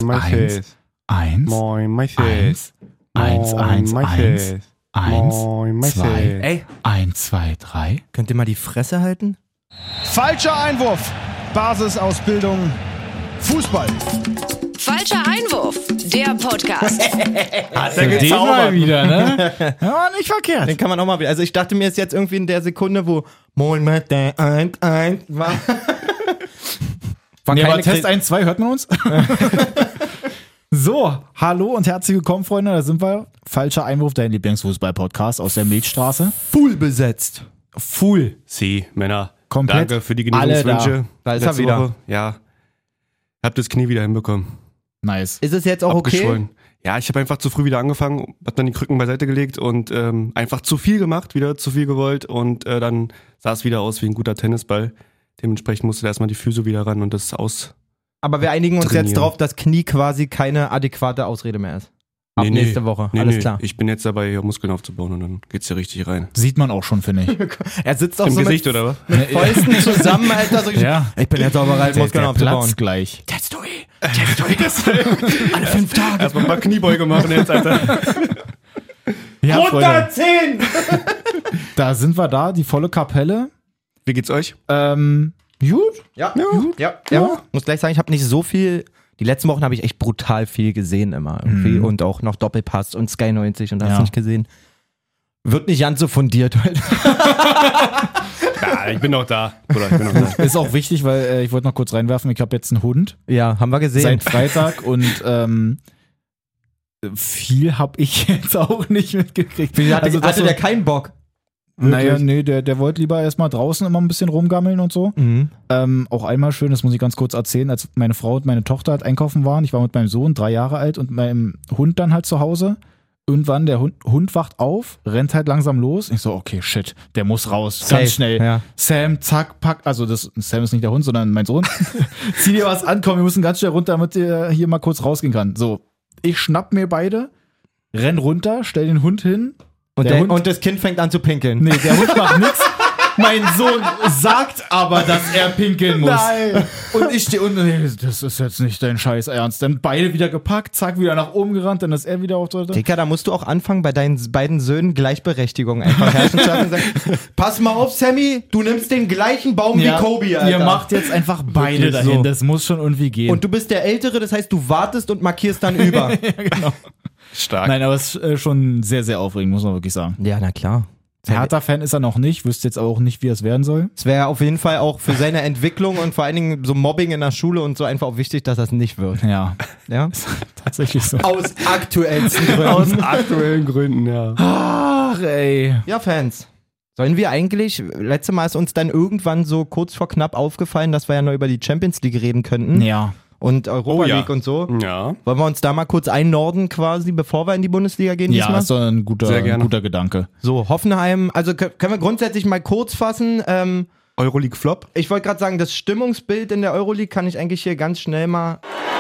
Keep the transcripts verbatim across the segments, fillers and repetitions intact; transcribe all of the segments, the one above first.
My eins, face. eins, Moin, my eins, face. eins, eins, my eins, face. eins, Moin, my zwei, face. Ey, eins, zwei, drei. könnt ihr mal die Fresse halten? Falscher Einwurf. Basisausbildung Fußball. Falscher Einwurf, der Podcast. Hat Für den mal wieder, ne? Ja, nicht verkehrt. Den kann man auch mal wieder. Also ich dachte mir jetzt irgendwie in der Sekunde, wo Moin mit der eins eins war. War Nee, aber keine Test Kri- eins, zwei, hört man uns? So, hallo und herzlich willkommen, Freunde. Da sind wir. Falscher Einwurf, dein Lieblingsfußball-Podcast aus der Milchstraße. Full besetzt. Full. Sie, Männer. Komplett Danke für die alle Genesungswünsche. Da ist er letzte wieder. Woche. Ja. Hab das Knie wieder hinbekommen. Nice. Ist es jetzt auch okay? Abgeschwollen. Ja, ich habe einfach zu früh wieder angefangen, hab dann die Krücken beiseite gelegt und ähm, einfach zu viel gemacht, wieder zu viel gewollt und äh, dann sah es wieder aus wie ein guter Tennisball. Dementsprechend musste da erstmal die Füße wieder ran und das aus. Aber wir einigen uns Trainieren. jetzt drauf, dass Knie quasi keine adäquate Ausrede mehr ist. Ab Nee, nee. nächste Woche. Nee, Alles nee. klar. Ich bin jetzt dabei, hier Muskeln aufzubauen und dann geht's ja richtig rein. Sieht man auch schon, finde ich. Er sitzt auch Im so Gesicht, mit, oder was? mit Fäusten zusammen, Alter. So Ja. Ich bin jetzt auch bereit, Der, Muskeln der aufzubauen. platzt gleich. Tetstui. Tetstui. Alle fünf Tage. Erstmal ein paar Kniebeuge machen jetzt, Alter. Ja, Freunde, zehn! da sind wir da, die volle Kapelle. Wie geht's euch? Ähm, gut. Ja, ja, ja. ja. Muss gleich sagen, ich habe nicht so viel. Die letzten Wochen habe ich echt brutal viel gesehen immer irgendwie Mhm. und auch noch Doppelpass und Sky neunzig und hast Ja. du nicht gesehen. Wird nicht ganz so fundiert heute. Ja, ich bin noch da. Oder ich bin noch da. Ist auch wichtig, weil äh, ich wollte noch kurz reinwerfen, ich habe jetzt einen Hund Ja, haben wir gesehen. seit Freitag und ähm, viel habe ich jetzt auch nicht mitgekriegt. Wie, hatte, Also das hatte so- der keinen Bock? Naja, nee, der, der wollte lieber erstmal draußen immer ein bisschen rumgammeln und so. Mhm. Ähm, auch einmal schön, das muss ich ganz kurz erzählen, als meine Frau und meine Tochter halt einkaufen waren. Ich war mit meinem Sohn, drei Jahre alt, und meinem Hund dann halt zu Hause. Irgendwann, der Hund, Hund wacht auf, rennt halt langsam los. Ich so, okay, shit, der muss raus, Safe, ganz schnell. ja. Sam, zack, pack, also das, Sam ist nicht der Hund, sondern mein Sohn. Zieh dir was an, komm, wir müssen ganz schnell runter, damit der hier mal kurz rausgehen kann. So, ich schnapp mir beide, renn runter, stell den Hund hin. Und, Der der, Hund- und das Kind fängt an zu pinkeln. Nee, der Hund macht nix. Mein Sohn sagt aber, dass er pinkeln muss. Nein. Und ich stehe unten, nee, das ist jetzt nicht dein Scheiß Ernst. Dann beide wieder gepackt, zack, wieder nach oben gerannt, dann ist er wieder auf Toilette. Dicker, da musst du auch anfangen, bei deinen beiden Söhnen Gleichberechtigung einfach herrschen zu lassen und sagen, pass mal auf, Sammy, du nimmst den gleichen Baum wie Kobe, Alter. Ihr macht jetzt einfach beide Wirklich dahin, so. das muss schon irgendwie gehen. Und du bist der Ältere, das heißt, du wartest und markierst dann über. Stark. Nein, aber es ist äh, schon sehr, sehr aufregend, muss man wirklich sagen. Ja, na klar. Hertha-Fan ist er noch nicht, wüsste jetzt aber auch nicht, wie es werden soll. Es wäre auf jeden Fall auch für seine Entwicklung und vor allen Dingen so Mobbing in der Schule und so einfach auch wichtig, dass das nicht wird. Ja, Ja? tatsächlich so. Aus aktuellsten Gründen. Aus aktuellen Gründen, ja. Ach, ey. Ja, Fans. Sollen wir eigentlich, letztes Mal ist uns dann irgendwann so kurz vor knapp aufgefallen, dass wir ja noch über die Champions League reden könnten Ja. und Europa Oh ja. League und so. Ja. Wollen wir uns da mal kurz einnorden quasi, bevor wir in die Bundesliga gehen Ja, diesmal? ist doch ein guter, Sehr gerne. guter Gedanke. So, Hoffenheim, also kö- können wir grundsätzlich mal kurz fassen. Ähm, Euroleague Flop. ich wollte gerade sagen, das Stimmungsbild in der Euroleague kann ich eigentlich hier ganz schnell mal,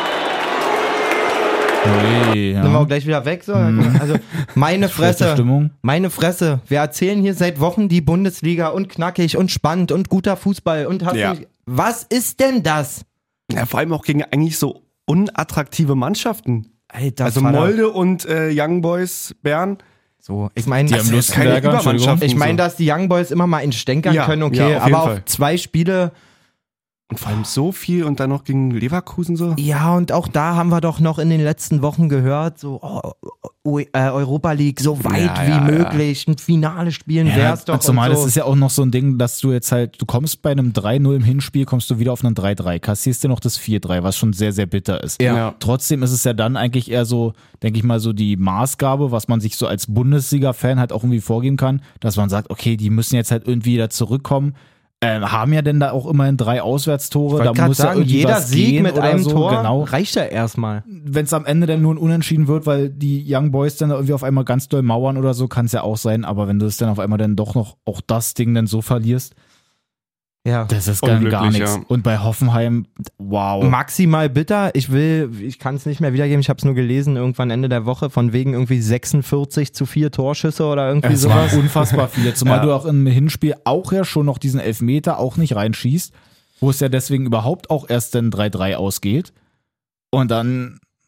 Ui, ja. nehmen wir auch gleich wieder weg. So. Also meine Schlechte Fresse, Stimmung. meine Fresse. Wir erzählen hier seit Wochen die Bundesliga und knackig und spannend und guter Fußball und hast Ja. nicht, was ist denn das? Ja, vor allem auch gegen eigentlich so unattraktive Mannschaften. Alter, Also Vater. Molde und äh, Young Boys Bern. So, ich meine, Die haben jetzt keine Lustenberger, Übermannschaft. Entschuldigung. ich meine, dass die Young Boys immer mal entstänkern Ja, können, okay, ja, auf jeden aber Fall. auf zwei Spiele. Und vor allem so viel und dann noch gegen Leverkusen so. Ja, und auch da haben wir doch noch in den letzten Wochen gehört, so oh, oh, äh, Europa League so weit Ja, wie ja, möglich, ein Finale spielen Ja, wär's doch. zumal und so. das ist ja auch noch so ein Ding, dass du jetzt halt, du kommst bei einem drei null im Hinspiel, kommst du wieder auf einen drei drei, kassierst dir noch das vier drei, was schon sehr, sehr bitter ist. Ja. Ja. Trotzdem ist es ja dann eigentlich eher so, denke ich mal, so die Maßgabe, was man sich so als Bundesliga-Fan halt auch irgendwie vorgeben kann, dass man sagt, okay, die müssen jetzt halt irgendwie wieder zurückkommen. Ähm, haben ja denn da auch immerhin drei Auswärtstore, Ich da wollte gerade muss ja sagen, irgendwie jeder was Sieg gehen mit oder einem so. Tor Genau. reicht ja erstmal. Wenn es am Ende dann nur ein Unentschieden wird, weil die Young Boys dann irgendwie auf einmal ganz doll mauern oder so, kann es ja auch sein, aber wenn du es dann auf einmal dann doch noch auch das Ding dann so verlierst, Ja. das ist dann gar Unglücklich, nichts. ja. Und bei Hoffenheim, wow. Maximal bitter. Ich will, ich kann es nicht mehr wiedergeben, ich habe es nur gelesen, irgendwann Ende der Woche, von wegen irgendwie sechsundvierzig zu vier Torschüsse oder irgendwie Es waren sowas. unfassbar viele, zumal Ja. du auch im Hinspiel auch ja schon noch diesen Elfmeter auch nicht reinschießt, wo es ja deswegen überhaupt auch erst dann drei drei ausgeht. Und dann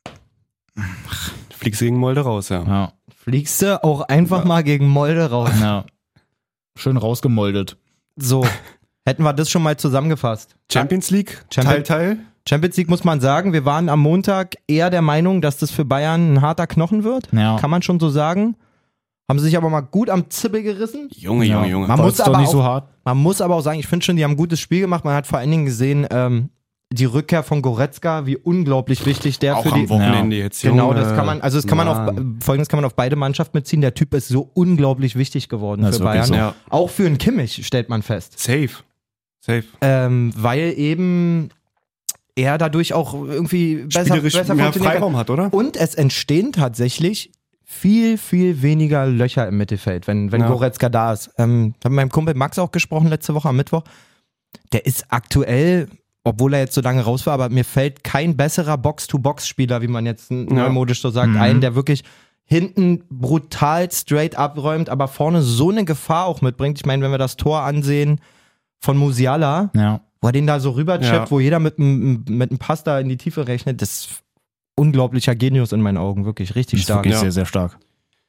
Fliegst gegen Molde raus, ja. Ja. Fliegst du auch einfach mal gegen Molde raus. ja. Schön rausgemoldet. So, hätten wir das schon mal zusammengefasst. Champions League, Champion- Teil, Teil. Champions League muss man sagen, wir waren am Montag eher der Meinung, dass das für Bayern ein harter Knochen wird. Ja. Kann man schon so sagen. Haben sie sich aber mal gut am Zippel gerissen. Junge, Ja. Junge, Junge. Man War muss jetzt doch aber nicht auch, so hart. Man muss aber auch sagen, ich finde schon, die haben ein gutes Spiel gemacht. Man hat vor allen Dingen gesehen, ähm, die Rückkehr von Goretzka, wie unglaublich wichtig der Auch für am die... Wochenende jetzt, Genau, Junge. das kann man, also das kann man auf, Mann. folgendes kann man auf beide Mannschaften beziehen. Der Typ ist so unglaublich wichtig geworden Das für ist wirklich Bayern. so. Ja. Auch für einen Kimmich, stellt man fest. Safe. Safe. Ähm, weil eben er dadurch auch irgendwie besser, Spielerisch besser mehr funktionieren kann. Freiraum hat, oder? Und es entstehen tatsächlich viel, viel weniger Löcher im Mittelfeld, wenn, wenn Ja. Goretzka da ist. Ähm, ich habe mit meinem Kumpel Max auch gesprochen letzte Woche am Mittwoch. Der ist aktuell, obwohl er jetzt so lange raus war, aber mir fällt kein besserer Box-to-Box-Spieler, wie man jetzt neumodisch so sagt, Mhm. ein, der wirklich hinten brutal straight abräumt, aber vorne so eine Gefahr auch mitbringt. Ich meine, wenn wir das Tor ansehen von Musiala, Ja. wo er den da so rüberchippt, Ja. wo jeder mit einem mit einem Pass da in die Tiefe rechnet, das ist unglaublicher Genius in meinen Augen, wirklich richtig Ist stark. wirklich ja. sehr, sehr stark.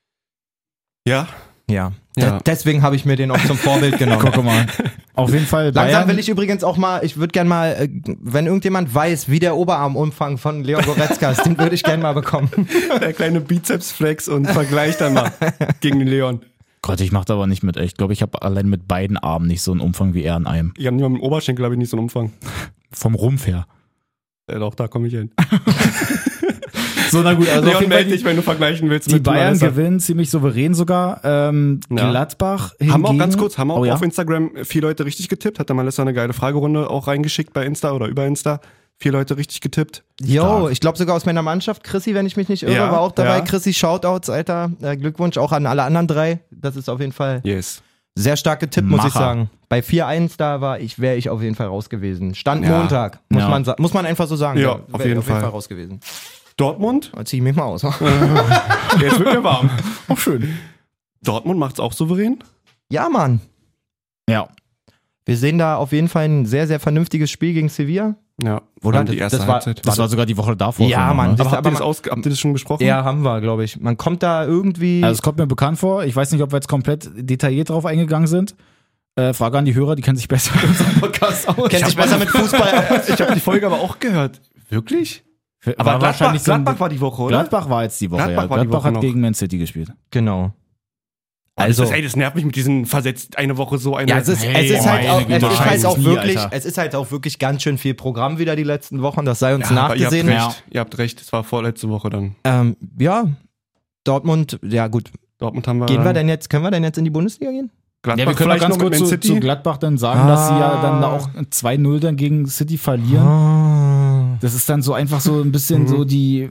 Ja. Ja. Ja. De- deswegen habe ich mir den auch zum Vorbild genommen. Guck mal. Auf jeden Fall Langsam Bayern. will ich übrigens auch mal, ich würde gerne mal, äh, wenn irgendjemand weiß, wie der Oberarmumfang von Leon Goretzka ist, den würde ich gerne mal bekommen. Der kleine Bizeps-Flex und Vergleich dann mal gegen den Leon. Gott, ich mach da aber nicht mit. Ich glaube, ich habe allein mit beiden Armen nicht so einen Umfang wie er in einem. Ich habe nicht mal mit dem Oberschenkel, glaube ich, nicht so einen Umfang. Vom Rumpf her. Äh, doch, da komme ich hin. So, na gut, also auf Leon, jeden Fall melde die, dich, wenn du vergleichen willst. die mit Bayern Vanessa. gewinnen ziemlich souverän sogar. Ähm, Ja. Gladbach hingegen. Haben wir auch ganz kurz, haben wir auch oh, ja? auf Instagram vier Leute richtig getippt. Hat der Malessa eine geile Fragerunde auch reingeschickt bei Insta oder über Insta. Vier Leute richtig getippt. Jo, Stark. ich glaube sogar aus meiner Mannschaft, Chrissy, wenn ich mich nicht irre, Ja, war auch dabei. ja. Chrissy, Shoutouts, Alter. Äh, Glückwunsch auch an alle anderen drei. Das ist auf jeden Fall Yes. sehr stark getippt, muss ich Macher. sagen. Bei vier eins da war ich, wäre ich auf jeden Fall raus gewesen. Stand Ja. Montag, muss, Ja. man, sa- muss man einfach so sagen. Ja, Da auf wär ich jeden auf Fall. jeden Fall raus gewesen. Dortmund? Da zieh ich mich mal aus. Jetzt wird mir warm. Auch schön. Dortmund macht's auch souverän. Ja, Mann. Ja. Wir sehen da auf jeden Fall ein sehr, sehr vernünftiges Spiel gegen Sevilla. Ja, Oder? vor allem die erste Das war- Halbzeit. Das war sogar die Woche davor. Ja, schon, Mann. ne? Das- aber habt ihr, aber das aus, habt ihr das schon besprochen? Ja, haben wir, glaube ich. Man kommt da irgendwie. Also es kommt mir bekannt vor. Ich weiß nicht, ob wir jetzt komplett detailliert drauf eingegangen sind. Äh, Frage an die Hörer, die kennen sich besser mit unserem Podcast aus. kennt sich besser mit Fußball. Ich habe die Folge aber auch gehört. Wirklich? Aber Aber Gladbach, wahrscheinlich so ein- Gladbach war die Woche, oder? Gladbach war jetzt die Woche, Gladbach ja. war die Gladbach Woche hat noch. gegen Man City gespielt. Genau. Also, Also, das, ey, das nervt mich mit diesen versetzt eine Woche so eine. ja, es ist, Hey, es ist halt meine auch, es Güte, ist halt scheiß auch nie, wirklich, Alter. es ist halt auch wirklich ganz schön viel Programm wieder die letzten Wochen. Das sei uns ja, aber ihr habt nachgesehen. recht. Ihr habt recht. Es war vorletzte Woche dann. Ähm, ja, Dortmund, ja gut. Dortmund haben wir. Gehen wir denn jetzt, können wir denn jetzt in die Bundesliga gehen? Gladbach Ja, wir können auch vielleicht ganz noch mit kurz Man zu, City. zu Gladbach dann sagen, Ah. dass sie ja dann da auch zwei null dann gegen City verlieren. Ah. Das ist dann so einfach so ein bisschen Mhm. so die,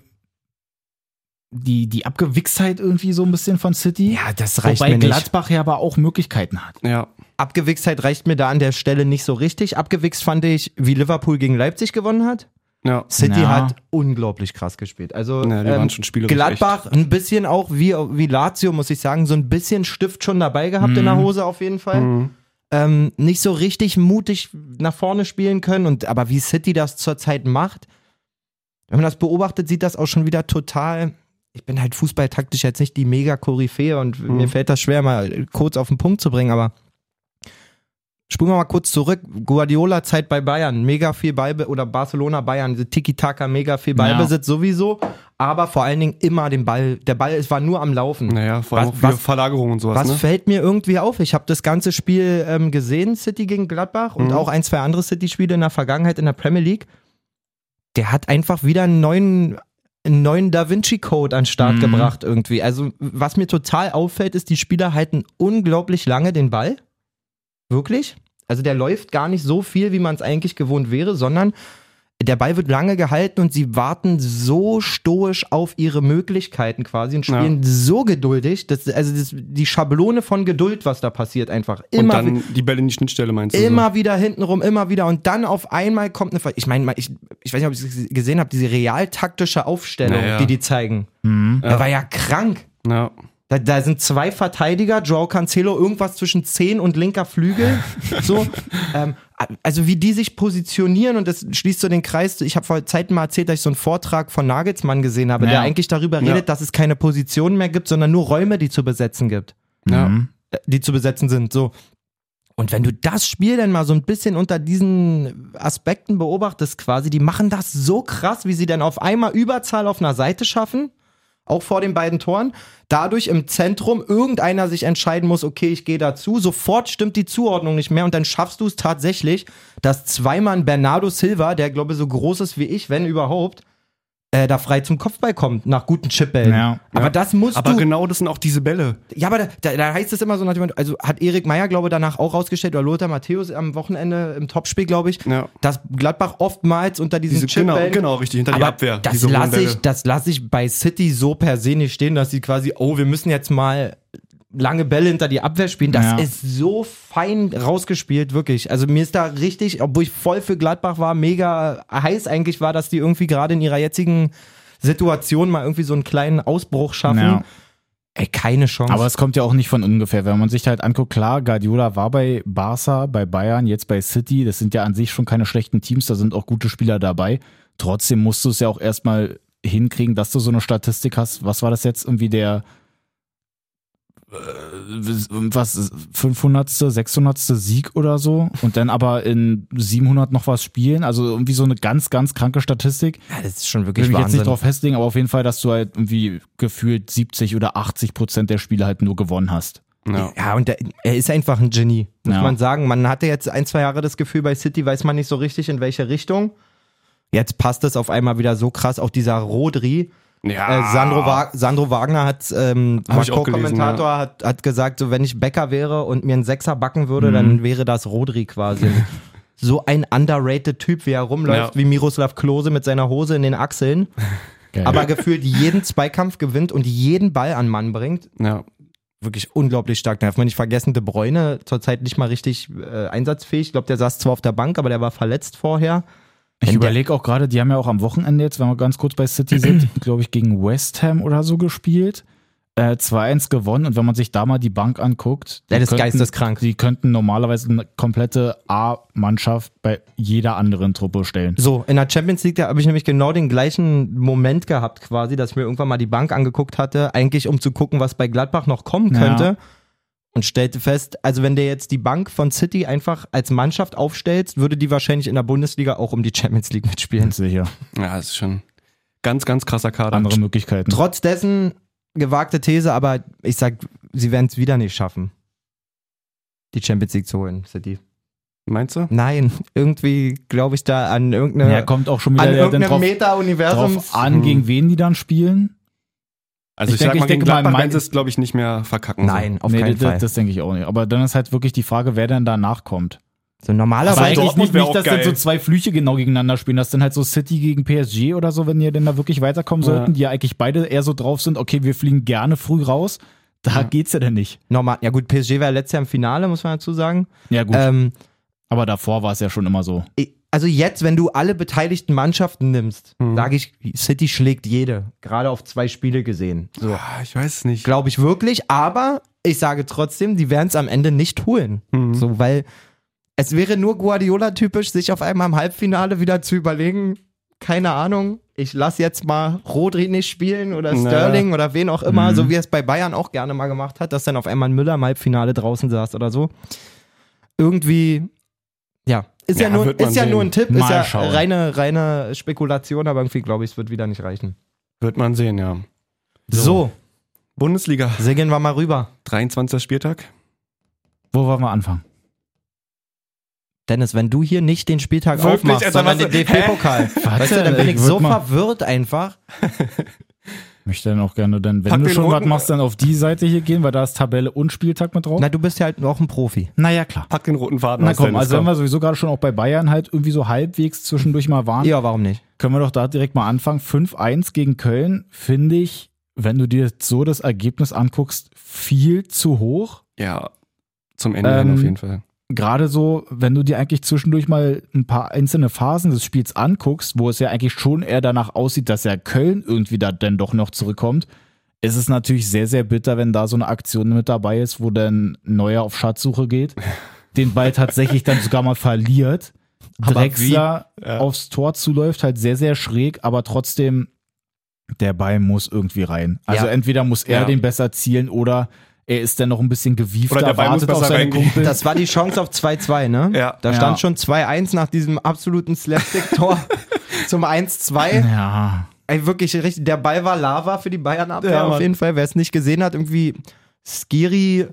die, die Abgewichstheit irgendwie so ein bisschen von City. Ja, das reicht Wobei mir nicht. Gladbach ja aber auch Möglichkeiten hat. Ja. Abgewichstheit reicht mir da an der Stelle nicht so richtig. Abgewichst fand ich, wie Liverpool gegen Leipzig gewonnen hat. Ja. City Ja. hat unglaublich krass gespielt. Also Ja, die ähm, waren schon spielerisch Gladbach ein bisschen auch wie, wie Lazio, muss ich sagen, so ein bisschen Stift schon dabei gehabt Mhm. in der Hose auf jeden Fall. Mhm. Ähm, nicht so richtig mutig nach vorne spielen können. Und, aber wie City das zurzeit macht, wenn man das beobachtet, sieht das auch schon wieder total. Ich bin halt fußballtaktisch jetzt nicht die Mega-Koryphäe und Mhm. mir fällt das schwer, mal kurz auf den Punkt zu bringen, aber spulen wir mal kurz zurück. Guardiola-Zeit bei Bayern, mega viel Ballbesitz, oder Barcelona-Bayern, diese Tiki-Taka, mega viel Ballbesitz sowieso, aber vor allen Dingen immer den Ball, der Ball es war nur am Laufen. Naja, vor allem Was- auch für was- Verlagerung und sowas, Was ne? fällt mir irgendwie auf? Ich habe das ganze Spiel ähm, gesehen, City gegen Gladbach und Mhm. auch ein, zwei andere City-Spiele in der Vergangenheit in der Premier League. Der hat einfach wieder einen neuen, einen neuen Da Vinci-Code an den Start Mhm. gebracht irgendwie. Also was mir total auffällt, ist, die Spieler halten unglaublich lange den Ball. Wirklich. Also der läuft gar nicht so viel, wie man es eigentlich gewohnt wäre, sondern der Ball wird lange gehalten und sie warten so stoisch auf ihre Möglichkeiten quasi und spielen so geduldig. Das, also das, die Schablone von Geduld, was da passiert, einfach. Und Immer, dann die Bälle in die Schnittstelle, meinst du? immer wieder hintenrum, immer wieder. Und dann auf einmal kommt eine. Ver ich meine, ich, ich weiß nicht, ob ich es gesehen habe, diese realtaktische Aufstellung, Naja. die die zeigen. Mhm. Der war ja krank. So? Ja. Da, da sind zwei Verteidiger, Joao Cancelo, irgendwas zwischen zehn und linker Flügel. So, ähm, also wie die sich positionieren, und das schließt so den Kreis. Ich habe vor Zeiten mal erzählt, dass ich so einen Vortrag von Nagelsmann gesehen habe, Ja. der eigentlich darüber redet, Ja. dass es keine Positionen mehr gibt, sondern nur Räume, die zu besetzen gibt. Ja. Mhm. Äh, Die zu besetzen sind. So. Und wenn du das Spiel dann mal so ein bisschen unter diesen Aspekten beobachtest, quasi, die machen das so krass, wie sie dann auf einmal Überzahl auf einer Seite schaffen, auch vor den beiden Toren, dadurch im Zentrum irgendeiner sich entscheiden muss, okay, ich gehe dazu, sofort stimmt die Zuordnung nicht mehr und dann schaffst du es tatsächlich, dass zweimal ein Bernardo Silva, der glaube ich so groß ist wie ich, wenn überhaupt, äh, da frei zum Kopfball kommt, nach guten Chipbällen. Ja. Aber Ja. das musst Aber du... genau das sind auch diese Bälle. Ja, aber da, da, da heißt es immer so nach dem Motto, also hat Erik Meyer, glaube ich, danach auch rausgestellt, oder Lothar Matthäus am Wochenende im Topspiel, glaube ich, Ja. dass Gladbach oftmals unter diesen Diese, genau, Chipbällen... genau, richtig, hinter die Aber Abwehr. das diese hohen lasse ich, Bälle. das lass ich bei City so per se nicht stehen, dass sie quasi, oh, wir müssen jetzt mal lange Bälle hinter die Abwehr spielen. Das Ja. ist so fein rausgespielt, wirklich. Also mir ist da richtig, obwohl ich voll für Gladbach war, mega heiß eigentlich war, dass die irgendwie gerade in ihrer jetzigen Situation mal irgendwie so einen kleinen Ausbruch schaffen. Ja. Ey, keine Chance. Aber es kommt ja auch nicht von ungefähr. Wenn man sich halt anguckt, klar, Guardiola war bei Barca, bei Bayern, jetzt bei City. Das sind ja an sich schon keine schlechten Teams, da sind auch gute Spieler dabei. Trotzdem musst du es ja auch erstmal hinkriegen, dass du so eine Statistik hast. Was war das jetzt? Irgendwie der äh, was, fünfhundertste, sechshundertste Sieg oder so und dann aber in siebenhundert noch was spielen. Also irgendwie so eine ganz, ganz kranke Statistik. ja, das ist schon Ich wirklich will mich jetzt Wahnsinn. nicht drauf festlegen, aber auf jeden Fall, dass du halt irgendwie gefühlt siebzig oder achtzig Prozent der Spiele halt nur gewonnen hast. Ja. Ja, und der, er ist einfach ein Genie, muss Ja. man sagen. Man hatte jetzt ein, zwei Jahre das Gefühl, bei City weiß man nicht so richtig, in welche Richtung. Jetzt passt es auf einmal wieder so krass. Auch dieser Rodri. Ja. Äh, Sandro, Wa- Sandro Wagner hat, ähm, Hab ich auch Co-Kommentator, gelesen, hat, hat gesagt, so wenn ich Bäcker wäre und mir einen Sechser backen würde, Mhm. dann wäre das Rodri quasi. So ein underrated Typ, wie er rumläuft, Ja. wie Miroslav Klose mit seiner Hose in den Achseln. Geil. Aber gefühlt jeden Zweikampf gewinnt und jeden Ball an Mann bringt. Ja. Wirklich unglaublich stark. Da darf man nicht vergessen, De Bruyne zurzeit nicht mal richtig äh, einsatzfähig. Ich glaube, der saß zwar auf der Bank, aber der war verletzt vorher. Ich Wenn der- überlege auch gerade, die haben ja auch am Wochenende jetzt, wenn wir ganz kurz bei City sind, glaube ich, gegen West Ham oder so gespielt. Äh, zwei eins gewonnen und wenn man sich da mal die Bank anguckt, Der die ist könnten- geisteskrank. Die könnten normalerweise eine komplette A-Mannschaft bei jeder anderen Truppe stellen. So, in der Champions League, da habe ich nämlich genau den gleichen Moment gehabt quasi, dass ich mir irgendwann mal die Bank angeguckt hatte, eigentlich um zu gucken, was bei Gladbach noch kommen könnte. Ja. Und stellte fest, also wenn der jetzt die Bank von City einfach als Mannschaft aufstellst, würde die wahrscheinlich in der Bundesliga auch um die Champions League mitspielen. Sicher. Ja, das ist schon ganz, ganz krasser Kader. Andere Möglichkeiten. Trotz dessen, gewagte These, aber ich sag, sie werden es wieder nicht schaffen, die Champions League zu holen, City. Meinst du? Nein, irgendwie glaube ich da an irgendeine, Ja, kommt auch schon wieder an der, dann irgendeinem drauf, Meta-Universum. drauf an, gegen wen die dann spielen. Also Ich ich, denke- sag mal, ich denke gegen mal, Gladbach mein- werden sie es, glaube ich, nicht mehr verkacken. Nein, auf nee, keinen das, Fall. das denke ich auch nicht. Aber dann ist halt wirklich die Frage, wer denn danach kommt. so Aber normalerweise. Aber eigentlich Dortmund nicht, wär nicht auch dass dann geil. so zwei Flüche genau gegeneinander spielen. Das sind halt so City gegen P S G oder so, wenn die denn da wirklich weiterkommen Ja. sollten, die ja eigentlich beide eher so drauf sind, okay, wir fliegen gerne früh raus. Da Ja. geht's ja denn nicht. normal, ja gut, P S G war letztes Jahr im Finale, muss man dazu sagen. Ja gut, Ähm, aber davor war es ja schon immer so. also jetzt, wenn du alle beteiligten Mannschaften nimmst, Mhm. sage ich, City schlägt jede. Gerade auf zwei Spiele gesehen. So. Ah, ich weiß es nicht. Glaube ich wirklich, aber ich sage trotzdem, die werden es am Ende nicht holen. Mhm. So, weil es wäre nur Guardiola-typisch, sich auf einmal im Halbfinale wieder zu überlegen, keine Ahnung, ich lasse jetzt mal Rodri nicht spielen oder Naja. Sterling oder wen auch immer, Mhm. so wie er es bei Bayern auch gerne mal gemacht hat, dass dann auf einmal ein Müller im Halbfinale draußen saß oder so. Irgendwie, ja, ist ja, Ja, nur, wird man ist ja sehen. nur ein Tipp, Mal ist ja schauen. reine, reine Spekulation, aber irgendwie glaube ich, es wird wieder nicht reichen. Wird man sehen, ja. So, Bundesliga, segeln wir mal rüber. dreiundzwanzigster Spieltag. Wo wollen wir anfangen? Dennis, wenn du hier nicht den Spieltag Wirklich? aufmachst, Also, sondern was- den D F B-Pokal, weißt du, denn? dann bin Ich ich würd so mal- verwirrt einfach. Möchte dann auch gerne, dann, wenn Pack du den schon was roten- machst, dann auf die Seite hier gehen, weil da ist Tabelle und Spieltag mit drauf. Na, du bist ja halt auch ein Profi. Naja, klar. Pack den roten Faden Na aus, komm, Dennis, also wenn wir sowieso gerade schon auch bei Bayern halt irgendwie so halbwegs zwischendurch mal waren, Ja, warum nicht? können wir doch da direkt mal anfangen. fünf eins gegen Köln finde ich, wenn du dir so das Ergebnis anguckst, viel zu hoch. Ja, zum Ende Ähm, hin auf jeden Fall. Gerade so, wenn du dir eigentlich zwischendurch mal ein paar einzelne Phasen des Spiels anguckst, wo es ja eigentlich schon eher danach aussieht, dass ja Köln irgendwie da dann doch noch zurückkommt, ist es natürlich sehr, sehr bitter, wenn da so eine Aktion mit dabei ist, wo dann Neuer auf Schatzsuche geht, den Ball tatsächlich dann sogar mal verliert, Drexler ja. aufs Tor zuläuft, halt sehr, sehr schräg, aber trotzdem, der Ball muss irgendwie rein. Also Ja. entweder muss er Ja. den besser zielen oder er ist dann noch ein bisschen gewiefter, Oder der Ball muss wartet auf besser seine reingehen. Kumpel. Das war die Chance auf zwei zwei, ne? Ja. Da Ja. stand schon zwei eins nach diesem absoluten Slapstick-Tor zum eins zwei. Ja. Ey, wirklich richtig, der Ball war Lava für die Bayern-Abwehr Ja, auf Mann. jeden Fall. Wer es nicht gesehen hat, irgendwie Skiri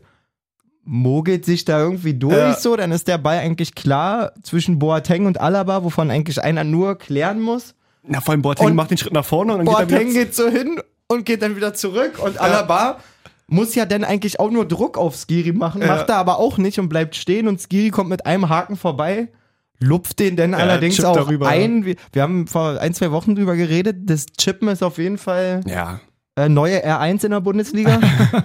mogelt sich da irgendwie durch, Ja. so, dann ist der Ball eigentlich klar zwischen Boateng und Alaba, wovon eigentlich einer nur klären muss. Na, vor allem Boateng Und macht den Schritt nach vorne und dann Boateng geht er wieder. geht so hin und geht dann wieder zurück und Alaba muss ja dann eigentlich auch nur Druck auf Skiri machen, Ja. macht er aber auch nicht und bleibt stehen und Skiri kommt mit einem Haken vorbei, lupft den dann allerdings chippt auch darüber. ein. Wir, wir haben vor ein, zwei Wochen drüber geredet, das Chippen ist auf jeden Fall Ja. äh, neue R eins in der Bundesliga.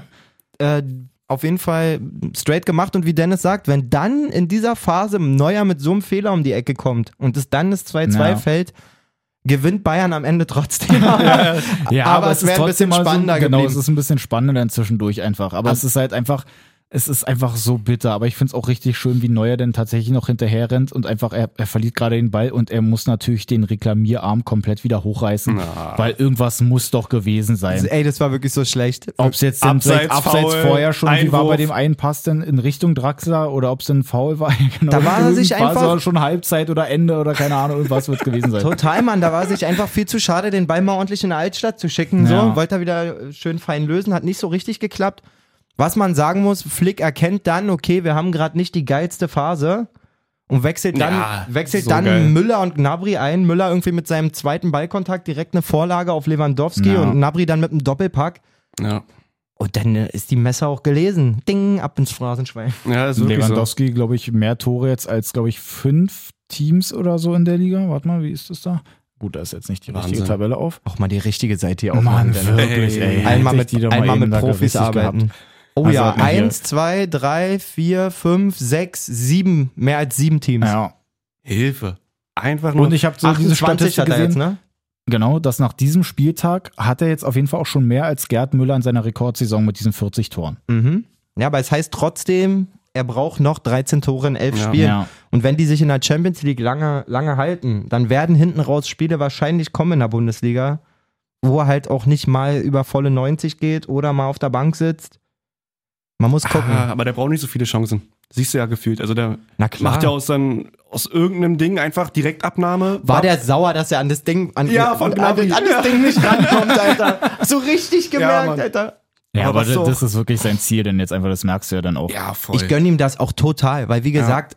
äh, auf jeden Fall straight gemacht und wie Dennis sagt, wenn dann in dieser Phase Neuer mit so einem Fehler um die Ecke kommt und es dann das zwei zwei Ja. fällt, gewinnt Bayern am Ende trotzdem. Ja, Aber es ist wäre ein bisschen trotzdem mal spannender so, Genau, geblieben. es ist ein bisschen spannender dann zwischendurch einfach. Aber Am- es ist halt einfach, es ist einfach so bitter. Aber ich finde es auch richtig schön, wie Neuer denn tatsächlich noch hinterher rennt und einfach, er, er verliert gerade den Ball und er muss natürlich den Reklamierarm komplett wieder hochreißen, Na. weil irgendwas muss doch gewesen sein. Ey, das war wirklich so schlecht. Ob es jetzt dann vielleicht Abseits, abseits Foul, vorher schon, wie war bei Einwurf. dem einen Pass denn in Richtung Draxler oder ob es ein Foul war? Genau, Da war er sich Irgendwas einfach- war schon Halbzeit oder Ende oder keine Ahnung, irgendwas wird gewesen sein. Total, Mann, da war sich einfach viel zu schade, den Ball mal ordentlich in der Altstadt zu schicken. So, Ja. wollte er wieder schön fein lösen, hat nicht so richtig geklappt. Was man sagen muss, Flick erkennt dann, okay, wir haben gerade nicht die geilste Phase und wechselt dann, Ja, wechselt so dann geil. Müller und Gnabry ein. Müller irgendwie mit seinem zweiten Ballkontakt direkt eine Vorlage auf Lewandowski Ja. und Gnabry dann mit einem Doppelpack. Ja. Und dann äh, ist die Messe auch gelesen. Ding, ab ins Phrasenschwein. Ja, ist wirklich so. Lewandowski, glaube ich, mehr Tore jetzt als, glaube ich, fünf Teams oder so in der Liga. Warte mal, wie ist das da? Gut, da ist jetzt nicht die Wahnsinn. richtige Tabelle auf. Auch mal die richtige Seite hier Mann, aufmachen. Dennis. wirklich, ey. Einmal Hätte mit, ich die doch mal einmal eben mit da Profis richtig arbeiten. gehabt. Oh Also ja, hat man hier- eins, zwei, drei, vier, fünf, sechs, sieben, mehr als sieben Teams. Ja. Hilfe. Einfach nur. Und ich habe so diese achtundzwanzig Statistik hat er gesehen, jetzt, ne? genau, dass nach diesem Spieltag hat er jetzt auf jeden Fall auch schon mehr als Gerd Müller in seiner Rekordsaison mit diesen vierzig Toren. Mhm. Ja, aber es heißt trotzdem, er braucht noch dreizehn Tore in elf Ja. Spielen. Ja. Und wenn die sich in der Champions League lange, lange halten, dann werden hinten raus Spiele wahrscheinlich kommen in der Bundesliga, wo er halt auch nicht mal über volle neunzig geht oder mal auf der Bank sitzt. Man muss gucken. Ah, aber der braucht nicht so viele Chancen. Siehst du ja gefühlt. Also der Na klar. macht ja aus, dann, aus irgendeinem Ding einfach Direktabnahme. War der sauer, dass er an das Ding, an, Ja, von an, an, Gnabry. an das Ding nicht rankommt, Alter. So richtig gemerkt, Mann. Alter. Ja, Aber aber was so- das ist wirklich sein Ziel, denn jetzt einfach, das merkst du ja dann auch. Ja, voll. Ich gönne ihm das auch total, weil wie gesagt,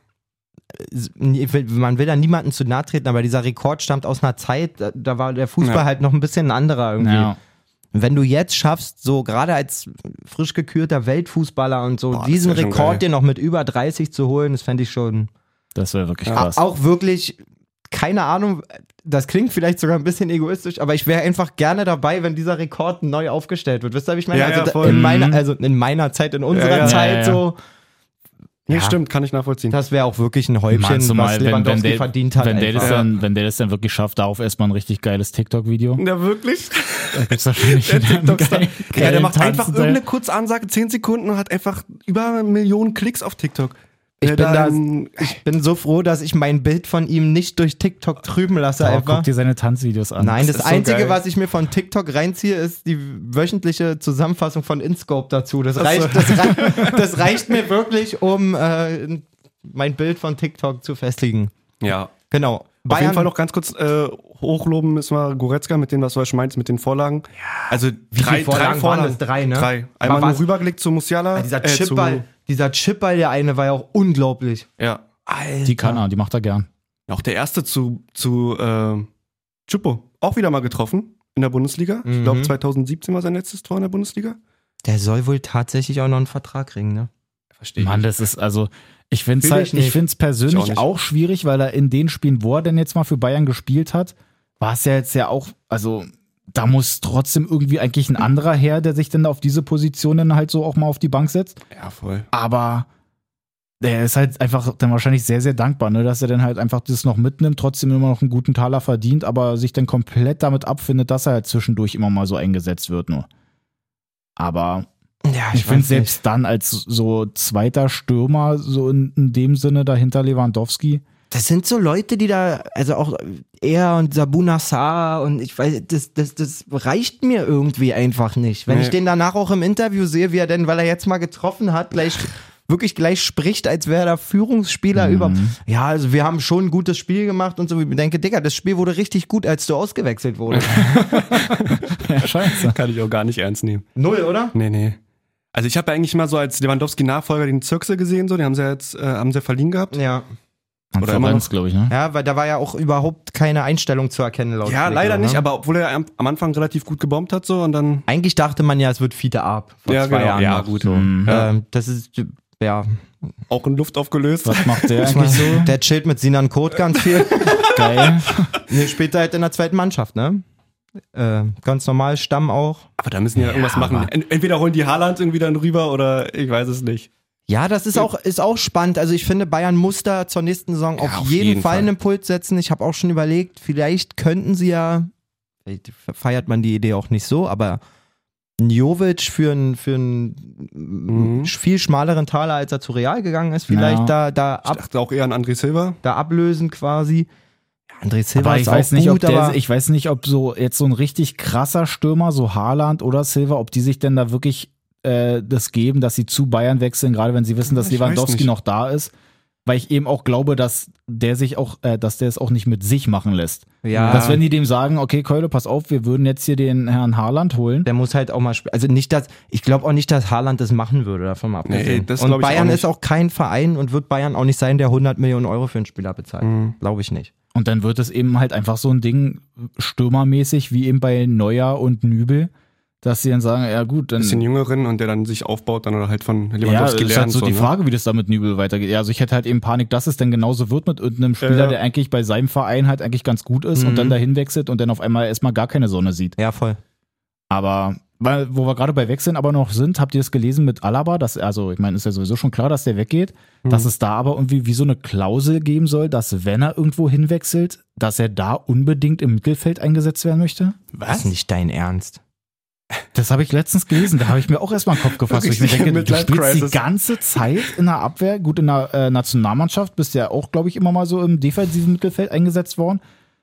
äh, man will da niemanden zu nahe treten, aber dieser Rekord stammt aus einer Zeit, da, da war der Fußball Ja. halt noch ein bisschen ein anderer irgendwie. Ja. Wenn du jetzt schaffst, so gerade als frisch gekürter Weltfußballer und so, Boah, das diesen wär schon Rekord geil. dir noch mit über dreißig zu holen, das fände ich schon Das wäre wirklich Ja. krass. auch wirklich, keine Ahnung, das klingt vielleicht sogar ein bisschen egoistisch, aber ich wäre einfach gerne dabei, wenn dieser Rekord neu aufgestellt wird. Wisst ihr, wie ich meine? Ja, also, ja, da- voll. in Mhm. meiner, also in meiner Zeit, in unserer Ja, ja. Zeit Ja, ja. so, Nee, Ja. stimmt, kann ich nachvollziehen. das wäre auch wirklich ein Häubchen, Meinst du was mal, wenn, wenn, Lewandowski der, verdient hat. wenn, der das einfach. dann, wenn der das dann wirklich schafft, darauf erstmal ein richtig geiles TikTok-Video. Ja, wirklich? Da gibt's wahrscheinlich Der wieder einen TikTok-Star. geilen- Ja, der geilen macht einfach Tanzteil. irgendeine Kurzansage, zehn Sekunden und hat einfach über Millionen Klicks auf TikTok. Ich Der bin, da, dann- ich bin so froh, dass ich mein Bild von ihm nicht durch TikTok trüben lasse. Oh, einfach. guck dir seine Tanzvideos an. Nein, das, ist so Einzige, geil. was ich mir von TikTok reinziehe, ist die wöchentliche Zusammenfassung von InScope dazu. Das Ach so. reicht, das, rei- das reicht mir wirklich, um äh, mein Bild von TikTok zu festigen. Ja. Genau. Auf jeden Fall noch ganz kurz äh, hochloben müssen wir Goretzka mit dem, was du schon meinst, mit den Vorlagen. Also Wie drei, viele Vorlagen drei Vorlagen. waren das? Drei, ne? Drei. Aber Einmal nur was- rübergelegt zu Musiala. Ah, dieser äh, zu- Chipball, dieser Chipball, der eine war ja auch unglaublich. Ja. Alter. Die kann er, die macht er gern. Auch der erste zu, zu äh, Chupo. Auch wieder mal getroffen in der Bundesliga. Ich Mhm. glaube zwanzig siebzehn war sein letztes Tor in der Bundesliga. Der soll wohl tatsächlich auch noch einen Vertrag kriegen, ne? Verstehe Mann, das ist also, ich finde es Fühl halt, ich nicht. ich finde es Ich auch persönlich nicht. auch schwierig, weil er in den Spielen, wo er denn jetzt mal für Bayern gespielt hat, war es ja jetzt ja auch, also da muss trotzdem irgendwie eigentlich ein anderer her, der sich dann auf diese Position dann halt so auch mal auf die Bank setzt. Ja, voll. Aber der ist halt einfach dann wahrscheinlich sehr, sehr dankbar, ne, dass er dann halt einfach das noch mitnimmt, trotzdem immer noch einen guten Taler verdient, aber sich dann komplett damit abfindet, dass er halt zwischendurch immer mal so eingesetzt wird nur. Aber Ja, ich finde weiß selbst dann als so zweiter Stürmer, so in, in dem Sinne dahinter Lewandowski. Das sind so Leute, die da, also auch er und Sabu Nassar und ich weiß, das, das, das reicht mir irgendwie einfach nicht. Wenn Nee. ich den danach auch im Interview sehe, wie er denn, weil er jetzt mal getroffen hat, gleich wirklich gleich spricht, als wäre er Führungsspieler Mhm. über. Ja, also wir haben schon ein gutes Spiel gemacht und so. Ich denke, Digga, das Spiel wurde richtig gut, als du ausgewechselt wurdest. Ja, scheiße. Kann ich auch gar nicht ernst nehmen. Null, oder? Nee, nee. Also ich habe ja eigentlich mal so als Lewandowski-Nachfolger den Zirkse gesehen, so, den haben sie ja jetzt, äh, haben sie ja verliehen gehabt. Ja. Oder immer noch? glaube ich, ne? Ja, weil da war ja auch überhaupt keine Einstellung zu erkennen laut Ja, Flick, leider ne? nicht, aber obwohl er am, am Anfang relativ gut gebombt hat, so, und dann, Eigentlich dachte man ja, es wird Fiete ab. Vor Ja, zwei genau. Jahren Ja, noch. gut. So. Mhm. Ähm, das ist, ja, auch in Luft aufgelöst. Was macht der eigentlich so? der chillt mit Sinan Kot ganz viel. Geil. Nee, später halt in der zweiten Mannschaft, ne? Äh, ganz normal, Stamm auch. Aber da müssen die ja irgendwas machen. Ent- Entweder holen die Haaland irgendwie dann rüber oder ich weiß es nicht. Ja, das ist auch, ist auch spannend. Also ich finde, Bayern muss da zur nächsten Saison Ja, auf, auf jeden, jeden Fall Fall. einen Impuls setzen. Ich habe auch schon überlegt, vielleicht könnten sie ja, vielleicht feiert man die Idee auch nicht so, aber einen Jovic für einen für einen Mhm. viel schmaleren Taler, als er zu Real gegangen ist, vielleicht Ja. da, da, Ich ab, dachte auch eher an André Silva. da ablösen quasi. Ja, André Silva Aber ist ich weiß auch nicht, gut, ob der, aber ich weiß nicht, ob so jetzt so ein richtig krasser Stürmer, so Haaland oder Silva, ob die sich denn da wirklich äh, das geben, dass sie zu Bayern wechseln, gerade wenn sie wissen, dass Ich weiß Lewandowski nicht. noch da ist. Weil ich eben auch glaube, dass der sich auch, äh, dass der es auch nicht mit sich machen lässt. ja, Dass wenn die dem sagen, okay, Keule, pass auf, wir würden jetzt hier den Herrn Haaland holen. der muss halt auch mal spielen. Also nicht, dass, ich glaube auch nicht, dass Haaland das machen würde, davon mal abgesehen. Nee, das und glaub ich Bayern auch nicht. ist auch kein Verein und wird Bayern auch nicht sein, der hundert Millionen Euro für einen Spieler bezahlt. Mhm. Glaube ich nicht. Und dann wird es eben halt einfach so ein Ding, stürmermäßig, wie eben bei Neuer und Nübel, dass sie dann sagen, ja gut, dann... Bisschen Jüngeren und der dann sich aufbaut dann oder halt von Ja, Lewandowski ist lernt. halt so die ne? Frage, wie das da mit Nübel weitergeht. Ja, also ich hätte halt eben Panik, dass es dann genauso wird mit irgendeinem Spieler, Ja, ja. der eigentlich bei seinem Verein halt eigentlich ganz gut ist Mhm. und dann dahin wechselt und dann auf einmal erstmal gar keine Sonne sieht. Ja, voll. Aber, weil, wo wir gerade bei Wechseln aber noch sind, habt ihr das gelesen mit Alaba? Dass, also ich meine, ist ja sowieso schon klar, dass der weggeht, Mhm. dass es da aber irgendwie wie so eine Klausel geben soll, dass wenn er irgendwo hinwechselt, dass er da unbedingt im Mittelfeld eingesetzt werden möchte? Das ist nicht dein Ernst. Das habe ich letztens gelesen, da habe ich mir auch erstmal den Kopf gefasst. Wo ich mir Wirklich denke, du Midlife spielst die Crisis. ganze Zeit in der Abwehr, gut in der äh, Nationalmannschaft, bist ja auch, glaube ich, immer mal so im defensiven Mittelfeld eingesetzt worden.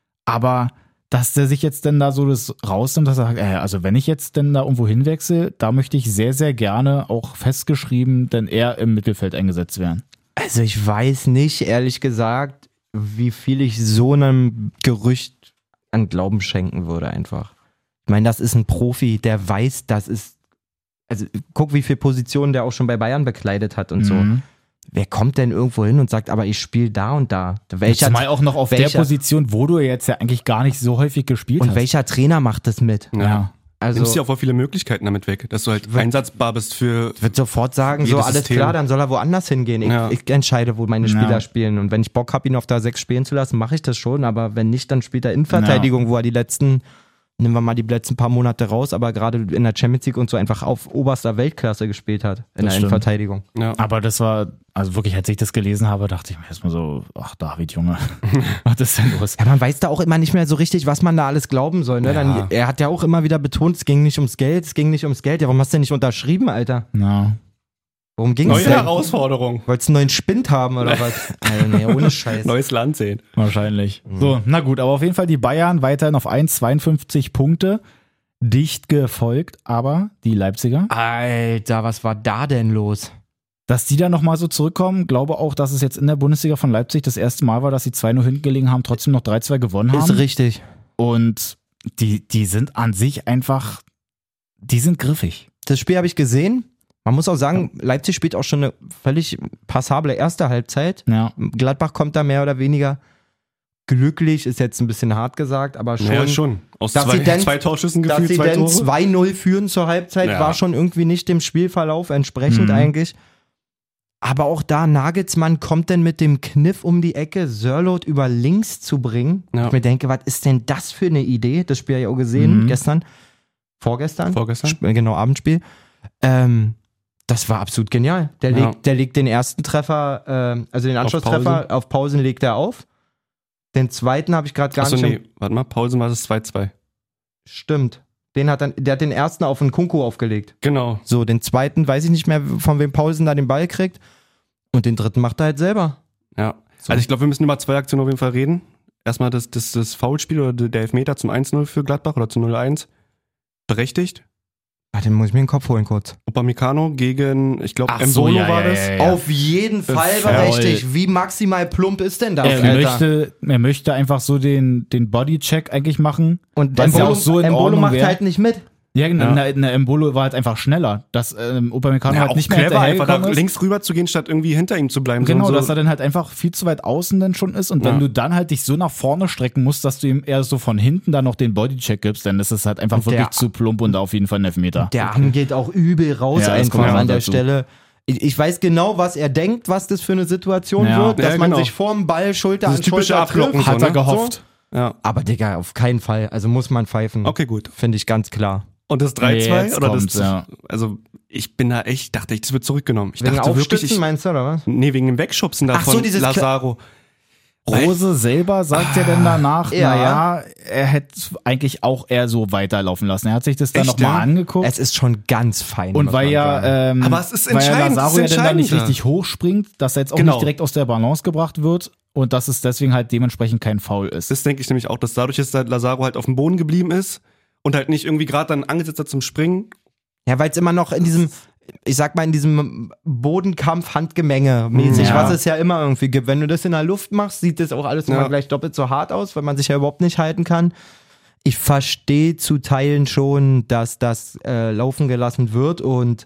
Aber dass der sich jetzt denn da so das rausnimmt, dass er sagt, äh, also wenn ich jetzt denn da irgendwo hinwechsel, da möchte ich sehr, sehr gerne auch festgeschrieben, denn eher im Mittelfeld eingesetzt werden. Also ich weiß nicht, ehrlich gesagt, wie viel ich so einem Gerücht an Glauben schenken würde einfach. Ich meine, das ist ein Profi, der weiß, das ist, also guck, wie viele Positionen der auch schon bei Bayern bekleidet hat und so. Mhm. Wer kommt denn irgendwo hin und sagt, aber ich spiele da und da? Welcher, Zumal auch noch auf welcher- der Position, wo du jetzt ja eigentlich gar nicht so häufig gespielt und hast. welcher Trainer macht das mit? Ja. Ja. Also Nimmst dir auch voll viele Möglichkeiten damit weg, dass du halt Wird- einsatzbar bist für. wird sofort sagen, so Jedes alles System. klar, dann soll er woanders hingehen. Ich, Ja. ich entscheide, wo meine Ja. Spieler spielen. Und wenn ich Bock habe, ihn auf der sechs spielen zu lassen, mache ich das schon. Aber wenn nicht, dann spielt er Innenverteidigung, wo er die letzten, nehmen wir mal die letzten paar Monate raus, aber gerade in der Champions League und so einfach auf oberster Weltklasse gespielt hat in Das der stimmt. Innenverteidigung. Ja. Aber das war, also wirklich, als ich das gelesen habe, dachte ich mir erstmal so, ach David, Junge, was ist denn los? Ja, man weiß da auch immer nicht mehr so richtig, was man da alles glauben soll. Ne? Ja. Dann, er hat ja auch immer wieder betont, es ging nicht ums Geld, es ging nicht ums Geld. Ja, warum hast du denn nicht unterschrieben, Alter? Na, Worum ging Neue es denn? Herausforderung. Wolltest du einen neuen Spind haben oder was? Alter, nee, ohne Scheiß. Neues Land sehen. wahrscheinlich. So, na gut, aber auf jeden Fall die Bayern weiterhin auf eins, zweiundfünfzig Punkte. Dicht gefolgt, aber die Leipziger. Alter, was war da denn los? Dass die da nochmal so zurückkommen, glaube auch, dass es jetzt in der Bundesliga von Leipzig das erste Mal war, dass sie zwei null hinten gelegen haben, trotzdem noch drei zwei gewonnen haben. Ist richtig. Und die, die sind an sich einfach, die sind griffig. Das Spiel habe ich gesehen. Man muss auch sagen, Leipzig spielt auch schon eine völlig passable erste Halbzeit. Ja. Gladbach kommt da mehr oder weniger glücklich, ist jetzt ein bisschen hart gesagt, aber schon. Ja, schon. Aus Dass zwei, sie denn- zwei Torschüssen Dass gefühlt, sie zwei denn Tore. zwei null führen zur Halbzeit, Ja. war schon irgendwie nicht dem Spielverlauf entsprechend Mhm. eigentlich. Aber auch da, Nagelsmann kommt denn mit dem Kniff um die Ecke, Sörloth über links zu bringen. Ja. Ich mir denke, was ist denn das für eine Idee? Das Spiel habe ich auch gesehen, Mhm. gestern, vorgestern. Vorgestern. Sp- Genau, Abendspiel. Ähm, das war absolut genial. Der, Ja. legt, der legt den ersten Treffer, ähm, also den Anschlusstreffer Pause. auf Pausen legt er auf. Den zweiten habe ich gerade gar Achso, nicht. im- nee, warte mal, Pause war es zwei zwei. Stimmt. Den hat dann, der hat den ersten auf den Kunku aufgelegt. Genau. So, den zweiten weiß ich nicht mehr, von wem Paulsen da den Ball kriegt. Und den dritten macht er halt selber. Ja. So. Also ich glaube, wir müssen über zwei Aktionen auf jeden Fall reden. Erstmal das, das, das Foulspiel oder der Elfmeter zum eins null für Gladbach oder zum null eins. Berechtigt. Ah, den muss ich mir in den Kopf holen kurz. Upamecano gegen, ich glaube, Ach so, Embolo ja, war ja, das. ja, ja. Auf jeden Fall Voll. berechtigt. Wie maximal plump ist denn das, Er Alter? möchte, er möchte einfach so den, den Bodycheck eigentlich machen. Und was Embolo, ja auch so in Embolo Ordnung macht wär. halt nicht mit. Ja, genau. Ja. Na, na, Embolo war halt einfach schneller. Dass ähm, Upamecano Ja, halt auch nicht mehr clever, einfach da hinterhergekommen ist. links rüber zu gehen, statt irgendwie hinter ihm zu bleiben. Genau, so, dass er dann halt einfach viel zu weit außen dann schon ist und Ja. wenn du dann halt dich so nach vorne strecken musst, dass du ihm eher so von hinten dann noch den Bodycheck gibst, dann ist es halt einfach Und wirklich der- zu plump und auf jeden Fall ein Elfmeter. Der Arm geht auch übel raus Ja, das einfach kommt ja an noch der dazu. Stelle. Ich, ich weiß genau, was er denkt, was das für eine Situation Ja. wird, dass Ja, man genau. sich vorm Ball Schulter Dieses an typische Schulter Ablocken trifft. so, Hat er ne? gehofft. Ja. Aber Digga, auf keinen Fall. Also muss man pfeifen. Okay, gut. Finde ich ganz klar. Und das drei zwei? Jetzt Oder kommt's, das, ja. Also, ich bin da echt, dachte ich, das wird zurückgenommen. Ich Wegen dachte wirklich, Aufstützen ich, meinst du, oder was? nee, wegen dem Wegschubsen davon, Ach so, dieses Kle- Lazaro. Rose selber sagt ja dann danach, Ja, naja, er hätte eigentlich auch eher so weiterlaufen lassen. Er hat sich das dann Echt, nochmal ja? angeguckt. Es ist schon ganz fein. Und muss weil man ja, sagen. ähm, Aber es ist weil ja entscheidend, Lazaro ja es ist dann da nicht entscheidender. richtig hochspringt, dass er jetzt auch Genau. nicht direkt aus der Balance gebracht wird und dass es deswegen halt dementsprechend kein Foul ist. Das denke ich nämlich auch, dass dadurch, dass halt Lazaro halt auf dem Boden geblieben ist und halt nicht irgendwie gerade dann angesetzt hat zum Springen. Ja, weil es immer noch in diesem, ich sag mal, in diesem Bodenkampf Handgemenge mäßig, Ja. was es ja immer irgendwie gibt. Wenn du das in der Luft machst, sieht das auch alles immer Ja. gleich doppelt so hart aus, weil man sich ja überhaupt nicht halten kann. Ich verstehe zu Teilen schon, dass das äh, laufen gelassen wird und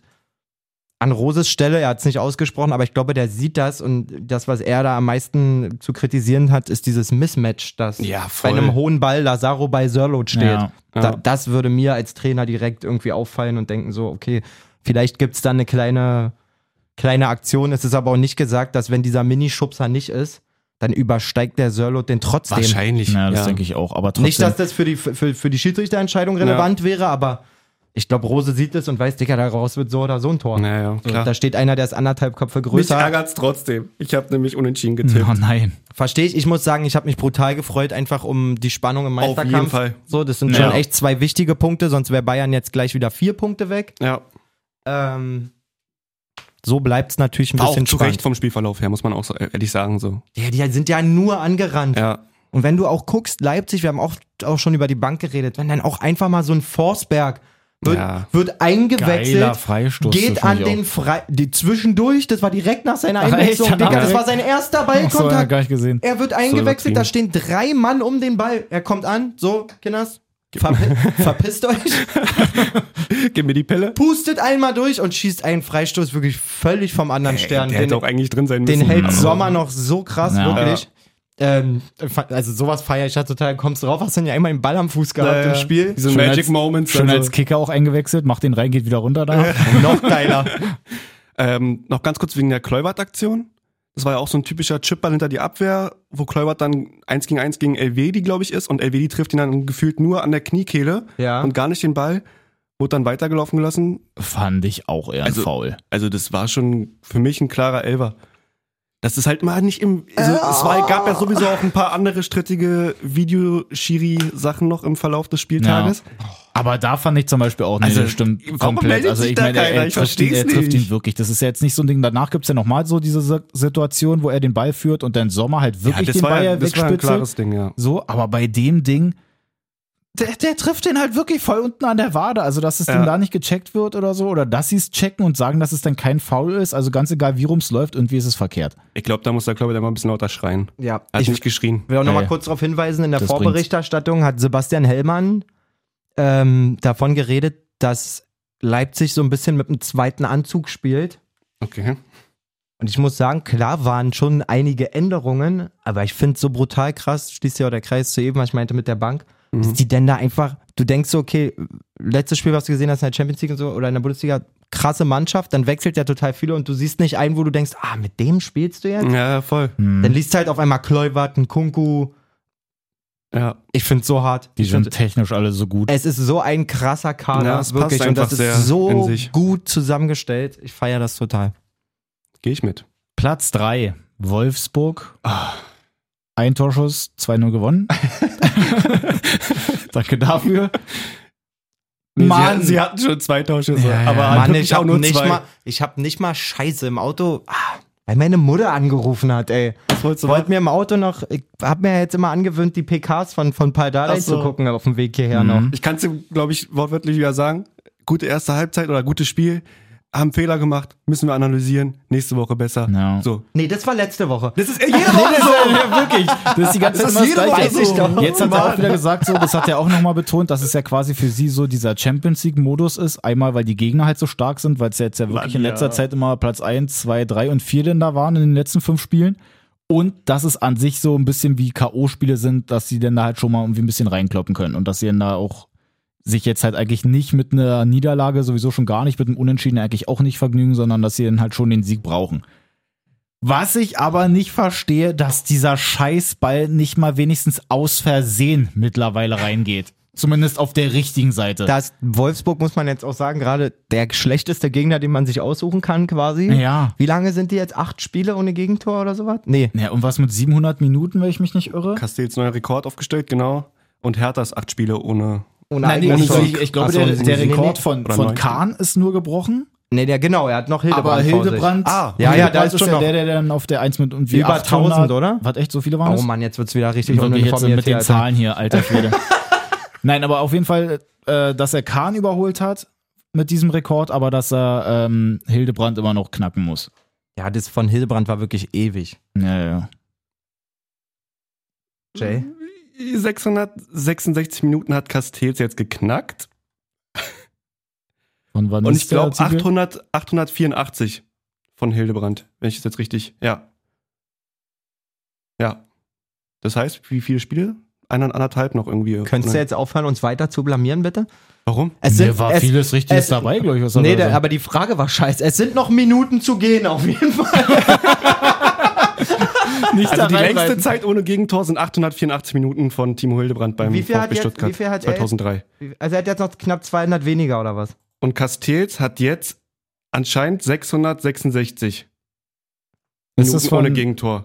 an Roses Stelle, er hat es nicht ausgesprochen, aber ich glaube, der sieht das und das, was er da am meisten zu kritisieren hat, ist dieses Mismatch, dass Ja, bei voll. einem hohen Ball Lazaro bei Sörloth steht. Ja. Da, Ja. das würde mir als Trainer direkt irgendwie auffallen und denken so, okay, vielleicht gibt es da eine kleine, kleine Aktion. Es ist aber auch nicht gesagt, dass wenn dieser Minischubser nicht ist, dann übersteigt der Sörloth den trotzdem. Ja, das ja. denke ich auch. Aber trotzdem. Nicht, dass das für die, für, für die Schiedsrichterentscheidung relevant wäre, aber ich glaube, Rose sieht es und weiß, Digga, daraus wird so oder so ein Tor. Naja, So, klar. da steht einer, der ist anderthalb Köpfe Mich größer. ärgert's trotzdem. Ich habe nämlich unentschieden getippt. Oh nein. Verstehe ich. Ich muss sagen, ich habe mich brutal gefreut, einfach um die Spannung im Auf Meisterkampf. jeden Fall. So, das sind Ja. schon echt zwei wichtige Punkte, sonst wäre Bayern jetzt gleich wieder vier Punkte weg. Ja, Ähm, so bleibt's natürlich ein war auch bisschen zu spannend. Recht vom Spielverlauf her, muss man auch so ehrlich sagen. So. Ja, die sind ja nur angerannt. Ja, Und wenn du auch guckst, Leipzig, wir haben auch, auch schon über die Bank geredet, wenn dann auch einfach mal so ein Forsberg wird, Ja. wird eingewechselt, Geiler Freistoß. das geht find an ich den Frei... Die zwischendurch, das war direkt nach seiner Ach, Einwechslung, echt? Digga, das Danach? war sein erster auch. Ach so, ja, Ballkontakt. gar nicht gesehen. Er wird eingewechselt, übertrieben. da stehen drei Mann um den Ball. Er kommt an, so, Kinders, verpi verpisst euch, gib mir die Pille. pustet einmal durch und schießt einen Freistoß wirklich völlig vom anderen Stern. Der Den, hätte auch eigentlich drin sein müssen. den hält aber- Sommer noch so krass, Ja. wirklich. Ähm, also sowas feiere ich ja total. Kommst drauf, hast dann ja immer den Ball am Fuß gehabt Ja, ja. im Spiel. Diese Schön Magic als- Moments. Schon also- als Kicker auch eingewechselt, macht den rein, geht wieder runter da. Noch geiler. Ähm, noch ganz kurz wegen der Kluivert-Aktion. Das war ja auch so ein typischer Chipball hinter die Abwehr, wo Kluivert dann eins gegen eins gegen Elvedi, glaube ich, ist. Und Elvedi trifft ihn dann gefühlt nur an der Kniekehle Ja. und gar nicht den Ball. Wurde dann weitergelaufen gelassen. Fand ich auch eher ein Also- Foul. Also das war schon für mich ein klarer Elfer. Das ist halt mal nicht im... Also es war, gab ja sowieso auch ein paar andere strittige Videoschiri-Sachen noch im Verlauf des Spieltages. Aber da fand ich zum Beispiel auch, nee, Also, das stimmt warum komplett. meldet Also sich ich da meine, er, keiner? er, Ich trifft ihn, er versteh's trifft ihn nicht. wirklich. Das ist ja jetzt nicht so ein Ding. Danach gibt's ja nochmal so diese Si- Situation, wo er den Ball führt und dann Sommer halt wirklich das den war, Ball ja- das war ein wegspitzelt. klares Ding, ja. So, aber bei dem Ding, der, der trifft den halt wirklich voll unten an der Wade. Also, dass es Ja. dann da nicht gecheckt wird oder so. Oder dass sie es checken und sagen, dass es dann kein Foul ist. Also ganz egal, wie rum es läuft, irgendwie ist es verkehrt. Ich glaube, da muss der Kluivert mal ein bisschen lauter schreien. Ja, Er hat ich nicht geschrien. will auch nochmal Ey. kurz darauf hinweisen, in der Das Vorberichterstattung hat Sebastian Hellmann ähm, davon geredet, dass Leipzig so ein bisschen mit einem zweiten Anzug spielt. Okay. Und ich muss sagen, klar waren schon einige Änderungen, aber ich finde es so brutal krass, schließt ja auch der Kreis zu eben, was ich meinte mit der Bank, Mhm. dass die denn da einfach, du denkst so, okay, letztes Spiel, was du gesehen hast in der Champions League und so oder in der Bundesliga, krasse Mannschaft, dann wechselt ja total viele und du siehst nicht einen, wo du denkst, ah, mit dem spielst du jetzt? Ja, voll. Hm. Dann liest halt auf einmal Kluivert, ein Kunku. Ja. Ich finde es so hart. Die Ich sind find, technisch alle so gut. es ist so ein krasser Kader, Ja, es wirklich. passt Und das einfach sehr ist so in sich. gut zusammengestellt. Ich feiere das total. Gehe ich mit. Platz drei, Wolfsburg. Ein Torschuss, zwei null gewonnen. Danke dafür. Nee, Mann. Sie, sie hatten schon zwei Torschüsse, Ja, aber halt Mann, wirklich ich auch hab, nur nicht zwei. mal, ich hab nicht mal Scheiße im Auto, ah, weil meine Mutter angerufen hat, ey. Was wolltest du Wollt machen? mir im Auto noch, ich hab mir jetzt immer angewöhnt, die P Ks von, von Paul Dardai Ach so. zu gucken auf dem Weg hierher Mhm. noch. Ich kann es dir, glaube ich, wortwörtlich wieder sagen. Gute erste Halbzeit oder gutes Spiel. Haben Fehler gemacht, müssen wir analysieren. Nächste Woche besser. Ja. So. Nee, das war letzte Woche. Das ist jede Woche so. Ja, wirklich. Das ist die ganze Das Zeit ist immer jede das Woche Gleiche. so. doch. Jetzt hat er Mann. auch wieder gesagt, so, das hat er auch nochmal betont, dass es ja quasi für sie so dieser Champions League-Modus ist. Einmal, weil die Gegner halt so stark sind, weil es ja jetzt ja wirklich Mann, in letzter ja. Zeit immer Platz eins, zwei, drei und vier denn da waren in den letzten fünf Spielen. Und dass es an sich so ein bisschen wie K O-Spiele sind, dass sie denn da halt schon mal irgendwie ein bisschen reinkloppen können und dass sie dann da auch sich jetzt halt eigentlich nicht mit einer Niederlage, sowieso schon gar nicht, mit einem Unentschieden eigentlich auch nicht vergnügen, sondern dass sie dann halt schon den Sieg brauchen. Was ich aber nicht verstehe, dass dieser Scheißball nicht mal wenigstens aus Versehen mittlerweile reingeht. Zumindest auf der richtigen Seite. Das Wolfsburg, muss man jetzt auch sagen, gerade der schlechteste Gegner, den man sich aussuchen kann quasi. Ja. Wie lange sind die jetzt? Acht Spiele ohne Gegentor oder sowas? Nee. Ja, und was mit siebenhundert Minuten, wenn ich mich nicht irre? Castells neuer Rekord aufgestellt, genau. Und Herthas acht Spiele ohne. Ohne Nein, nee, eigenes ich, Tor. ich, ich glaube, Ach so, der, nee, der nee, nee. Rekord von, Oder von neun. Kahn ist nur gebrochen. Nee, der genau, er hat noch Hildebrand Aber vor Hildebrand, Ah, ja, ja, Hildebrand da ist ist schon ja noch- der, der dann auf der eins mit irgendwie Über achthundert, tausend, oder? Was, echt, so viele waren sich. das? Oh Mann, jetzt wird's wieder richtig Wirklich jetzt uninformiert mit den hier, Alter. Zahlen hier, alter Schwede. Nein, aber auf jeden Fall, äh, dass er Kahn überholt hat mit diesem Rekord, aber dass er ähm, Hildebrand immer noch knacken muss. Ja, das von Hildebrand war wirklich ewig. Ja, ja. Jay? sechshundertsechsundsechzig Minuten hat Castells jetzt geknackt. Und wann Und ist ich glaube der Artikel? achthundert, achthundertvierundachtzig von Hildebrand, wenn ich das jetzt richtig. Ja. Ja. Das heißt, wie viele Spiele? Einer, anderthalb noch irgendwie. Könntest du Nein. jetzt aufhören, uns weiter zu blamieren, bitte? Warum? Es Mir war vieles Richtiges es- dabei, glaube ich. Was er Nee, da der, so- aber die Frage war scheiße. Es sind noch Minuten zu gehen, auf jeden Fall. nicht Also die reinreiten. längste Zeit ohne Gegentor sind achthundertvierundachtzig Minuten von Timo Hildebrand beim Wie viel hat VfB jetzt- Stuttgart wie viel hat er jetzt? zweitausenddrei. Also er hat jetzt noch knapp zweihundert weniger, oder was? Und Castells hat jetzt anscheinend sechshundertsechsundsechzig Ist Minuten das von- ohne Gegentor.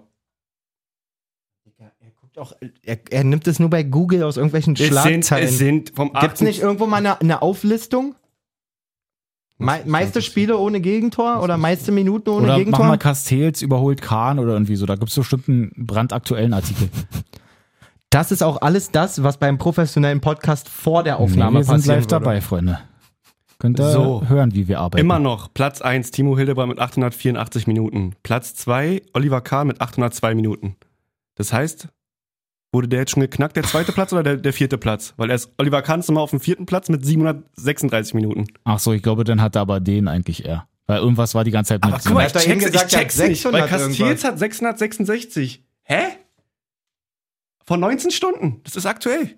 Er, guckt auch, er, er nimmt es nur bei Google aus irgendwelchen Es sind, Schlagzeilen. es sind vom Gibt's nicht irgendwo mal eine, eine Auflistung? Me meiste Spiele ohne Gegentor oder meiste Minuten ohne Oder mach Gegentor? mal Castells überholt Kahn oder irgendwie so. Da gibt es bestimmt einen brandaktuellen Artikel. Das ist auch alles das, was beim professionellen Podcast vor der Nee, Aufnahme wir sind passieren live würde. dabei, Freunde. Könnt ihr So. hören, wie wir arbeiten. Immer noch Platz eins Timo Hildebrand mit achthundertvierundachtzig Minuten. Platz zwei Oliver Kahn mit achthundertzwei Minuten. Das heißt, wurde der jetzt schon geknackt, der zweite Platz oder der, der vierte Platz? Weil er ist, Oliver Kahn ist nochmal auf dem vierten Platz mit siebenhundertsechsunddreißig Minuten. Ach so, ich glaube, dann hat er aber den eigentlich eher. Weil irgendwas war die ganze Zeit mit. Aber guck mal, hat ich doch eben check's, gesagt, ich er hat check's nicht. sechshundert Weil Castells irgendwas. hat sechshundertsechsundsechzig. Hä? Von neunzehn Stunden. Das ist aktuell.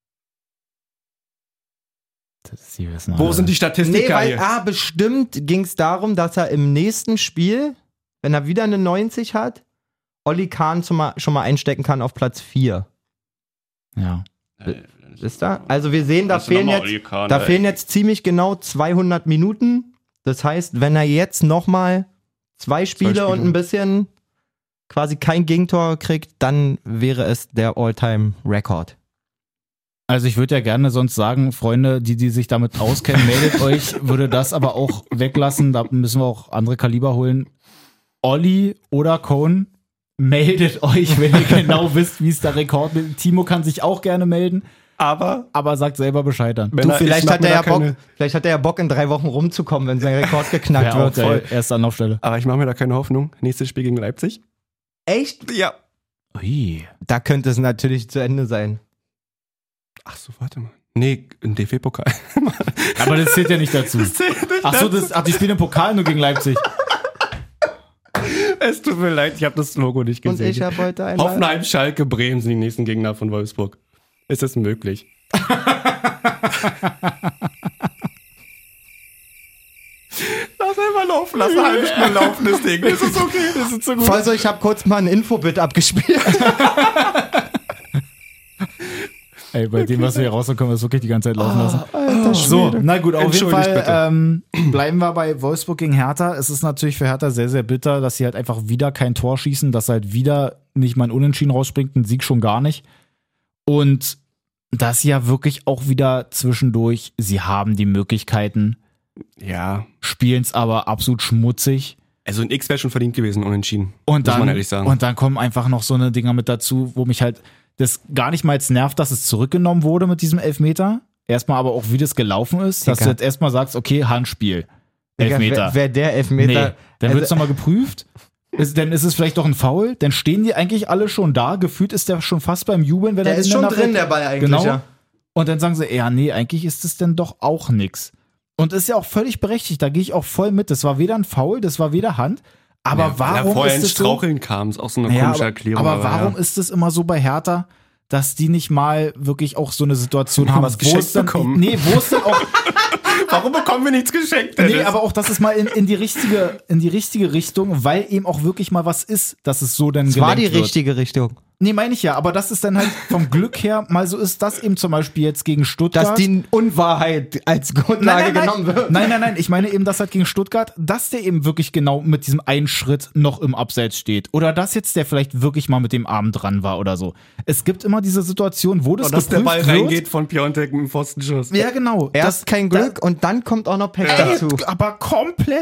Das ist die wissen Wo alle. sind die Nee, Statistiker weil, hier? ah, bestimmt ging es darum, dass er im nächsten Spiel, wenn er wieder eine neunzig hat, Olli Kahn schon mal, schon mal einstecken kann auf Platz vier. Ja. Ist da? Also wir sehen, da, fehlen jetzt, da fehlen jetzt ziemlich genau zweihundert Minuten. Das heißt, wenn er jetzt nochmal zwei Spiele, Spiele. und ein bisschen quasi kein Gegentor kriegt, dann wäre es der All-Time-Record. Also ich würde ja gerne sonst sagen, Freunde, die, die sich damit auskennen, meldet euch, würde das aber auch weglassen. Da müssen wir auch andere Kaliber holen. Olli oder Cohn, meldet euch, wenn ihr genau wisst, wie es der Rekord ist. Timo kann sich auch gerne melden, Aber aber sagt selber Bescheid dann. wenn Du, er- vielleicht ich mach hat, mir er da ja Bock, keine, vielleicht hat er ja Bock, in drei Wochen rumzukommen, wenn sein Rekord geknackt Wäre auch wird. geil. Voll. Erste Anlaufstelle. Aber ich mache mir da keine Hoffnung. Nächstes Spiel gegen Leipzig. Echt? Ja. Ui. Da könnte es natürlich zu Ende sein. Ach so, warte mal. Nee, ein D F B-Pokal. Aber das zählt ja nicht dazu. Ach so, das, ach, die spielen im Pokal nur gegen Leipzig. Es tut mir leid, ich habe das Logo nicht Und gesehen. ich habe heute einmal... Hoffenheim, Schalke, Bremen sind die nächsten Gegner von Wolfsburg. Ist das möglich? Lass einfach laufen, lass eine halbe Stunde laufen, das Ding. Das ist okay, das ist so gut. Also ich habe kurz mal ein Infobit abgespielt. Ey, bei dem, was wir hier rauskommen, können wir es wirklich die ganze Zeit laufen lassen. Alter So, na gut, auf jeden Entschuldigt Fall bitte. ähm, bleiben wir bei Wolfsburg gegen Hertha. Es ist natürlich für Hertha sehr, sehr bitter, dass sie halt einfach wieder kein Tor schießen, dass halt wieder nicht mal ein Unentschieden rausspringt, ein Sieg schon gar nicht. Und dass ja wirklich auch wieder zwischendurch, sie haben die Möglichkeiten, Ja. spielen es aber absolut schmutzig. Also ein X wäre schon verdient gewesen, unentschieden. Und muss man dann, ehrlich sagen. und dann kommen einfach noch so eine Dinger mit dazu, wo mich halt das gar nicht mal jetzt nervt, dass es zurückgenommen wurde mit diesem Elfmeter. Erstmal aber auch, wie das gelaufen ist, dass Digga. du jetzt erstmal sagst, okay, Handspiel. Elfmeter. Wer, wer der Elfmeter. Nee, dann wird es nochmal geprüft. Ist, dann ist es vielleicht doch ein Foul. Dann stehen die eigentlich alle schon da. Gefühlt ist der schon fast beim Jubeln, wenn Der er ist den schon dann drin, nachher- der Ball eigentlich, Genau. ja. Und dann sagen sie, ja, nee, eigentlich ist es denn doch auch nix. Und ist ja auch völlig berechtigt. Da gehe ich auch voll mit. Das war weder ein Foul, das war weder Hand. Aber Ja, weil er warum vorher ist ins es so? Straucheln kam, ist auch so eine Ja, komische aber, Erklärung. aber warum ja. ist es immer so bei Hertha, dass die nicht mal wirklich auch so eine Situation Mal haben, was wo geschenkt es dann, bekommen. nee, wo es dann auch, Warum bekommen wir nichts geschenkt? nee, aber auch, dass es mal in, in die richtige, in die richtige Richtung, weil eben auch wirklich mal was ist, dass es so dann Es war die gelenkt wird. richtige Richtung. Nee, meine ich ja, aber dass es dann halt vom Glück her mal so ist, dass eben zum Beispiel jetzt gegen Stuttgart. Dass die Unwahrheit als Grundlage nein, nein, genommen nein. wird. Nein, nein, nein. Ich meine eben, dass halt gegen Stuttgart, dass der eben wirklich genau mit diesem einen Schritt noch im Abseits steht. Oder dass jetzt der vielleicht wirklich mal mit dem Arm dran war oder so. Es gibt immer diese Situation, wo das Und dass der geprüft Ball wird. reingeht von Piontek mit dem Pfostenschuss. Ja, genau. Erst kein Glück und dann kommt auch noch Pech Ey, dazu. aber komplett.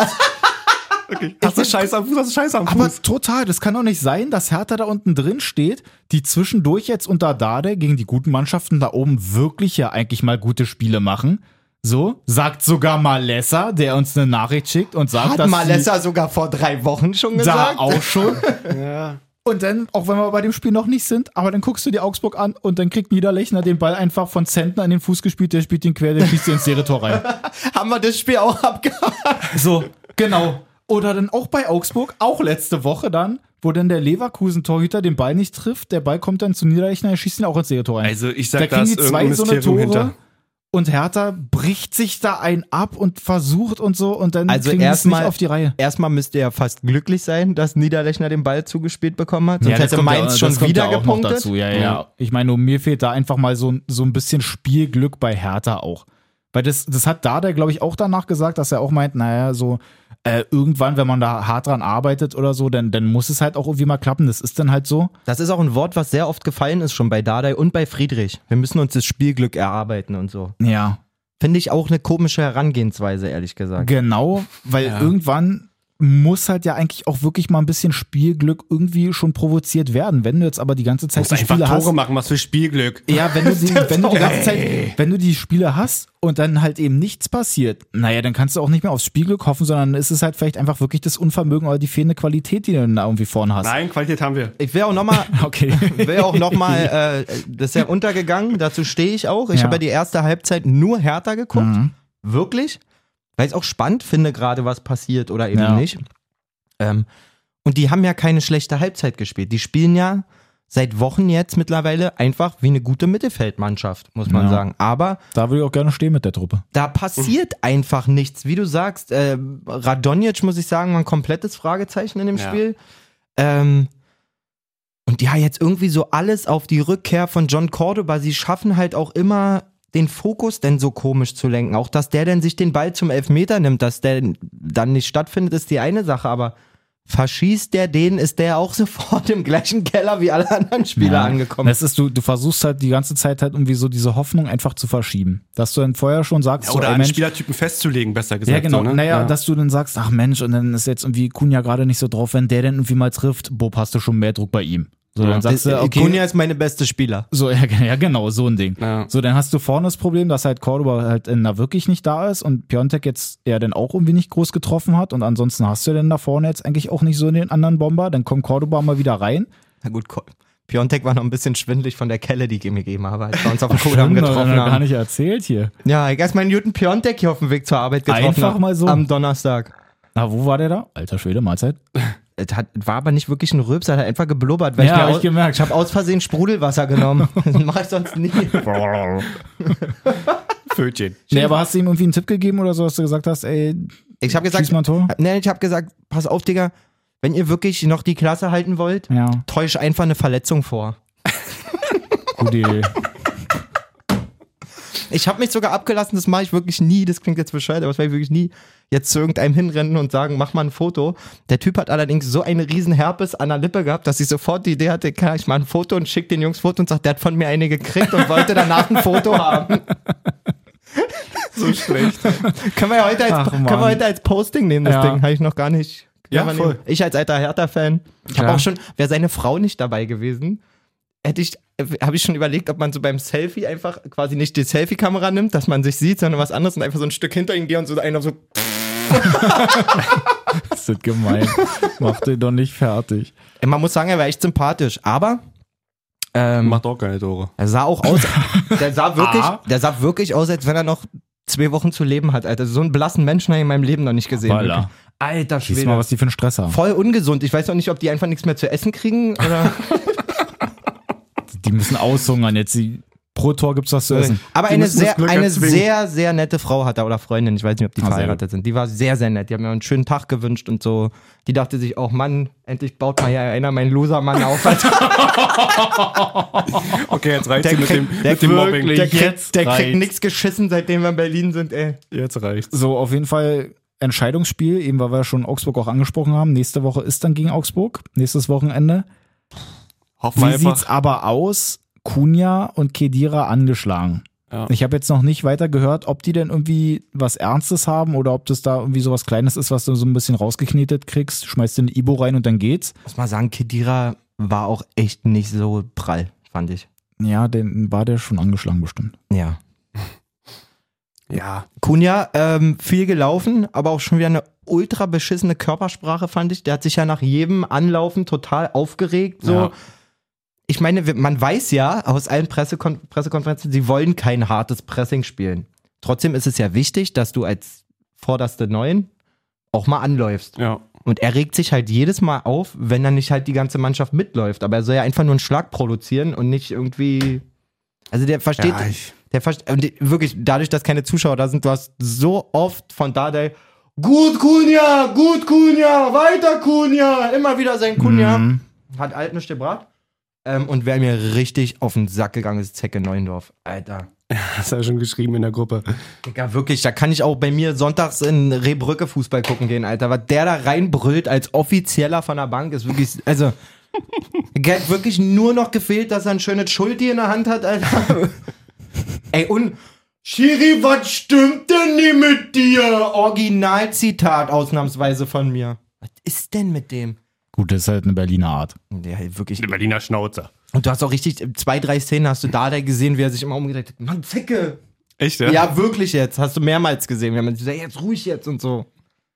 Okay. Hast du Scheiß am Fuß, hast du Scheiß am Aber Fuß. total, das kann doch nicht sein, dass Hertha da unten drin steht, die zwischendurch jetzt unter Dade gegen die guten Mannschaften da oben wirklich ja eigentlich mal gute Spiele machen. So, sagt sogar Malessa, der uns eine Nachricht schickt und sagt, Hat dass Malessa sogar vor drei Wochen schon die da gesagt. auch schon. Und dann, auch wenn wir bei dem Spiel noch nicht sind, aber dann guckst du dir Augsburg an und dann kriegt Niederlechner den Ball einfach von Zentner in den Fuß gespielt, der spielt den quer, der schießt den ins leere Tor rein. Haben wir das Spiel auch abgehakt. So, genau. Oder dann auch bei Augsburg, auch letzte Woche dann, wo dann der Leverkusen-Torhüter den Ball nicht trifft, der Ball kommt dann zu Niederlechner, er schießt ihn auch ins leere Tor rein. Also ich da sag, da kriegen ist die zwei irgendein so eine Mysterium Tore hinter. und Hertha bricht sich da ein ab und versucht und so und dann Also kriegen die es erstmal- nicht auf die Reihe. Erstmal müsste er fast glücklich sein, dass Niederlechner den Ball zugespielt bekommen hat. Sonst Ja, das hätte kommt ja- Mainz das schon kommt wieder ja auch noch gepunktet. dazu. Ja, ja, ja. Ich meine, nur mir fehlt da einfach mal so, so ein bisschen Spielglück bei Hertha auch. Weil das, das hat Dada, glaube ich, auch danach gesagt, dass er auch meint, naja, so äh, irgendwann, wenn man da hart dran arbeitet oder so, dann, dann muss es halt auch irgendwie mal klappen. Das ist dann halt so. Das ist auch ein Wort, was sehr oft gefallen ist, schon bei Dardai und bei Friedrich. Wir müssen uns das Spielglück erarbeiten und so. Ja, Finde ich auch eine komische Herangehensweise, ehrlich gesagt. genau, weil Ja. irgendwann muss halt ja eigentlich auch wirklich mal ein bisschen Spielglück irgendwie schon provoziert werden. Wenn du jetzt aber die ganze Zeit Muss die einfach Spiele Tore hast. machen, was für Spielglück. Ja, wenn du, die, wenn du die ganze Zeit, wenn du die Spiele hast und dann halt eben nichts passiert, naja, dann kannst du auch nicht mehr aufs Spielglück hoffen, sondern ist es halt vielleicht einfach wirklich das Unvermögen oder die fehlende Qualität, die du dann da irgendwie vorne hast. Nein, Qualität haben wir. Ich wäre auch nochmal, Okay. wäre auch nochmal, äh, das ist ja untergegangen, dazu stehe ich auch. Ich Ja. habe ja die erste Halbzeit nur Hertha geguckt. Mhm. Wirklich. Weil ich es auch spannend finde, gerade was passiert oder eben Ja. nicht. Ähm, und die haben ja keine schlechte Halbzeit gespielt. Die spielen ja seit Wochen jetzt mittlerweile einfach wie eine gute Mittelfeldmannschaft, muss man Ja. sagen. Aber Da würde ich auch gerne stehen mit der Truppe. da passiert einfach nichts. Wie du sagst, äh, Radonjic, muss ich sagen, war ein komplettes Fragezeichen in dem Ja. Spiel. Ähm, und ja, jetzt irgendwie so alles auf die Rückkehr von John Cordoba. Sie schaffen halt auch immer den Fokus denn so komisch zu lenken. Auch, dass der denn sich den Ball zum Elfmeter nimmt, dass der dann nicht stattfindet, ist die eine Sache. Aber verschießt der den, ist der auch sofort im gleichen Keller wie alle anderen Spieler Ja. angekommen. Das ist, du, du versuchst halt die ganze Zeit halt irgendwie so diese Hoffnung einfach zu verschieben. Dass du dann vorher schon sagst, Ja, so, oder ey, einen Mensch, Spielertypen festzulegen, besser gesagt. ja, genau. So, ne? Naja, ja. dass du dann sagst, ach Mensch, und dann ist jetzt irgendwie Kunja gerade nicht so drauf, wenn der dann irgendwie mal trifft, Bob, hast du schon mehr Druck bei ihm. So, dann sagst du, okay. Kunja ist meine beste Spieler. So, ja, ja, genau, so ein Ding. Ja. So, dann hast du vorne das Problem, dass halt Cordoba halt äh, da wirklich nicht da ist und Piontek jetzt ja dann auch irgendwie nicht groß getroffen hat und ansonsten hast du denn da vorne jetzt eigentlich auch nicht so den anderen Bomber, dann kommt Cordoba mal wieder rein. Na gut, Ko- Piontek war noch ein bisschen schwindelig von der Kelle, die ich ihm gegeben habe, als wir uns auf dem Kudamm Stimmt, getroffen hat er gar haben. nicht erzählt hier. Ja, ich erst meinen Newton Piontek hier auf dem Weg zur Arbeit getroffen. Einfach habe, mal so. Am Donnerstag. Na, wo war der da? Alter Schwede, Mahlzeit. Es hat, war aber nicht wirklich ein Rülps, er hat einfach geblubbert. Weil Ja, ich, mir hab aus, ich gemerkt. ich habe aus Versehen Sprudelwasser genommen. Das mache ich sonst nie. Pfötchen. Nee, aber hast du ihm irgendwie einen Tipp gegeben oder so, dass du gesagt hast, ey, Ich habe gesagt, schieß mal ein Tor? nee, ich habe gesagt, pass auf, Digga, wenn ihr wirklich noch die Klasse halten wollt, Ja, täusch einfach eine Verletzung vor. gute Idee. Ich habe mich sogar abgelassen, das mache ich wirklich nie, das klingt jetzt bescheuert, aber das werde ich wirklich nie, jetzt zu irgendeinem hinrennen und sagen, mach mal ein Foto. Der Typ hat allerdings so einen riesen Herpes an der Lippe gehabt, dass ich sofort die Idee hatte, kann ich mal ein Foto und schick den Jungs Foto und sagt, der hat von mir eine gekriegt und wollte danach ein Foto haben. So schlecht. Können wir ja heute als, Ach, können wir heute als Posting nehmen, das Ja. Ding, habe ich noch gar nicht. Ja, Können wir voll. nehmen. Ich als alter Hertha-Fan. Ich habe Ja. auch schon, wäre seine Frau nicht dabei gewesen, hätte ich, habe ich schon überlegt, ob man so beim Selfie einfach quasi nicht die Selfie-Kamera nimmt, dass man sich sieht, sondern was anderes und einfach so ein Stück hinter ihn gehe und so einer so. Das ist gemein. Mach den doch nicht fertig. Man muss sagen, er war echt sympathisch, aber ähm, Macht auch keine Tore. er sah auch aus, der sah wirklich, Ah. der sah wirklich aus, als wenn er noch zwei Wochen zu leben hat, Alter. So einen blassen Menschen habe ich in meinem Leben noch nicht gesehen. Voilà. wirklich. Alter Siehst Schwede. mal, was die für einen Stress haben. Voll ungesund. Ich weiß auch nicht, ob die einfach nichts mehr zu essen kriegen oder. Die müssen aushungern. Jetzt die, pro Tor gibt's was zu essen. Aber Die eine, müssen das sehr, Glück eine erzwingen. sehr, sehr nette Frau hat er oder Freundin. Ich weiß nicht, ob die Ah, sehr verheiratet sind. Die war sehr, sehr nett. Die haben mir einen schönen Tag gewünscht und so. Die dachte sich auch, Mann, endlich baut mal hier einer meinen Loser-Mann auf. Alter. Okay, jetzt reicht's Der mit dem, kriegt- der mit dem Mobbing. wirklich- Der kriegt, Jetzt der kriegt reicht's. nichts geschissen, seitdem wir in Berlin sind, ey. Jetzt reicht's. So, auf jeden Fall Entscheidungsspiel, eben weil wir schon Augsburg auch angesprochen haben. Nächste Woche ist dann gegen Augsburg, nächstes Wochenende. Hoffen wir Wie einfach. sieht's aber aus? Cunha und Khedira angeschlagen. Ja. Ich habe jetzt noch nicht weiter gehört, ob die denn irgendwie was Ernstes haben oder ob das da irgendwie so was Kleines ist, was du so ein bisschen rausgeknetet kriegst, schmeißt den Ibo rein und dann geht's. Muss mal sagen, Khedira war auch echt nicht so prall, fand ich. Ja, dann war der schon angeschlagen bestimmt. Ja. Ja. Cunha, ähm, viel gelaufen, aber auch schon wieder eine ultra beschissene Körpersprache, fand ich. Der hat sich ja nach jedem Anlaufen total aufgeregt. So. Ja. Ich meine, wir- man weiß ja aus allen Pressekon- Pressekonferenzen, sie wollen kein hartes Pressing spielen. Trotzdem ist es ja wichtig, dass du als vorderste Neun auch mal anläufst. Ja. Und er regt sich halt jedes Mal auf, wenn dann nicht halt die ganze Mannschaft mitläuft. Aber er soll ja einfach nur einen Schlag produzieren und nicht irgendwie. Also der versteht. Ja, ich- der versteht. Und die- wirklich, dadurch, dass keine Zuschauer da sind, du hast so oft von Dardai. Gut, Cunha, gut, Cunha, weiter, Cunha. Immer wieder sein Cunha. Mhm. Hat alt nicht gebracht. Ähm, und wer mir richtig auf den Sack gegangen ist, Zecke Neuendorf. Alter. Hast du ja schon geschrieben in der Gruppe. Digga, wirklich, da kann ich auch bei mir sonntags in Rehbrücke Fußball gucken gehen, Alter. Was der da reinbrüllt als Offizieller von der Bank ist wirklich, also, der hat wirklich nur noch gefehlt, dass er ein schönes Schulti in der Hand hat, Alter. Ey, und Schiri, was stimmt denn nie mit dir? Originalzitat ausnahmsweise von mir. Was ist denn mit dem? Gut, das ist halt eine Berliner Art. Der halt wirklich. Der Berliner Schnauzer. Und du hast auch richtig, zwei, drei Szenen hast du da gesehen, wie er sich immer umgedreht hat. Mann, Zecke! Echt, ja? Ja, wirklich jetzt. Hast du mehrmals gesehen. Wir haben gesagt, jetzt ruhig jetzt und so.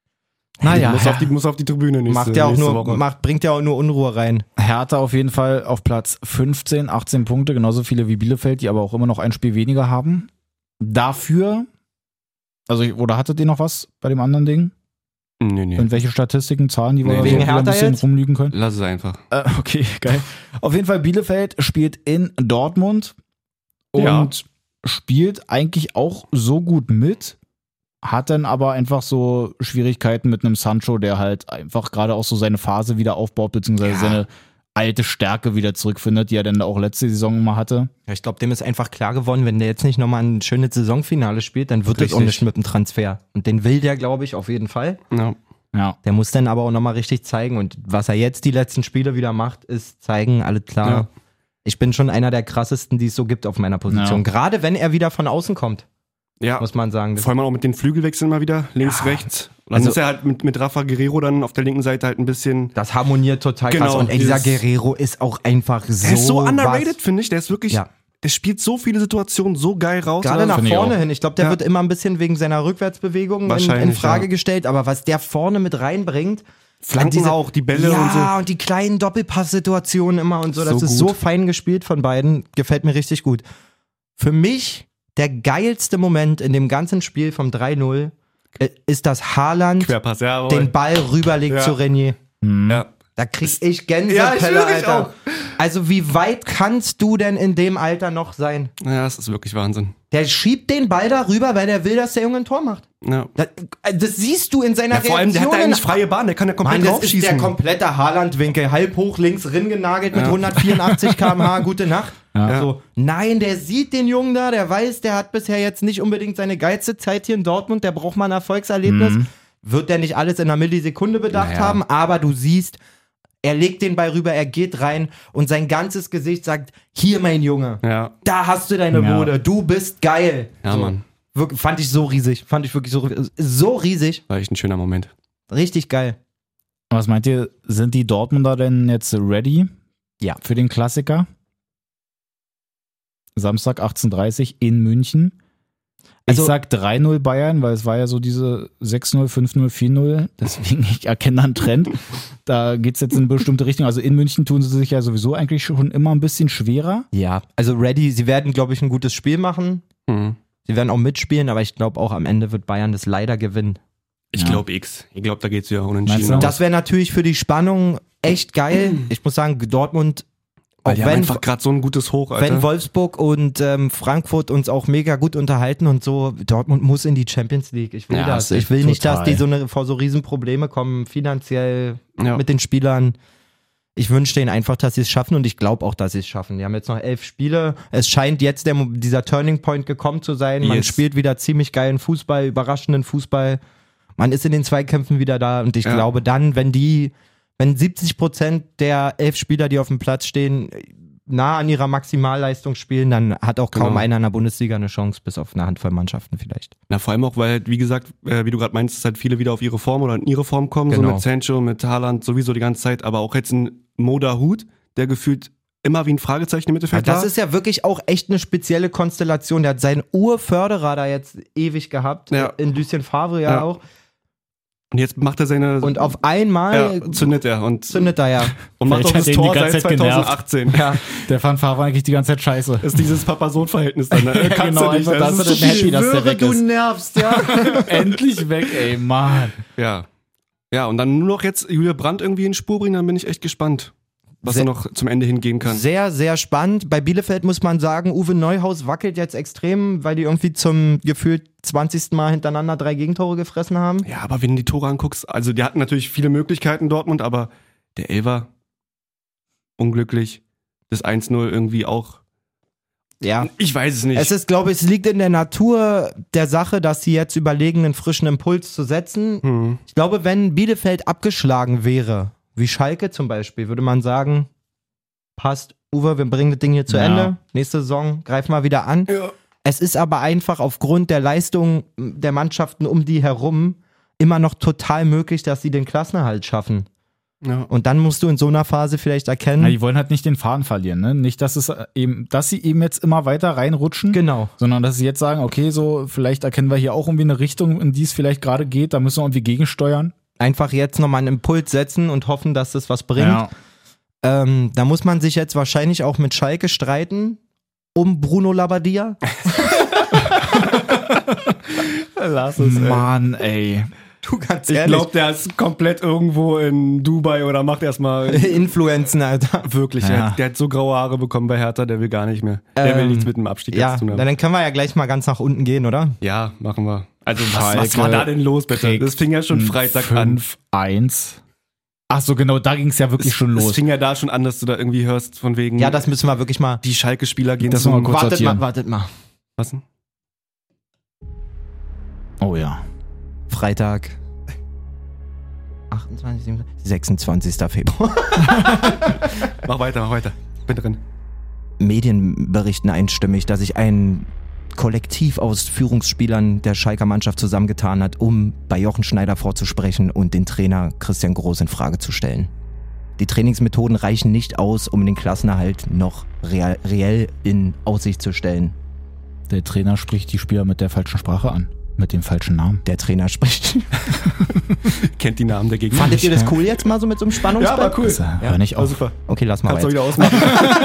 Naja, Naja, muss auf die, muss auf die Tribüne nächste, macht ja auch nächste nur, Woche. macht, bringt ja auch nur Unruhe rein. Hertha auf jeden Fall auf Platz fünfzehn, achtzehn Punkte, genauso viele wie Bielefeld, die aber auch immer noch ein Spiel weniger haben. Dafür, also, oder hattet ihr noch was bei dem anderen Ding? Nee, nee. Irgendwelche Statistiken, Zahlen, die wir Nee, so wegen wieder ein Hertha bisschen jetzt? rumlügen können? Lass es einfach. Äh, okay, geil. Auf jeden Fall, Bielefeld spielt in Dortmund und Ja. spielt eigentlich auch so gut mit, hat dann aber einfach so Schwierigkeiten mit einem Sancho, der halt einfach gerade auch so seine Phase wieder aufbaut, beziehungsweise Ja. seine alte Stärke wieder zurückfindet, die er dann auch letzte Saison mal hatte. Ja, ich glaube, dem ist einfach klar geworden, wenn der jetzt nicht nochmal ein schönes Saisonfinale spielt, dann wird es auch Richtig. nicht mit dem Transfer. Und den will der, glaube ich, auf jeden Fall. Ja. Ja. Der muss dann aber auch nochmal richtig zeigen. Und was er jetzt die letzten Spiele wieder macht, ist zeigen, alles klar. Ja. Ich bin schon einer der krassesten, die es so gibt auf meiner Position. Ja. Gerade wenn er wieder von außen kommt, Ja. muss man sagen. Das Vor allem auch mit den Flügelwechseln mal wieder, links, rechts. Und dann Also- ist er halt mit, mit Rafa Guerrero dann auf der linken Seite halt ein bisschen. Das harmoniert total Genau, krass. Und ey, dieser dieses- Guerrero ist auch einfach so. Er ist so underrated, was. finde ich. Der ist wirklich. Ja. Der spielt so viele Situationen so geil raus. Gerade Also, nach finde ich vorne auch. hin. Ich glaube, der Ja. wird immer ein bisschen wegen seiner Rückwärtsbewegung in, Wahrscheinlich, in Frage ja. gestellt. Aber was der vorne mit reinbringt. Flanken diese- auch, die Bälle ja, und so. und die kleinen Doppelpasssituationen immer und so. Das So ist gut. so fein gespielt von beiden. Gefällt mir richtig gut. Für mich der geilste Moment in dem ganzen Spiel vom drei null äh, ist, dass Haaland Querpass, ja. jawohl. den Ball rüberlegt Ja. zu Renier. ja. Da krieg ich Ja, Gänsepelle, ich wirklich Alter. auch. Also wie weit kannst du denn in dem Alter noch sein? Ja, das ist wirklich Wahnsinn. Der schiebt den Ball da rüber, weil der will, dass der Junge ein Tor macht. Ja. Das, das siehst du in seiner Ja, vor allem, der hat da Reaktion. eigentlich freie Bahn, der kann ja komplett Mann, das ist der draufschießen. komplette Haaland-Winkel. Halb hoch links rin genagelt mit Ja. hundertvierundachtzig Kilometer pro Stunde. Gute Nacht. Ja. So, nein, der sieht den Jungen da, der weiß, der hat bisher jetzt nicht unbedingt seine geilste Zeit hier in Dortmund, der braucht mal ein Erfolgserlebnis. Mhm. Wird der nicht alles in einer Millisekunde bedacht Naja. haben, aber du siehst, er legt den Ball rüber, er geht rein und sein ganzes Gesicht sagt, hier mein Junge, Ja, da hast du deine Ja. Bude, du bist geil. ja, so, Mann. wirklich, fand ich so riesig, fand ich wirklich so, so riesig, War echt ein schöner Moment. richtig geil. Was meint ihr, sind die Dortmunder denn jetzt ready Ja. für den Klassiker? Samstag achtzehn Uhr dreißig in München. Also- ich sag drei null Bayern, weil es war ja so diese sechs null, fünf null, vier null. Deswegen, ich erkenne einen Trend. Da geht es jetzt in eine bestimmte Richtung. Also in München tun sie sich ja sowieso eigentlich schon immer ein bisschen schwerer. Ja, also ready, sie werden, glaube ich, ein gutes Spiel machen, Mhm. sie werden auch mitspielen, aber ich glaube auch am Ende wird Bayern das leider gewinnen. Ich Ja. glaube X. Ich glaube, da geht's ja Meinst unentschieden du? aus. Das wäre natürlich für die Spannung echt geil. Ich muss sagen, Dortmund, auch Weil die haben wenn, einfach gerade so ein gutes Hoch, Alter. wenn Wolfsburg und ähm, Frankfurt uns auch mega gut unterhalten und so, Dortmund muss in die Champions League. Ich will Ja, das. safe. Ich will nicht, dass Total. die so eine, vor so riesen Probleme kommen, finanziell Ja. mit den Spielern. Ich wünsche denen einfach, dass sie es schaffen und ich glaube auch, dass sie es schaffen. Die haben jetzt noch elf Spiele. Es scheint jetzt der, dieser Turning Point gekommen zu sein. Man Yes. spielt wieder ziemlich geilen Fußball, überraschenden Fußball. Man ist in den Zweikämpfen wieder da und ich Ja. glaube dann, wenn die, wenn siebzig Prozent der elf Spieler, die auf dem Platz stehen, nah an ihrer Maximalleistung spielen, dann hat auch kaum Genau. einer in der Bundesliga eine Chance, bis auf eine Handvoll Mannschaften vielleicht. Na, vor allem auch, weil, halt, wie gesagt, äh, wie du gerade meinst, dass halt viele wieder auf ihre Form oder in ihre Form kommen, Genau. so mit Sancho, mit Haaland sowieso die ganze Zeit, aber auch jetzt ein Moda Hut, der gefühlt immer wie ein Fragezeichen im Mittelfeld Das war. ist ja wirklich auch echt eine spezielle Konstellation. Der hat seinen Urförderer da jetzt ewig gehabt, Ja. in Lucien Favre ja, Ja. auch. Und jetzt macht er seine, Und auf einmal ja, zündet er und, zündet er ja. und macht Vielleicht auch hat das den Tor die ganze seit Zeit genervt. zweitausendachtzehn. ja. Der fand Favre eigentlich die ganze Zeit scheiße. Ist dieses Papa-Sohn-Verhältnis dann, ne? Ja, Kannst genau, du nicht. einfach Das das ist ist so der happy, viel. dass der weg ist. nervst, ja. Endlich weg, ey, Mann. Ja. Ja, und dann nur noch jetzt Julia Brandt irgendwie in Spur bringen, dann bin ich echt gespannt, was Sehr- er noch zum Ende hingehen kann. Sehr, sehr spannend. Bei Bielefeld muss man sagen, Uwe Neuhaus wackelt jetzt extrem, weil die irgendwie zum gefühlt zwanzigsten Mal hintereinander drei Gegentore gefressen haben. Ja, aber wenn du die Tore anguckst, also die hatten natürlich viele Möglichkeiten Dortmund, aber der Elfer, unglücklich, das eins null irgendwie auch. Ja. Ich weiß es nicht. Es ist, glaube ich, es liegt in der Natur der Sache, dass sie jetzt überlegen, einen frischen Impuls zu setzen. hm. Ich glaube, wenn Bielefeld abgeschlagen wäre, wie Schalke zum Beispiel, würde man sagen, passt, Uwe, wir bringen das Ding hier zu Ja. Ende. Nächste Saison greifen wir wieder an. Ja. Es ist aber einfach aufgrund der Leistung der Mannschaften um die herum immer noch total möglich, dass sie den Klassenerhalt schaffen. Ja. Und dann musst du in so einer Phase vielleicht erkennen, Na, die wollen halt nicht den Faden verlieren, ne? Nicht, dass es eben, dass sie eben jetzt immer weiter reinrutschen, genau. sondern dass sie jetzt sagen, okay, so vielleicht erkennen wir hier auch irgendwie eine Richtung, in die es vielleicht gerade geht, da müssen wir irgendwie gegensteuern. Einfach jetzt nochmal einen Impuls setzen und hoffen, dass das was bringt. Ja. Ähm, da muss man sich jetzt wahrscheinlich auch mit Schalke streiten um Bruno Labbadia. Lass Mann, ey. Du ganz Ich glaube, der ist komplett irgendwo in Dubai oder macht erstmal Influenzen, Alter. wirklich. Ja. Der, hat, der hat so graue Haare bekommen bei Hertha, der will gar nicht mehr. Der will Ähm, nichts mit dem Abstieg Ja, jetzt zu tun haben. dann können wir ja gleich mal ganz nach unten gehen, oder? Ja, machen wir. Also was, Schalke was war da denn los, bitte? kriegt Das fing ja schon Freitag an. fünf eins. Ach so, genau, da ging es ja wirklich Es- schon Es los. fing ja da schon an, dass du da irgendwie hörst, von wegen, Ja, das müssen wir wirklich mal. die Schalke-Spieler gehen Das zum... mal kurz Wartet sortieren. mal, wartet mal. Was denn? Oh ja. Freitag. achtundzwanzigster, siebenundzwanzigster, sechsundzwanzigster Februar. Mach weiter, mach weiter. Bin drin. Medien berichten einstimmig, dass sich ein Kollektiv aus Führungsspielern der Schalker Mannschaft zusammengetan hat, um bei Jochen Schneider vorzusprechen und den Trainer Christian Groß in Frage zu stellen. Die Trainingsmethoden reichen nicht aus, um den Klassenerhalt noch real, reell in Aussicht zu stellen. Der Trainer spricht die Spieler mit der falschen Sprache an. Mit dem falschen Namen. Der Trainer spricht. Kennt die Namen der Gegner. Fandet ihr das ja. cool jetzt mal so mit so einem Spannungsband? cool. Also, hör nicht Oh, auf. super. Okay, lass mal Kannst du weiter. wieder ausmachen.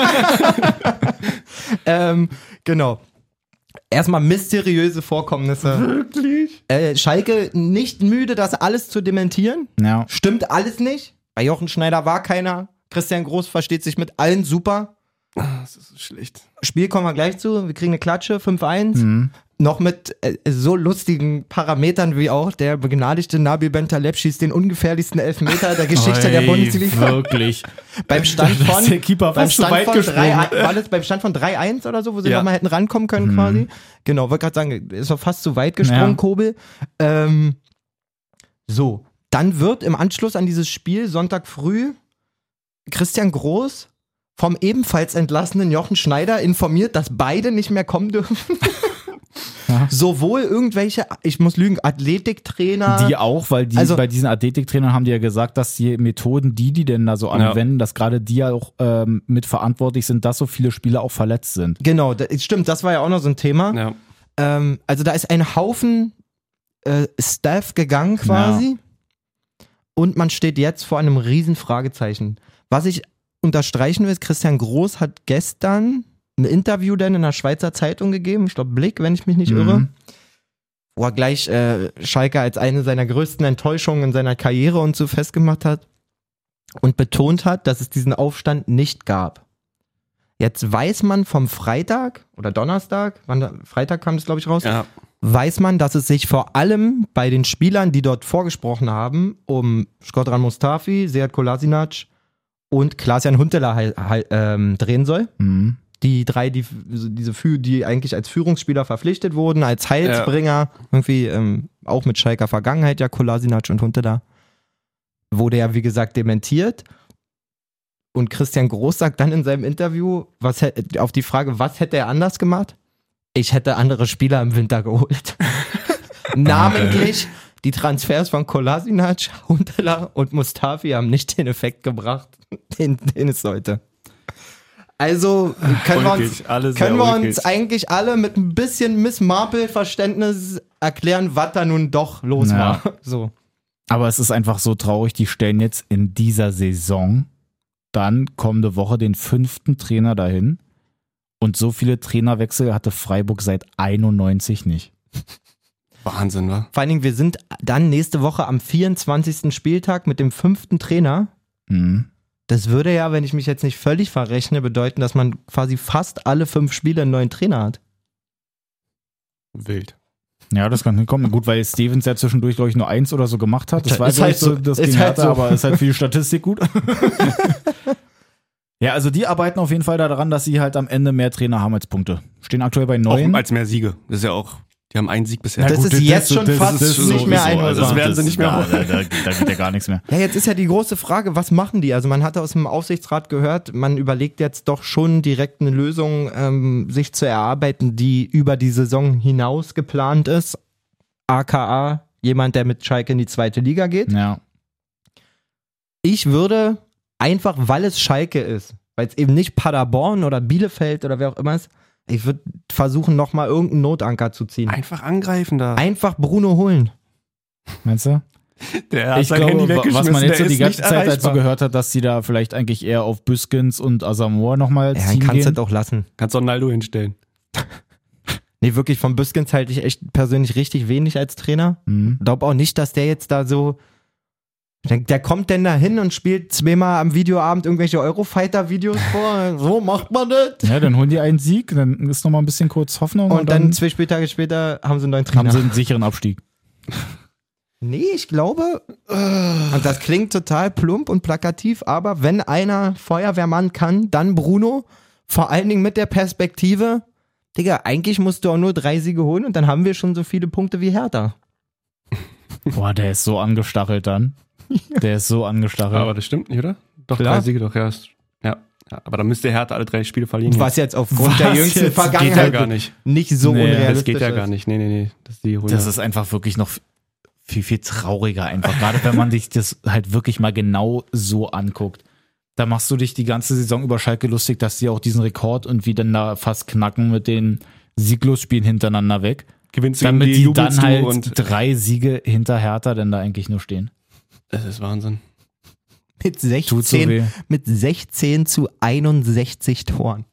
Ähm, genau. Erstmal mysteriöse Vorkommnisse. Wirklich? Äh, Schalke nicht müde, das alles zu dementieren. Ja. Stimmt alles nicht. Bei Jochen Schneider war keiner. Christian Groß versteht sich mit allen super. Das ist so schlecht. Spiel kommen wir gleich zu. Wir kriegen eine Klatsche, fünf eins. Mhm. Noch mit äh, so lustigen Parametern wie auch der begnadigte Nabil Bentaleb schießt den ungefährlichsten Elfmeter der Geschichte der Ey, Bundesliga. Wirklich. Beim Stand Da ist von, der Keeper beim fast zu Stand weit von gesprungen. drei, war das beim Stand von drei eins oder so, wo sie Ja. nochmal hätten rankommen können Mhm. quasi. Genau, wollte gerade sagen, ist doch fast zu weit gesprungen, Ja. Kobel. Ähm, so, dann wird im Anschluss an dieses Spiel Sonntag früh Christian Groß vom ebenfalls entlassenen Jochen Schneider informiert, dass beide nicht mehr kommen dürfen. Ja. Sowohl irgendwelche, ich muss lügen, Athletiktrainer. Die auch, weil die Also- bei diesen Athletiktrainern haben die ja gesagt, dass die Methoden, die die denn da so anwenden, dass gerade die ja auch ähm, mit verantwortlich sind, dass so viele Spieler auch verletzt sind. Genau, das, stimmt, das war ja auch noch so ein Thema. Ja. Ähm, also da ist ein Haufen äh, Staff gegangen quasi und man steht jetzt vor einem riesen Fragezeichen. Was ich unterstreichen will, ist, Christian Groß hat gestern ein Interview dann in der Schweizer Zeitung gegeben, ich glaube Blick, wenn ich mich nicht Mhm. irre, wo er gleich äh, Schalke als eine seiner größten Enttäuschungen in seiner Karriere und so festgemacht hat und betont hat, dass es diesen Aufstand nicht gab. Jetzt weiß man vom Freitag oder Donnerstag, wann da, Freitag kam das glaube ich raus, Ja. weiß man, dass es sich vor allem bei den Spielern, die dort vorgesprochen haben, um Shkodran Mustafi, Sead Kolasinac und Klaas-Jan Huntelaar hei- hei- ähm, drehen soll. Mhm. Die drei, die, diese, Fü- die eigentlich als Führungsspieler verpflichtet wurden, als Heilsbringer, irgendwie ähm, auch mit Schalker Vergangenheit, ja, Kolasinac und Huntelaar, wurde ja, wie gesagt, dementiert. Und Christian Groß sagt dann in seinem Interview, was, hä- auf die Frage, was hätte er anders gemacht? Ich hätte andere Spieler im Winter geholt. Namentlich die Transfers von Kolasinac, Huntelaar und Mustafi haben nicht den Effekt gebracht, den, den es sollte. Also können wir uns, Ulkig, alle sehr können wir ulkig. uns eigentlich alle mit ein bisschen Miss Marple-Verständnis erklären, was da nun doch los Ja. war. So. Aber es ist einfach so traurig, die stellen jetzt in dieser Saison dann kommende Woche den fünften Trainer dahin und so viele Trainerwechsel hatte Freiburg seit einundneunzig nicht. Wahnsinn, wa? Vor allen Dingen, wir sind dann nächste Woche am vierundzwanzigsten Spieltag mit dem fünften Trainer. Mhm. Das würde ja, wenn ich mich jetzt nicht völlig verrechne, bedeuten, dass man quasi fast alle fünf Spiele einen neuen Trainer hat. Wild. Ja, das kann hinkommen. Gut, weil Stevens ja zwischendurch, glaube ich, nur eins oder so gemacht hat. Das war Ist glaub halt ich, so so. das Ist Ding halt hatte, so. aber ist halt für die Statistik gut. Ja, also die arbeiten auf jeden Fall daran, dass sie halt am Ende mehr Trainer haben als Punkte. Stehen aktuell bei neun. Auch als mehr Siege. Das ist ja auch, die haben einen Sieg bisher. Das ist jetzt schon fast nicht mehr einholbar. Also das werden sie nicht mehr Ja, holen. da, da, da geht ja gar nichts mehr. Ja, jetzt ist ja die große Frage, was machen die? Also man hatte aus dem Aufsichtsrat gehört, man überlegt jetzt doch schon direkt eine Lösung, ähm, sich zu erarbeiten, die über die Saison hinaus geplant ist. aka jemand, der mit Schalke in die zweite Liga geht. Ja. Ich würde einfach, weil es Schalke ist, weil es eben nicht Paderborn oder Bielefeld oder wer auch immer ist, ich würde versuchen, nochmal irgendeinen Notanker zu ziehen. Einfach angreifen da. Einfach Bruno holen. Meinst du? Der hat Ich sein glaube, Handy wa- weggeschmissen. was man jetzt so der die ist ganze nicht Zeit halt so erreichbar. gehört hat, dass sie da vielleicht eigentlich eher auf Büskens und Asamoah nochmal Ja, dann ziehen kannst du gehen. doch lassen. Kannst Ronaldo hinstellen. Nee, wirklich, von Büskens halte ich echt persönlich richtig wenig als Trainer. Mhm. Glaub auch nicht, dass der jetzt da so. Der, der kommt denn da hin und spielt zweimal am Videoabend irgendwelche Eurofighter-Videos vor. So macht man das. Ja, dann holen die einen Sieg, dann ist nochmal ein bisschen kurz Hoffnung Und, und, dann, dann, zwei Spieltage später haben sie einen neuen Trainer. haben sie einen sicheren Abstieg. Nee, ich glaube, und das klingt total plump und plakativ, aber wenn einer Feuerwehrmann kann, dann Bruno. Vor allen Dingen mit der Perspektive, Digga, eigentlich musst du auch nur drei Siege holen und dann haben wir schon so viele Punkte wie Hertha. Boah, der ist so angestachelt dann. Der ist so angestachelt. Aber das stimmt nicht, oder? Doch, Klar. drei Siege doch, ja. ist- Ja. ja. Aber dann müsste Hertha alle drei Spiele verlieren. Was jetzt aufgrund der Was jüngsten jetzt? Geht ja Vergangenheit gar nicht. nicht so Nee, unrealistisch Das geht ja ist. gar nicht. Nee, nee, nee. Das, die holen Das ja. ist einfach wirklich noch viel, viel trauriger einfach. Gerade wenn man sich das halt wirklich mal genau so anguckt. Da machst du dich die ganze Saison über Schalke lustig, dass die auch diesen Rekord irgendwie dann da fast knacken mit den Sieglosspielen hintereinander weg. Gewinnst du Damit gegen die jubelst dann du halt und drei Siege hinter Hertha denn da eigentlich nur stehen. das ist Wahnsinn. Mit Tut so sechzehn, weh. mit sechzehn zu einundsechzig Toren.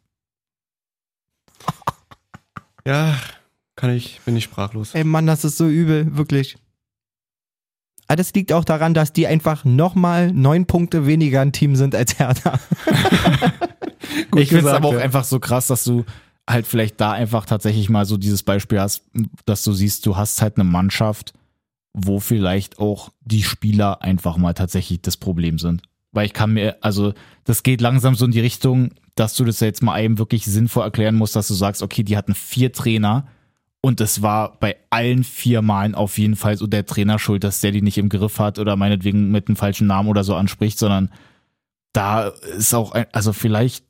Ja, kann ich, bin ich sprachlos. Ey Mann, das ist so übel, wirklich. Aber das liegt auch daran, dass die einfach nochmal neun Punkte weniger ein Team sind als Hertha. Ich finde es gesagt, aber auch ja. einfach so krass, dass du halt vielleicht da einfach tatsächlich mal so dieses Beispiel hast, dass du siehst, du hast halt eine Mannschaft, wo vielleicht auch die Spieler einfach mal tatsächlich das Problem sind. Weil ich kann mir, also das geht langsam so in die Richtung, dass du das jetzt mal einem wirklich sinnvoll erklären musst, dass du sagst, okay, die hatten vier Trainer und es war bei allen vier Malen auf jeden Fall so der Trainer schuld, dass der die nicht im Griff hat oder meinetwegen mit einem falschen Namen oder so anspricht, sondern da ist auch, ein, also vielleicht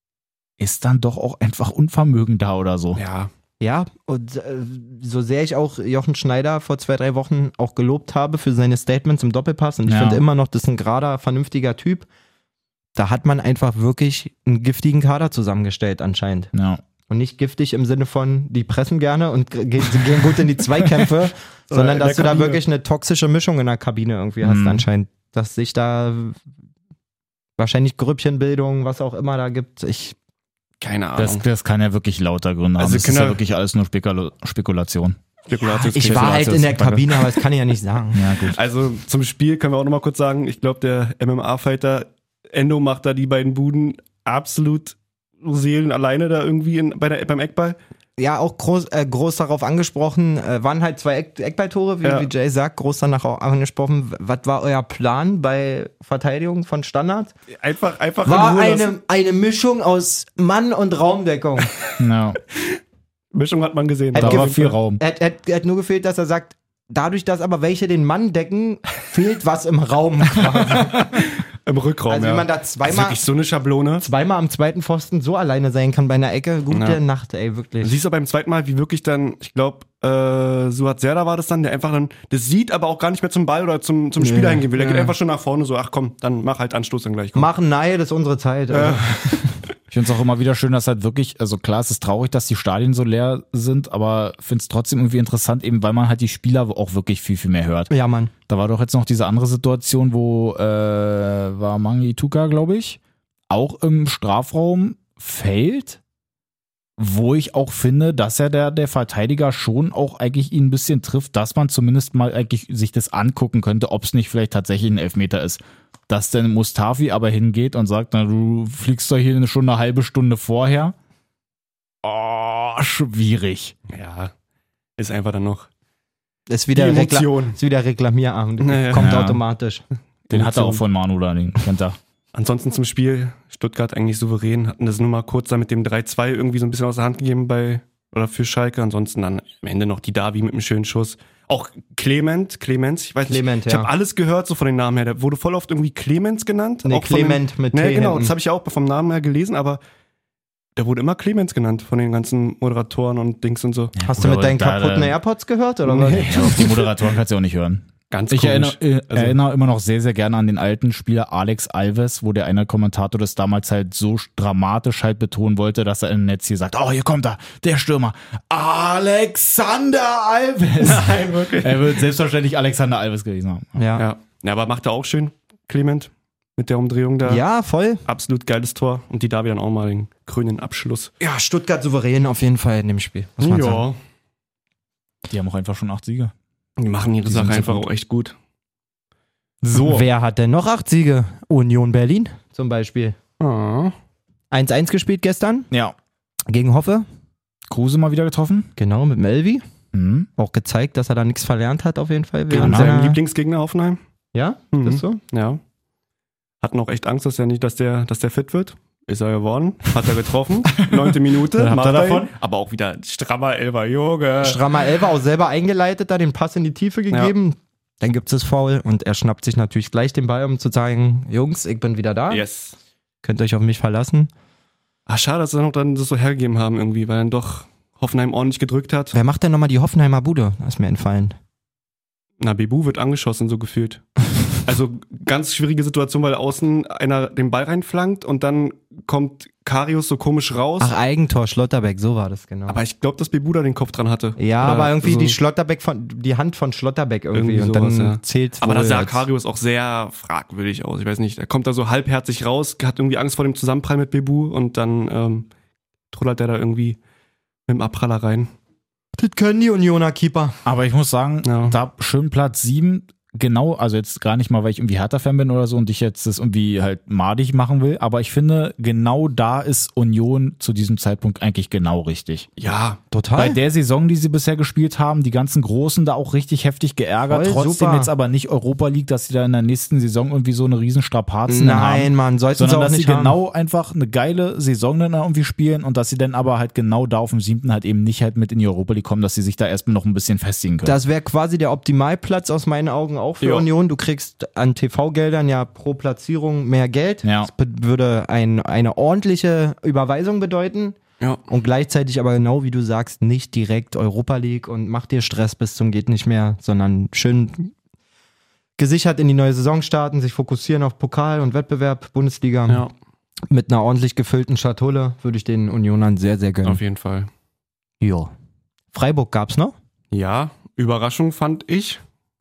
ist dann doch auch einfach Unvermögen da oder so. Ja. Ja, und äh, so sehr ich auch Jochen Schneider vor zwei, drei Wochen auch gelobt habe für seine Statements im Doppelpass und ich Ja. finde immer noch, das ist ein gerader, vernünftiger Typ, da hat man einfach wirklich einen giftigen Kader zusammengestellt anscheinend. Ja. Und nicht giftig im Sinne von, die pressen gerne und g- gehen, gehen gut in die Zweikämpfe, sondern in der dass du da Kabine. wirklich eine toxische Mischung in der Kabine irgendwie hast Mhm. anscheinend. Dass sich da wahrscheinlich Grüppchenbildung, was auch immer da gibt. Ich Keine Ahnung. Das, das kann ja wirklich lauter Gründe haben. Also Das ist ja Kinder- wirklich alles nur Spekula- Spekulation. Spekulatius- ich war halt in der Spekulatius- Kabine, aber das kann ich ja nicht sagen. Ja, gut. Also zum Spiel können wir auch nochmal kurz sagen, ich glaube, der M M A-Fighter Endo macht da die beiden Buden absolut Seelen alleine da irgendwie in, bei der, beim Eckball. Ja, auch groß, äh, groß darauf angesprochen, äh, waren halt zwei Eck Eckballtore, wie, Ja. wie Jay sagt, groß danach auch angesprochen. W- Was war euer Plan bei Verteidigung von Standard? Einfach, einfach War in Ruhe lassen. eine, eine Mischung aus Mann- und Raumdeckung. Ja. Mischung hat man gesehen. Hat Da Auf war jeden viel Fall. Raum. Er, er, er hat nur gefehlt, dass er sagt, dadurch, dass aber welche den Mann decken, fehlt was im Raum quasi. Im Rückraum, Also ja. wie man da Das ist zweimal, wirklich so eine Schablone. zweimal am zweiten Pfosten so alleine sein kann bei einer Ecke. Gute Ja. Nacht, ey, Du wirklich. siehst auch beim zweiten Mal, wie wirklich dann, ich glaube, äh, Suat Serdar war das dann, der einfach dann, das sieht, aber auch gar nicht mehr zum Ball oder zum, zum Spieler hingehen will. Der Ja. geht einfach schon nach vorne so, ach komm, dann mach halt Anstoß dann gleich. Komm. Machen Nein, das ist unsere Zeit. Also. Ich finde es auch immer wieder schön, dass halt wirklich, also klar, es ist traurig, dass die Stadien so leer sind, aber finde es trotzdem irgendwie interessant, eben weil man halt die Spieler auch wirklich viel, viel mehr hört. Ja, Mann. Da war doch jetzt noch diese andere Situation, wo äh, war Mangi Tuka, glaube ich, auch im Strafraum fällt, wo ich auch finde, dass er der, der Verteidiger schon auch eigentlich ihn ein bisschen trifft, dass man zumindest mal eigentlich sich das angucken könnte, ob es nicht vielleicht tatsächlich ein Elfmeter ist. Dass dann Mustafi aber hingeht und sagt, na, du fliegst doch hier schon eine halbe Stunde vorher. Oh, schwierig. Ja, ist einfach dann noch Ist die wieder, Rekla Emotion. ist wieder Reklamierabend. Naja. Kommt Ja. automatisch. Den hat er auch Emotion. von Manu da, den kennt er. Ansonsten zum Spiel, Stuttgart eigentlich souverän, hatten das nur mal kurz da mit dem drei zwei irgendwie so ein bisschen aus der Hand gegeben bei, oder für Schalke. Ansonsten dann am Ende noch die Davi mit einem schönen Schuss. Auch Clement, Clemens, ich weiß Clement, nicht, ich ja. habe alles gehört so von den Namen her. Der wurde voll oft irgendwie Clemens genannt. Nee, auch von Clement den, mit Nee, T genau, hinten. das habe ich auch vom Namen her gelesen, aber der wurde immer Clemens genannt von den ganzen Moderatoren und Dings und so. Hast du Oder mit deinen da- kaputten da- AirPods gehört? Oder was? Nee. Ja, auf die Moderatoren kannst du auch nicht hören. Ganz Ich komisch. erinnere, äh, Also- erinnere immer noch sehr, sehr gerne an den alten Spieler Alex Alves, wo der eine Kommentator das damals halt so dramatisch halt betonen wollte, dass er im Netz hier sagt, oh, hier kommt er, der Stürmer, Alexander Alves. Nein, wirklich. Er wird selbstverständlich Alexander Alves gewesen haben. Ja. Ja. ja, aber macht er auch schön, Clement, mit der Umdrehung da. Ja, voll. Absolut geiles Tor. Und die Davi dann auch mal den grünen Abschluss. Ja, Stuttgart souverän auf jeden Fall in dem Spiel. Muss man sagen. Die haben auch einfach schon acht Siege. Die machen ihre Die Sache sind so einfach gut. auch echt gut. So. Wer hat denn noch acht Siege? Union Berlin zum Beispiel. Ah. eins eins gespielt gestern Ja. gegen Hoffe. Kruse mal wieder getroffen. Genau, mit Melvi. Mhm. Auch gezeigt, dass er da nichts verlernt hat auf jeden Fall. Gegen Während seinen seiner- Lieblingsgegner Hoffenheim. Ja, Mhm. ist das so? Ja. Hatten auch echt Angst, dass er nicht, dass der, dass der fit wird. Ist er geworden. Hat er getroffen. Neunte Minute. Was habt macht ihr er davon? ihn. Aber auch wieder strammer Elfer, Junge. Strammer Elfer auch selber eingeleitet, da den Pass in die Tiefe gegeben. Dann gibt es das Foul und er schnappt sich natürlich gleich den Ball, um zu sagen, Jungs, ich bin wieder da. Yes. Könnt ihr euch auf mich verlassen. Ach, schade, dass sie dann auch dann das so hergegeben haben irgendwie, weil dann doch Hoffenheim ordentlich gedrückt hat. Wer macht denn nochmal die Hoffenheimer Bude? Das ist mir entfallen. Na, Bebu wird angeschossen, so gefühlt. Also ganz schwierige Situation, weil außen einer den Ball reinflankt und dann kommt Karius so komisch raus. Ach, Eigentor, Schlotterbeck, so war das genau. Aber ich glaube, dass Bebu da den Kopf dran hatte. ja, Oder aber irgendwie so. die Schlotterbeck von, die Hand von Schlotterbeck irgendwie, Irgendwie und dann sowas, ja. zählt's Aber da wohl sah als- Karius auch sehr fragwürdig aus. Ich weiß nicht, er kommt da so halbherzig raus, hat irgendwie Angst vor dem Zusammenprall mit Bebu und dann ähm, trullert der da irgendwie mit dem Abpraller rein. Das können die Unioner Keeper. Aber ich muss sagen, Ja. da schön Platz sieben genau, also jetzt gar nicht mal, weil ich irgendwie Hertha-Fan bin oder so und ich jetzt das irgendwie halt madig machen will, aber ich finde, genau da ist Union zu diesem Zeitpunkt eigentlich genau richtig. Ja, Total. Bei der Saison, die sie bisher gespielt haben, die ganzen Großen da auch richtig heftig geärgert, Voll trotzdem super. jetzt aber nicht Europa League, dass sie da in der nächsten Saison irgendwie so eine riesen Strapazen haben. Nein, Mann, sollten sie Sondern auch dass nicht sie haben. genau einfach eine geile Saison dann irgendwie spielen und dass sie dann aber halt genau da auf dem siebten halt eben nicht halt mit in die Europa League kommen, dass sie sich da erstmal noch ein bisschen festigen können. Das wäre quasi der Optimalplatz aus meinen Augen auch für Ja. Union. Du kriegst an T V-Geldern ja pro Platzierung mehr Geld. Ja. Das be- würde ein, eine ordentliche Überweisung bedeuten. ja. Und gleichzeitig aber genau wie du sagst, nicht direkt Europa League und mach dir Stress bis zum geht nicht mehr, sondern schön gesichert in die neue Saison starten, sich fokussieren auf Pokal und Wettbewerb, Bundesliga. ja, Mit einer ordentlich gefüllten Schatulle würde ich den Unionern sehr, sehr gönnen. auf jeden Fall. Jo. Freiburg gab's noch? Ja, Überraschung fand ich.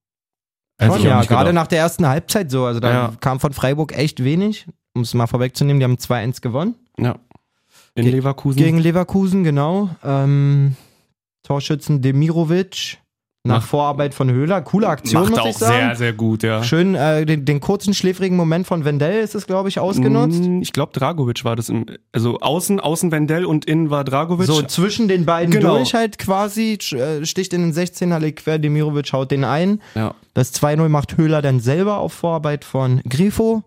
Hätte Schon, ich auch ja, nicht gerade gedacht. nach der ersten Halbzeit so. Also da Ja. kam von Freiburg echt wenig, um es mal vorwegzunehmen. Die haben zwei eins gewonnen. Ja. In Ge- Leverkusen. Gegen Leverkusen, genau. Ähm, Torschützen Demirovic. Nach Macht- Vorarbeit von Höhler. Coole Aktion, Macht muss auch ich sagen. sehr, sehr gut, ja. Schön, äh, den, den kurzen, schläfrigen Moment von Wendell ist es, glaube ich, ausgenutzt. Mm, Ich glaube, Dragovic war das. Im, also außen, außen Wendell und innen war Dragovic. So, zwischen den beiden Genau. durch halt quasi, sch- äh, sticht in den sechzehner, legt quer, Demirovic haut den ein. ja. Das zwei null macht Höhler dann selber auf Vorarbeit von Grifo.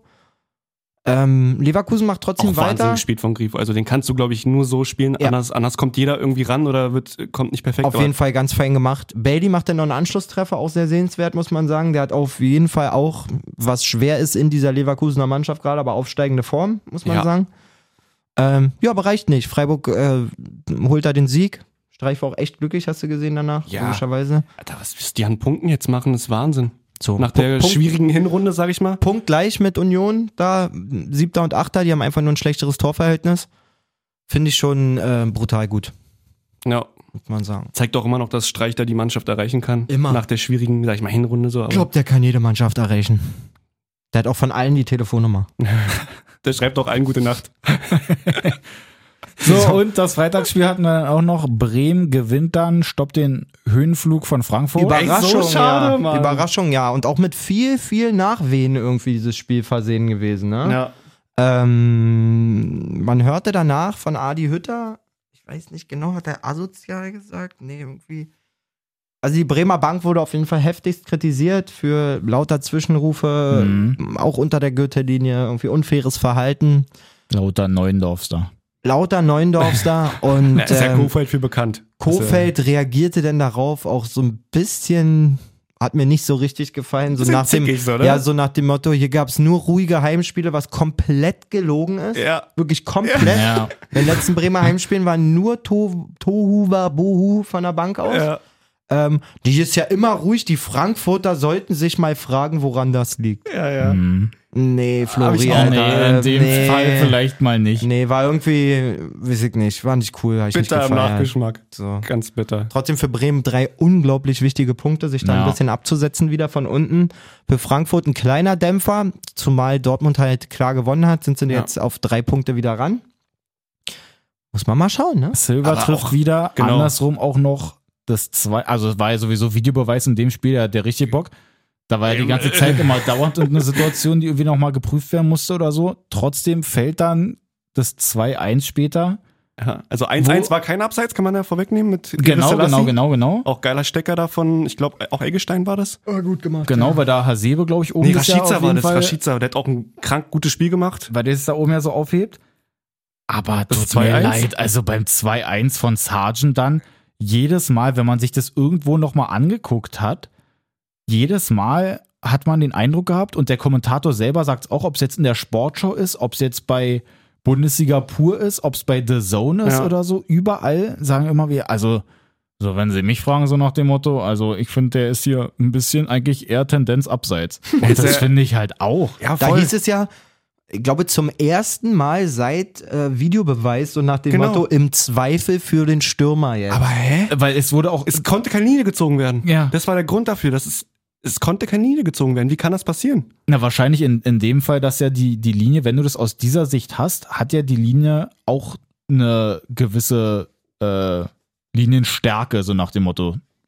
Ähm, Leverkusen macht trotzdem Auch Wahnsinn weiter. gespielt von Grifo. Also den kannst du, glaube ich, nur so spielen. Ja. Anders, anders kommt jeder irgendwie ran oder wird, kommt nicht perfekt. Auf aber- jeden Fall ganz fein gemacht. Bailey macht dann noch einen Anschlusstreffer, auch sehr sehenswert, muss man sagen. Der hat auf jeden Fall auch, was schwer ist in dieser Leverkusener Mannschaft gerade, aber aufsteigende Form, muss man Ja. sagen. Ähm, ja, aber reicht nicht. Freiburg äh, holt da den Sieg. Streich war auch echt glücklich, hast du gesehen danach, Ja. logischerweise. Alter, was, was die an Punkten jetzt machen, ist Wahnsinn. So, Nach der Punkt, schwierigen Hinrunde, sag ich mal. Punkt gleich mit Union, da Siebter und Achter, die haben einfach nur ein schlechteres Torverhältnis. Finde ich schon äh, brutal gut, Ja. muss man sagen. Zeigt auch immer noch, dass Streich da die Mannschaft erreichen kann. Immer. Nach der schwierigen, sag ich mal, Hinrunde so. Aber Ich glaube, der kann jede Mannschaft erreichen. Der hat auch von allen die Telefonnummer. der schreibt auch allen gute Nacht. So, und das Freitagsspiel hatten wir dann auch noch. Bremen gewinnt dann, stoppt den Höhenflug von Frankfurt. Überraschung, so schade, ja. Mann. Überraschung, ja. Und auch mit viel, viel Nachwehen irgendwie dieses Spiel versehen gewesen. Ne? Ja. Ähm, man hörte danach von Adi Hütter, ich weiß nicht genau, hat er asozial gesagt? Nee, irgendwie. Also die Bremer Bank wurde auf jeden Fall heftigst kritisiert für lauter Zwischenrufe, Mhm. auch unter der Gürtellinie, irgendwie unfaires Verhalten. Lauter Neuendorfs da. Lauter Neuendorfs da und Da ist ja ähm, Kofeld für bekannt. Kofeld reagierte dann darauf auch so ein bisschen, hat mir nicht so richtig gefallen, so Bisschen nach dem, zickig so, ne? ja, so nach dem Motto, hier gab es nur ruhige Heimspiele, was komplett gelogen ist. Ja. Wirklich komplett. Ja. In den letzten Bremer Heimspielen waren nur to Tohu Wabohu von der Bank aus. Ja. Ähm, die ist ja immer ruhig, die Frankfurter sollten sich mal fragen, woran das liegt. Ja, ja. Mhm. Nee, ich Florian. auch Nee, äh, in dem nee. Fall vielleicht mal nicht. Nee, war irgendwie, weiß ich nicht, war nicht cool, hab ich nicht Bitter im gefeiert. Nachgeschmack. So. Ganz bitter. Trotzdem für Bremen drei unglaublich wichtige Punkte, sich da Ja. ein bisschen abzusetzen wieder von unten. Für Frankfurt ein kleiner Dämpfer, zumal Dortmund halt klar gewonnen hat, sind sie Ja. jetzt auf drei Punkte wieder ran. Muss man mal schauen, ne? Silva Aber trifft auch- wieder, genau. andersrum auch noch das zwei, also es war ja sowieso Videobeweis in dem Spiel, der hat der richtig Bock. Da war ja die ganze Zeit immer dauernd eine Situation, die irgendwie nochmal geprüft werden musste oder so. Trotzdem fällt dann das zwei eins später. Ja. Also eins eins Wo- war kein Abseits, kann man ja vorwegnehmen. Mit Genau, Geris genau, Selassie. genau, genau. Auch geiler Stecker davon. Ich glaube, auch Eggestein war das. Oh, gut gemacht. Genau, weil da Hasebe, glaube ich, oben Nee, das ja Rashica auf war jeden das. Fall, Rashica, der hat auch ein krank gutes Spiel gemacht. weil der es da oben ja so aufhebt. Aber Das tut zwei mir eins? leid, also beim zwei eins von Sargent dann, jedes Mal, wenn man sich das irgendwo nochmal angeguckt hat, jedes Mal hat man den Eindruck gehabt und der Kommentator selber sagt es auch, ob es jetzt in der Sportschau ist, ob es jetzt bei Bundesliga pur ist, ob es bei The Zone ist Ja. oder so, überall sagen immer wir, also so wenn sie mich fragen, so nach dem Motto, also ich finde, der ist hier ein bisschen eigentlich eher Tendenz abseits. Und Ist das er- finde ich halt auch. Ja, Da hieß es ja, ich glaube, zum ersten Mal seit äh, Videobeweis, so nach dem Genau. Motto, im Zweifel für den Stürmer jetzt. Aber hä? Weil es wurde auch, Es konnte keine Linie gezogen werden. Ja. Das war der Grund dafür. Dass es, es konnte keine Linie gezogen werden. Wie kann das passieren? na wahrscheinlich in, in dem Fall, dass ja die, die Linie, wenn du das aus dieser Sicht hast, hat ja die Linie auch eine gewisse äh, Linienstärke, so nach dem Motto.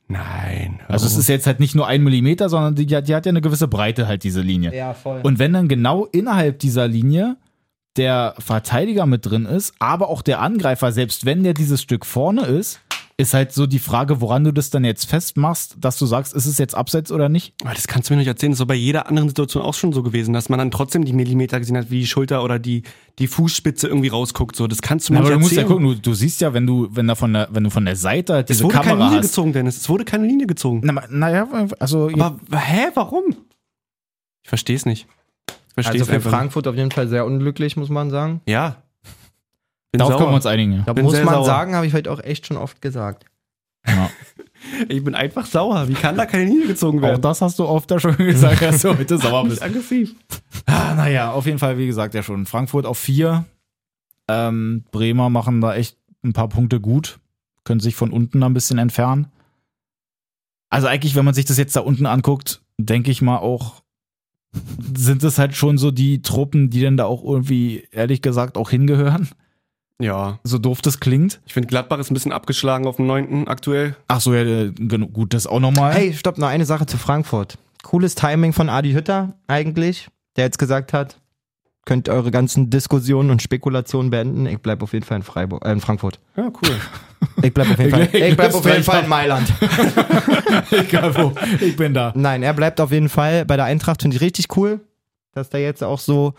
Nein. Also es ist jetzt halt nicht nur ein Millimeter, sondern die, die hat ja eine gewisse Breite halt, diese Linie. Ja, voll. Und wenn dann genau innerhalb dieser Linie der Verteidiger mit drin ist, aber auch der Angreifer, selbst wenn der dieses Stück vorne ist, ist halt so die Frage, woran du das dann jetzt festmachst, dass du sagst, ist es jetzt abseits oder nicht? Aber das kannst du mir nicht erzählen. Das ist doch bei jeder anderen Situation auch schon so gewesen, dass man dann trotzdem die Millimeter gesehen hat, wie die Schulter oder die, die Fußspitze irgendwie rausguckt. So, das kannst du mir Na, aber du nicht musst ja erzählen. gucken, du, du siehst ja, wenn du, wenn da von der, wenn du von der Seite halt Es diese wurde Kamera keine Linie hast. gezogen, Dennis. Es wurde keine Linie gezogen. Na, naja, also Aber hä, warum? Ich verstehe es nicht. Ich verstehe Also es für einfach nicht. Frankfurt auf jeden Fall sehr unglücklich, muss man sagen. Ja. Bin darauf sauer. können wir uns einigen. Da Bin muss sehr man sauer. sagen, habe ich heute auch echt schon oft gesagt. Ja. Ich bin einfach sauer. Wie kann da keine Linie gezogen Auch werden? das hast du oft da schon gesagt, dass du heute sauer bist. aggressiv. Ah, naja, auf jeden Fall, wie gesagt, ja schon. Frankfurt auf vier. Ähm, Bremer machen da echt ein paar Punkte gut. Können sich von unten ein bisschen entfernen. Also eigentlich, wenn man sich das jetzt da unten anguckt, denke ich mal auch, sind es halt schon so die Truppen, die denn da auch irgendwie, ehrlich gesagt, auch hingehören. Ja. So doof das klingt. Ich finde, Gladbach ist ein bisschen abgeschlagen auf dem neunten aktuell. Ach so, ja, äh, gen- gut, das auch nochmal. Hey, stopp, noch eine Sache zu Frankfurt. Cooles Timing von Adi Hütter eigentlich, der jetzt gesagt hat, könnt eure ganzen Diskussionen und Spekulationen beenden. Ich bleib auf jeden Fall in Freiburg, äh, in Frankfurt. Ja, cool. Ich bleib auf jeden Fall, ich bleib auf jeden Fall in Mailand. Egal wo, ich bin da. Nein, er bleibt auf jeden Fall bei der Eintracht. Finde ich richtig cool, dass der jetzt auch so,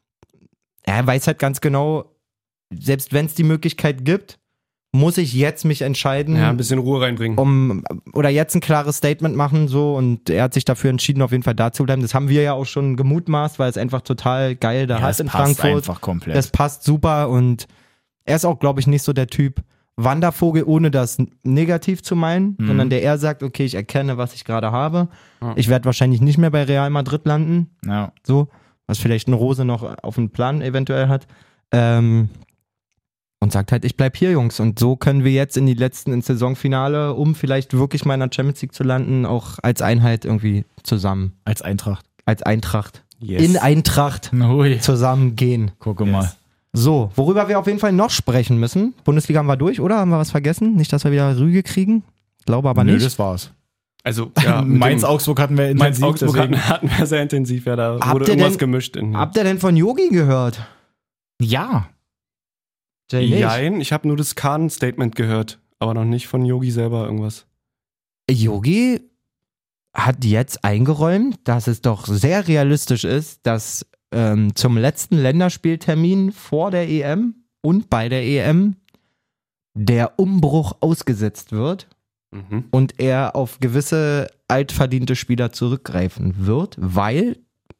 er weiß halt ganz genau, selbst wenn es die Möglichkeit gibt, muss ich jetzt mich entscheiden, Ja, ein bisschen Ruhe reinbringen. um oder jetzt ein klares Statement machen so, und er hat sich dafür entschieden, auf jeden Fall da zu bleiben. Das haben wir ja auch schon gemutmaßt, weil es einfach total geil da Ja, hat das in passt Frankfurt. einfach komplett. Das passt super, und er ist auch, glaube ich, nicht so der Typ Wandervogel, ohne das negativ zu meinen, Mhm. sondern der eher sagt, okay, ich erkenne, was ich gerade habe. Ja. Ich werde wahrscheinlich nicht mehr bei Real Madrid landen, ja. so, was vielleicht eine Rose noch auf dem Plan eventuell hat. Ähm, und sagt halt, ich bleib hier, Jungs. Und so können wir jetzt in die letzten, ins Saisonfinale, um vielleicht wirklich mal in der Champions League zu landen, auch als Einheit irgendwie zusammen, Als Eintracht. als Eintracht, Yes. in Eintracht Ui. zusammen gehen. Gucke mal. So, worüber wir auf jeden Fall noch sprechen müssen. Bundesliga haben wir durch, oder? Haben wir was vergessen? Nicht, dass wir wieder Rüge kriegen? Glaube aber Nö, nicht. das war's. Also, ja, mit dem- Mainz-Augsburg hatten wir intensiv, Mainz-Augsburg deswegen. hatten, hatten wir sehr intensiv. Ja, da Habt wurde ihr irgendwas denn- gemischt. In, Habt ihr denn von Yogi gehört? Ja. Jay nicht? Nein, ich habe nur das Kahn-Statement gehört, aber noch nicht von Yogi selber irgendwas. Yogi hat jetzt eingeräumt, dass es doch sehr realistisch ist, dass ähm, zum letzten Länderspieltermin vor der E M und bei der E M der Umbruch ausgesetzt wird Mhm. und er auf gewisse altverdiente Spieler zurückgreifen wird, weil,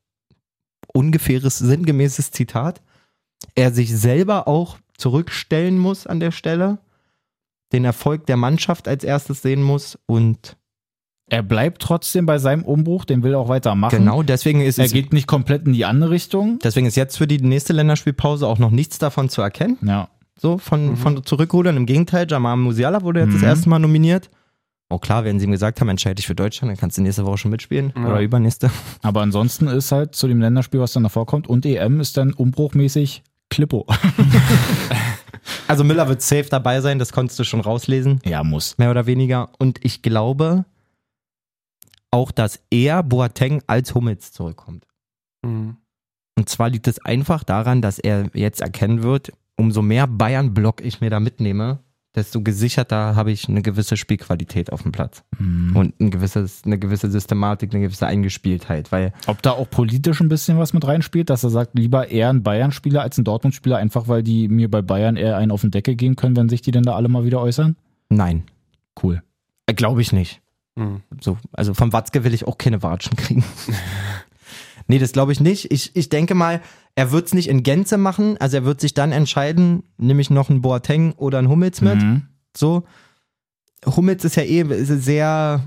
ungefähres, sinngemäßes Zitat, er sich selber auch zurückstellen muss an der Stelle, den Erfolg der Mannschaft als erstes sehen muss, und Er bleibt trotzdem bei seinem Umbruch, den will er auch weitermachen. genau deswegen ist Er es geht nicht komplett in die andere Richtung. Deswegen ist jetzt für die nächste Länderspielpause auch noch nichts davon zu erkennen, Ja. so von, Mhm. von Zurückrudern. Im Gegenteil, Jamal Musiala wurde jetzt Mhm. das erste Mal nominiert. Oh klar, wenn sie ihm gesagt haben, entscheide dich für Deutschland, dann kannst du nächste Woche schon mitspielen Ja. oder übernächste. Aber ansonsten ist halt zu dem Länderspiel, was dann davor kommt, und E M ist dann umbruchmäßig Klippo. Also Müller wird safe dabei sein, das konntest du schon rauslesen, Ja, muss. mehr oder weniger. Und ich glaube auch, dass eher Boateng als Hummels zurückkommt. Mhm. Und zwar liegt es einfach daran, dass er jetzt erkennen wird, umso mehr Bayern-Block ich mir da mitnehme, desto gesicherter habe ich eine gewisse Spielqualität auf dem Platz. Mhm. Und ein gewisses, eine gewisse Systematik, eine gewisse Eingespieltheit, weil Ob da auch politisch ein bisschen was mit reinspielt, dass er sagt, lieber eher ein Bayern-Spieler als ein Dortmund-Spieler, einfach weil die mir bei Bayern eher einen auf den Deckel gehen können, wenn sich die denn da alle mal wieder äußern? nein, Cool. äh, glaube ich nicht. Mhm. So, also vom Watzke will ich auch keine Watschen kriegen. Nee, das glaube ich nicht. Ich, ich denke mal, er wird es nicht in Gänze machen, also er wird sich dann entscheiden, nehme ich noch einen Boateng oder einen Hummels mit. Mhm. So. Hummels ist ja eh sehr,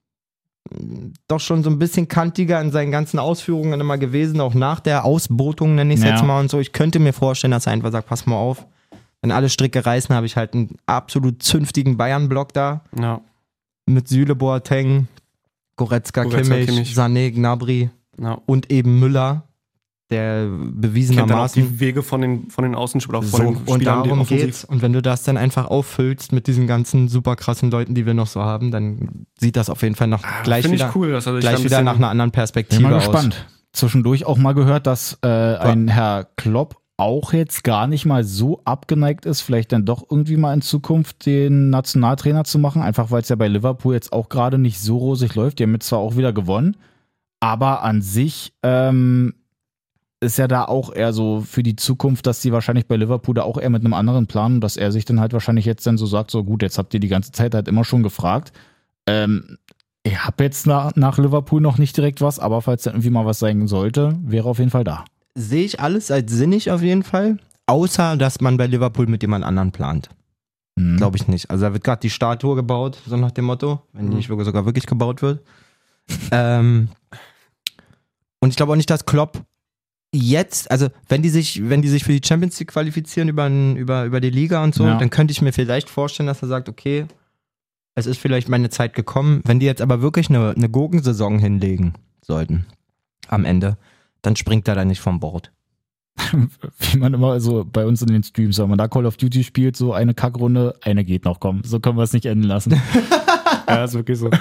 doch schon so ein bisschen kantiger in seinen ganzen Ausführungen immer gewesen, auch nach der Ausbotung, nenne ich es Ja. jetzt mal und so. Ich könnte mir vorstellen, dass er einfach sagt, pass mal auf, wenn alle Stricke reißen, habe ich halt einen absolut zünftigen Bayern-Block da, Ja. mit Süle, Boateng, Goretzka, Goretzka, Kimmich, Kimmich. Sané, Gnabry Ja. und eben Müller, der Kennt dann auch bewiesenermaßen die Wege von den, von den Außenspielern, auch von so, den und Spielern, die darum offensiv. geht's. Und wenn du das dann einfach auffüllst mit diesen ganzen super krassen Leuten, die wir noch so haben, dann sieht das auf jeden Fall noch Ah, gleich Finde wieder, ich cool, dass er sich da gleich ein wieder bisschen- nach einer anderen Bin Perspektive mal aus. gespannt. Zwischendurch auch mal gehört, dass äh, ein Herr Klopp auch jetzt gar nicht mal so abgeneigt ist, vielleicht dann doch irgendwie mal in Zukunft den Nationaltrainer zu machen, einfach weil es ja bei Liverpool jetzt auch gerade nicht so rosig läuft. Die haben jetzt zwar auch wieder gewonnen, aber an sich ähm, ist ja da auch eher so für die Zukunft, dass sie wahrscheinlich bei Liverpool da auch eher mit einem anderen planen, dass er sich dann halt wahrscheinlich jetzt dann so sagt, so gut, jetzt habt ihr die ganze Zeit halt immer schon gefragt. Ähm, ich habe jetzt nach, nach Liverpool noch nicht direkt was, aber falls da irgendwie mal was sein sollte, wäre auf jeden Fall da. Sehe ich alles als sinnig auf jeden Fall, außer dass man bei Liverpool mit jemand anderen plant. Mhm. Glaube ich nicht. Also da wird gerade die Statue gebaut, so nach dem Motto, wenn die nicht wirklich- sogar wirklich gebaut wird. ähm, und ich glaube auch nicht, dass Klopp jetzt, also wenn die sich, wenn die sich für die Champions League qualifizieren über, über, über die Liga und so, Ja. dann könnte ich mir vielleicht vorstellen, dass er sagt, okay, es ist vielleicht meine Zeit gekommen. Wenn die jetzt aber wirklich eine, eine Gurkensaison hinlegen sollten am Ende, dann springt er da nicht vom Bord. Wie man immer so bei uns in den Streams, wenn man da Call of Duty spielt, so eine Kackrunde, eine geht noch, komm. So können wir es nicht enden lassen. Ja, ist wirklich so.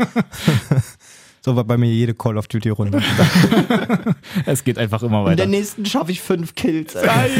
So war bei mir jede Call of Duty Runde. Es geht einfach immer In der weiter. nächsten schaffe ich fünf Kills.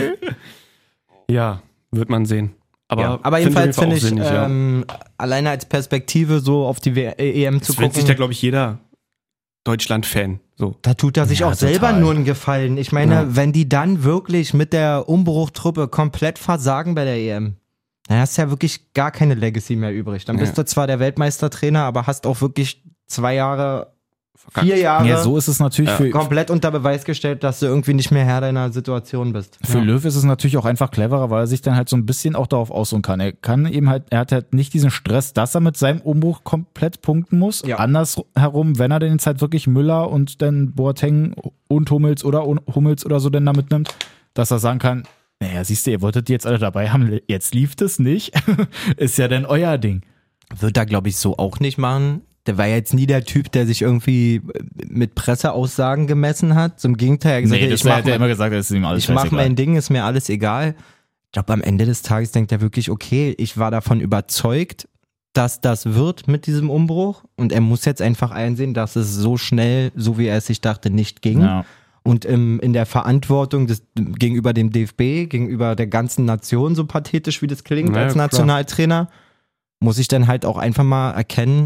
Ja, wird man sehen. Aber, Ja, aber jedenfalls finde find ich, auch sinnig, ja. ähm, alleine als Perspektive so auf die W- E M zu Das wünscht sich da, gucken, glaube ich, jeder Deutschland-Fan. So. da tut er sich Ja, auch selber total. nur einen Gefallen. Ich meine, Ja. wenn die dann wirklich mit der Umbruchtruppe komplett versagen bei der E M, dann hast du ja wirklich gar keine Legacy mehr übrig. Dann bist Ja. du zwar der Weltmeistertrainer, aber hast auch wirklich zwei Jahre, vier Jahre Ja, so ist es natürlich Ja, für, komplett unter Beweis gestellt, dass du irgendwie nicht mehr Herr deiner Situation bist. Für Löw ist es natürlich auch einfach cleverer, weil er sich dann halt so ein bisschen auch darauf ausruhen kann. Er kann eben halt, er hat halt nicht diesen Stress, dass er mit seinem Umbruch komplett punkten muss. Ja. Andersherum, wenn er denn jetzt halt wirklich Müller und dann Boateng und Hummels oder Hummels oder so denn da mitnimmt, dass er sagen kann, naja, siehst du, ihr wolltet die jetzt alle dabei haben, jetzt lief das nicht. Ist ja dann euer Ding. Wird er, glaube ich, so auch nicht machen. Der war jetzt nie der Typ, der sich irgendwie mit Presseaussagen gemessen hat. Zum Gegenteil, er hat gesagt, Nee, ich das hat mach er immer gesagt, das ist ihm alles Ich mache scheißegal. mein Ding, ist mir alles egal. Ich glaube, am Ende des Tages denkt er wirklich, okay, ich war davon überzeugt, dass das wird mit diesem Umbruch und er muss jetzt einfach einsehen, dass es so schnell, so wie er es sich dachte, nicht ging. Ja. Und im, in der Verantwortung des, gegenüber dem D F B, gegenüber der ganzen Nation, so pathetisch wie das klingt, Naja, als klar. Nationaltrainer, muss ich dann halt auch einfach mal erkennen,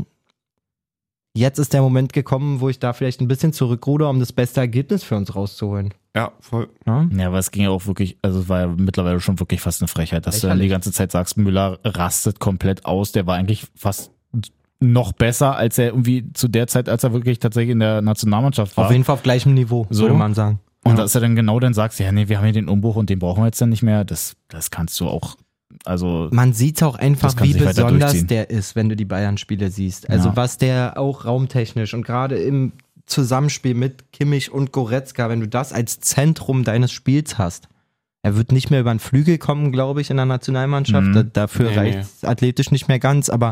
jetzt ist der Moment gekommen, wo ich da vielleicht ein bisschen zurückruder, um das beste Ergebnis für uns rauszuholen. Ja, voll. Ja? Ja, aber es ging ja auch wirklich, also es war ja mittlerweile schon wirklich fast eine Frechheit, dass du dann die Lächerlich. ganze Zeit sagst, Müller rastet komplett aus. Der war eigentlich fast noch besser, als er irgendwie zu der Zeit, als er wirklich tatsächlich in der Nationalmannschaft war. Auf jeden Fall auf gleichem Niveau, So. würde man sagen. Und dass er dann genau dann sagst, ja, nee, wir haben hier den Umbruch und den brauchen wir jetzt dann nicht mehr, das, das kannst du auch, also Man sieht auch einfach, Das kann wie sich weiter besonders durchziehen. der ist, wenn du die Bayern-Spiele siehst. Also Ja. was der auch raumtechnisch und gerade im Zusammenspiel mit Kimmich und Goretzka, wenn du das als Zentrum deines Spiels hast. Er wird nicht mehr über den Flügel kommen, glaube ich, in der Nationalmannschaft. Mhm. Da, dafür Nee, reicht es athletisch nicht mehr ganz, aber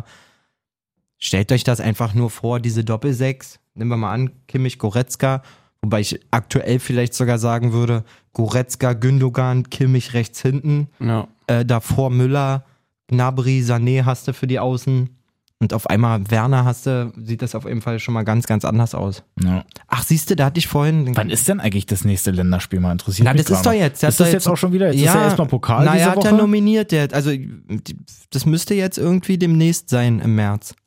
stellt euch das einfach nur vor, diese Doppelsechs. Nehmen wir mal an, Kimmich, Goretzka, wobei ich aktuell vielleicht sogar sagen würde, Goretzka, Gündogan, Kimmich rechts hinten. Ja. Äh, davor Müller, Gnabry, Sané hast du für die Außen und auf einmal Werner hast du, sieht das auf jeden Fall schon mal ganz, ganz anders aus. ja. Ach, siehst du, da hatte ich vorhin... Wann ist denn eigentlich das nächste Länderspiel mal interessiert? Na, mich das ist gerade. doch jetzt. Der Ist hat das doch jetzt auch schon wieder? Jetzt ist ja erstmal Pokal na, diese er hat Woche. ja nominiert, der, also die- das müsste jetzt irgendwie demnächst sein im März.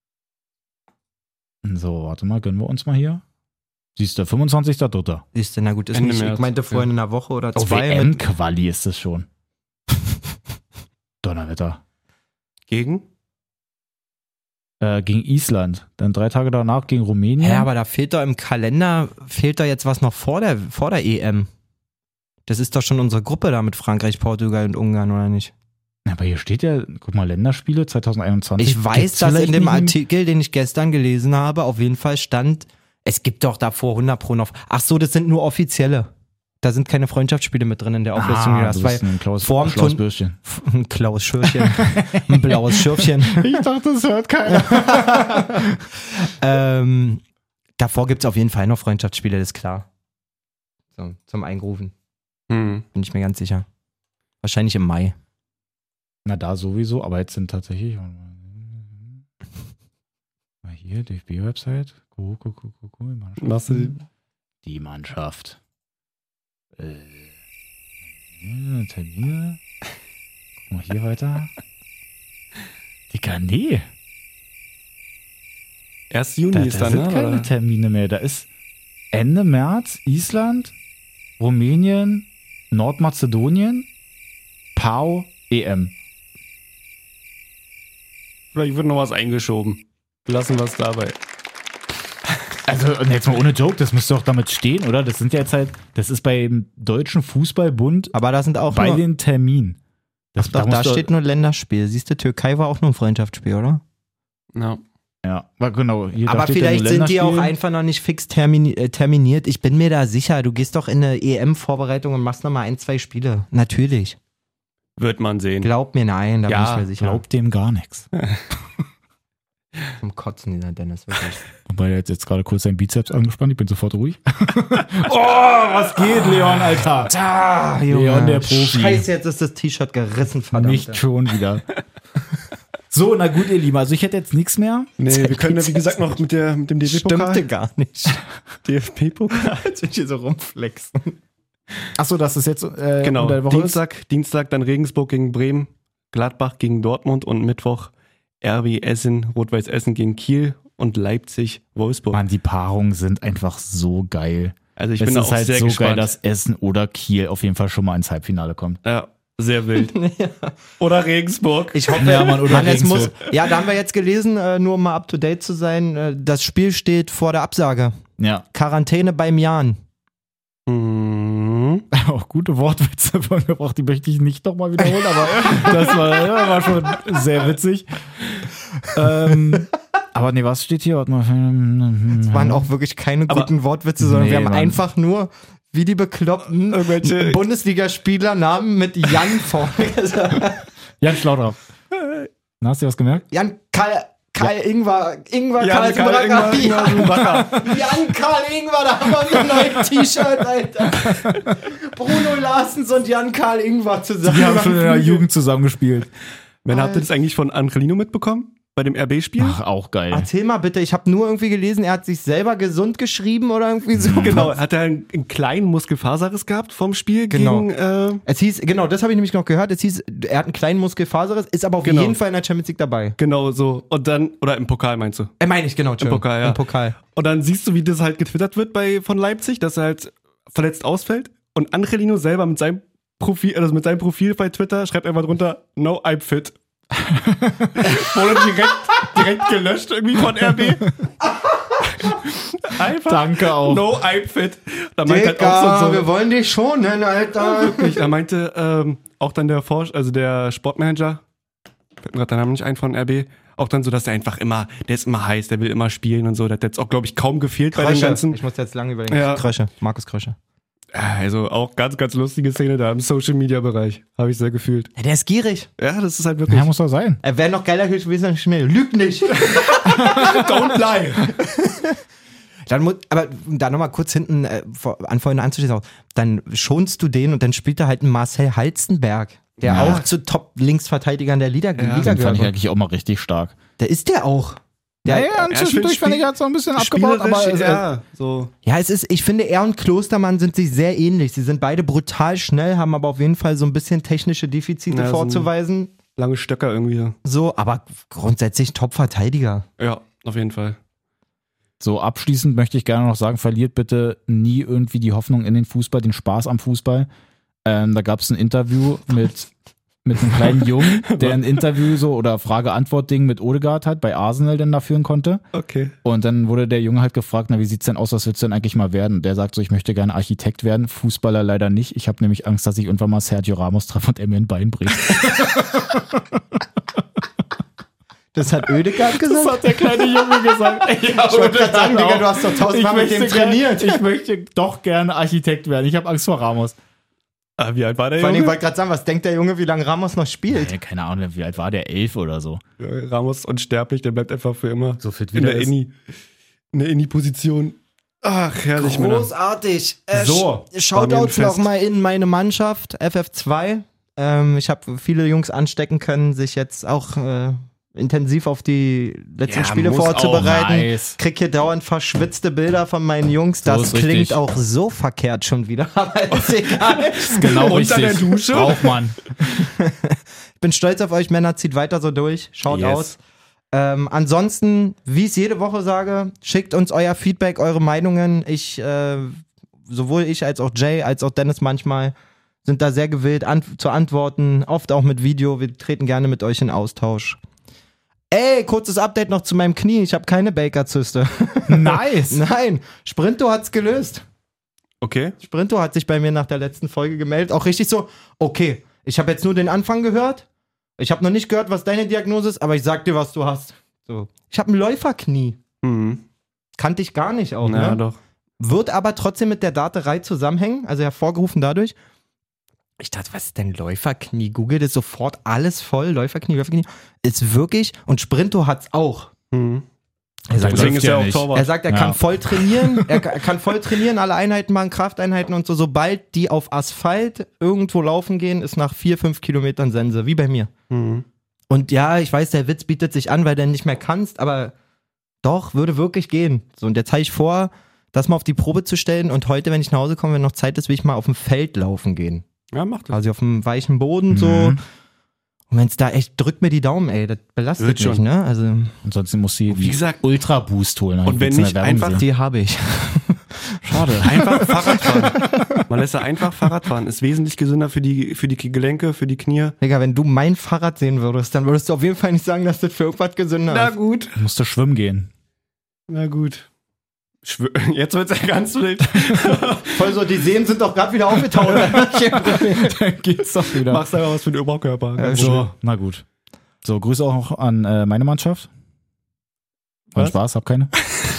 So, warte mal, gönnen wir uns mal hier. Siehst du, fünfundzwanzigster dritter Siehst du, na gut, ist Ende nicht, ich März, meinte vorhin ja. in einer Woche oder Oh, zwei. W mit, M-Quali ist das schon. Donnerwetter. Gegen? Äh, gegen Island. Dann drei Tage danach gegen Rumänien. ja, aber da fehlt doch im Kalender, fehlt da jetzt was noch vor der, vor der E M. Das ist doch schon unsere Gruppe da mit Frankreich, Portugal und Ungarn, oder nicht? Aber hier steht ja, guck mal, Länderspiele zwanzig einundzwanzig. Ich weiß, Gibt's dass vielleicht in dem nicht im- Artikel, den ich gestern gelesen habe, auf jeden Fall stand, es gibt doch davor hundert Pro noch. Ach so, das sind nur offizielle. Da sind keine Freundschaftsspiele mit drin in der Auflistung. Ah, das du war bist ein Klaus, vorm schlaues Turn- Bürschchen. ein blaues Schürfchen. ein blaues Schürfchen. Ich dachte, das hört keiner. ähm, davor gibt es auf jeden Fall noch Freundschaftsspiele, das ist klar. So, zum Einrufen. Hm. Bin ich mir ganz sicher. Wahrscheinlich im Mai. Na, da sowieso, aber jetzt sind tatsächlich. Mal hier, D F B-Website. Cool, cool, cool, cool, cool. Machst du die- Die Mannschaft. Äh, Termine. Guck mal hier weiter. Digga, nee. erster Juni Da, ist da dann, sind ne? keine oder? Termine mehr. Da ist Ende März Island, Rumänien, Nordmazedonien, P A O, E M. Vielleicht wird noch was eingeschoben. Lassen wir es dabei. Also, und jetzt mal ohne Joke, das müsste doch damit stehen, oder? Das sind ja jetzt halt, das ist beim Deutschen Fußballbund Aber da sind auch bei nur, den Terminen. Das, doch, da muss doch- steht nur Länderspiel. Siehst du, Türkei war auch nur ein Freundschaftsspiel, oder? Ja. Ja, war genau. Hier, da Aber steht ja vielleicht nur sind die auch Länderspiel. einfach noch nicht fix termini äh, terminiert. Ich bin mir da sicher. Du gehst doch in eine E M-Vorbereitung und machst noch mal ein, zwei Spiele. Natürlich. Wird man sehen. Glaub mir, nein, da Ja, bin ich mir sicher. Glaubt dem gar nichts. Zum Kotzen, dieser Dennis, wirklich. Wobei er jetzt, jetzt gerade kurz seinen Bizeps angespannt, ich bin sofort ruhig. Oh, was geht, Leon, Alter? Ah, Leon, der Profi. Scheiße, jetzt ist das T-Shirt gerissen, verdammt. Nicht schon wieder. So, na gut, ihr Lieben, also ich hätte jetzt nichts mehr. Nee, wir können ja, wie gesagt, noch mit, der, mit dem D F B-Pokal. Stimmte gar nicht. D F B-Pokal. Als wenn ich hier so rumflexen. Achso, das ist jetzt äh, Genau. unter der Woche ist. Dienstag, Dienstag dann Regensburg gegen Bremen, Gladbach gegen Dortmund und Mittwoch R B Essen, Rot-Weiß Essen gegen Kiel und Leipzig, Wolfsburg. Mann, die Paarungen sind einfach so geil. Also ich es bin da ist auch halt sehr so gespannt. geil, dass Essen oder Kiel auf jeden Fall schon mal ins Halbfinale kommt. Ja, sehr wild. Oder Regensburg. Ich hoffe, Ja, Mann, oder Mann, es muss, Regensburg. ja, da haben wir jetzt gelesen, äh, nur um mal up to date zu sein, äh, das Spiel steht vor der Absage. Ja, Quarantäne beim Jan. Mhm. auch gute Wortwitze von gebracht, die möchte ich nicht nochmal wiederholen, aber das war, ja, war schon sehr witzig. ähm, aber nee, was steht hier? Warte mal. Das waren auch wirklich keine Aber- guten Wortwitze, sondern Nee, wir haben Mann. einfach nur, wie die Bekloppten, Irgendwelche- Bundesligaspieler Namen mit Jan vorne gesagt. Jan Schlaudraff. Na, hast du was gemerkt? Jan Karl, Karl Ingwer, Ingwer Jan Karl Karl Ingwer, Ingwer, Ingwer Jan Karl Ingwer, da haben wir ein neues T-Shirt, Alter. Bruno Larsens und Jan Karl Ingwer zusammen. Die haben schon in der Jugend zusammengespielt. Wann habt ihr das eigentlich von Angelino mitbekommen? Bei dem R B-Spiel? Ach, auch geil. Erzähl mal bitte, ich habe nur irgendwie gelesen, er hat sich selber gesund geschrieben oder irgendwie so. Genau, hat er einen, einen kleinen Muskelfaserriss gehabt vom Spiel Genau. gegen... Äh, Es hieß, genau, das habe ich nämlich noch gehört, es hieß, er hat einen kleinen Muskelfaserriss, ist aber auf Genau. jeden Fall in der Champions League dabei. genau so. Und dann... Oder im Pokal meinst du? Äh, meine ich, genau, Im Pokal, ja. Im Pokal. Und dann siehst du, wie das halt getwittert wird bei, von Leipzig, dass er halt verletzt ausfällt. Und Angelino selber mit seinem Profil, also mit seinem Profil bei Twitter schreibt einfach drunter, no, I'm fit. Wurde direkt, direkt gelöscht irgendwie von R B. Einfach. Danke auch. No, I'm fit. Da meint halt Digga, auch so, wir so wollen dich schonen, Alter. wirklich, da meinte ähm, auch dann der Forsch, also der Sportmanager, fällt mir gerade der Name nicht ein von R B, auch dann so, dass er einfach immer, der ist immer heiß, der will immer spielen und so. Der hat jetzt auch, glaube ich, kaum gefehlt bei den ganzen. Ich muss jetzt lange überlegen. Ja. Krösche, Markus Krösche. Also auch ganz, ganz lustige Szene da im Social-Media-Bereich. Habe ich sehr gefühlt. Ja, der ist gierig. Ja, das ist halt wirklich... Ja, muss doch sein. Er wäre noch geiler gewesen, wenn ich mir lügt nicht. Don't lie! Dann muss, aber da nochmal kurz hinten äh, vor, an vorhin anzuschließen, auch, dann schonst du den und dann spielt er halt einen Marcel Halstenberg, der Ja. auch zu Top-Linksverteidigern der Liga, Liga Den fand gehört. ich eigentlich auch mal richtig stark. Der ist der auch. Ja, Der, ja, zwischendurch spiel- fand ich, er hat so ein bisschen abgebaut, aber Spielerisch, äh, ja, so. Ja, es ist, ich finde, er und Klostermann sind sich sehr ähnlich. Sie sind beide brutal schnell, haben aber auf jeden Fall so ein bisschen technische Defizite Ja, so ein- vorzuweisen. Lange Stöcker irgendwie. So, aber grundsätzlich Top-Verteidiger. Ja, auf jeden Fall. so abschließend möchte ich gerne noch sagen, verliert bitte nie irgendwie die Hoffnung in den Fußball, den Spaß am Fußball. Ähm, da gab es ein Interview mit, mit einem kleinen Jungen, der ein Interview so oder Frage-Antwort-Ding mit Odegaard hat, bei Arsenal denn da führen konnte. Okay. Und dann wurde der Junge halt gefragt, na wie sieht's denn aus, was willst du denn eigentlich mal werden? Der sagt so, ich möchte gerne Architekt werden, Fußballer leider nicht. Ich habe nämlich Angst, dass ich irgendwann mal Sergio Ramos treffe und er mir ein Bein bricht. Das hat Oedegaard gesagt? hat der kleine Junge gesagt. Ja, Ich wollte gerade sagen, Digga, du hast doch tausendmal mit dem trainiert. Gern, ich möchte doch gerne Architekt werden. Ich habe Angst vor Ramos. Ah, wie alt war der Vor allem, ich Junge? wollte gerade sagen, was denkt der Junge, wie lange Ramos noch spielt? Ja, keine Ahnung, wie alt war der? Elf oder so. Ja, Ramos unsterblich, der bleibt einfach für immer So fit in der Inni. In der Inni-Position. Ach, herrlich, Männer. Großartig. Äh, So, sch- Shoutouts Familienfest. nochmal in meine Mannschaft, F F zwei. Ähm, ich habe viele Jungs anstecken können, sich jetzt auch äh, intensiv auf die letzten Ja, Spiele muss vorzubereiten. auch, nice. Krieg hier dauernd verschwitzte Bilder von meinen Jungs. So Das ist klingt richtig. auch so verkehrt schon wieder, aber ist egal. Genau Unter richtig. der Dusche? Braucht man. Ich bin stolz auf euch, Männer. Zieht weiter so durch. Schaut Yes. aus. Ähm, ansonsten, wie ich es jede Woche sage, schickt uns euer Feedback, eure Meinungen. Ich, äh, sowohl ich als auch Jay, als auch Dennis manchmal, sind da sehr gewillt an, zu antworten. Oft auch mit Video. Wir treten gerne mit euch in Austausch. Ey, kurzes Update noch zu meinem Knie. Ich habe keine Baker-Zyste. Nice. Nein, Sprinto hat's gelöst. Okay. Sprinto hat sich bei mir nach der letzten Folge gemeldet. Auch richtig so, okay, ich habe jetzt nur den Anfang gehört. Ich habe noch nicht gehört, was deine Diagnose ist, aber ich sag dir, was du hast. So. Ich habe ein Läuferknie. Mhm. Kannte ich gar nicht auch, Ja, ne? doch. Wird aber trotzdem mit der Daterei zusammenhängen, also hervorgerufen dadurch. Ich dachte, was ist denn Läuferknie? Google das sofort alles voll. Läuferknie, Läuferknie. Ist wirklich, und Sprinto hat's auch. Mhm. Er sagt, Deswegen läuft ist er ja auch nicht. Torwart. er sagt, er Ja. kann voll trainieren, er ka- er kann voll trainieren, alle Einheiten machen, Krafteinheiten und so. Sobald die auf Asphalt irgendwo laufen gehen, ist nach vier, fünf Kilometern Sense, wie bei mir. Mhm. Und ja, ich weiß, der Witz bietet sich an, weil du nicht mehr kannst, aber doch, würde wirklich gehen. So, und jetzt habe ich vor, das mal auf die Probe zu stellen und heute, wenn ich nach Hause komme, wenn noch Zeit ist, will ich mal auf dem Feld laufen gehen. Ja, macht das. Also auf dem weichen Boden so. Mhm. Und wenn es da echt, drückt mir die Daumen, ey, das belastet Wird mich, schon. ne? Also, Ansonsten muss sie Wie gesagt- Ultra Boost holen. Und wenn nicht, einfach die habe ich. Schade. Einfach Fahrrad fahren. Man lässt einfach Fahrrad fahren. Ist wesentlich gesünder für die, für die Gelenke, für die Knie. Digga, wenn du mein Fahrrad sehen würdest, dann würdest du auf jeden Fall nicht sagen, dass das für irgendwas gesünder ist. gut. Musst du schwimmen gehen. Na gut. Schwö- Jetzt wird's ja ganz wild. Voll so, die Seen sind doch gerade wieder aufgetaucht. Dann geht's doch wieder. Machst einfach was für den Oberkörper. Ja, So, na gut. So, Grüße auch noch an äh, meine Mannschaft. War Was? Spaß, hab keine.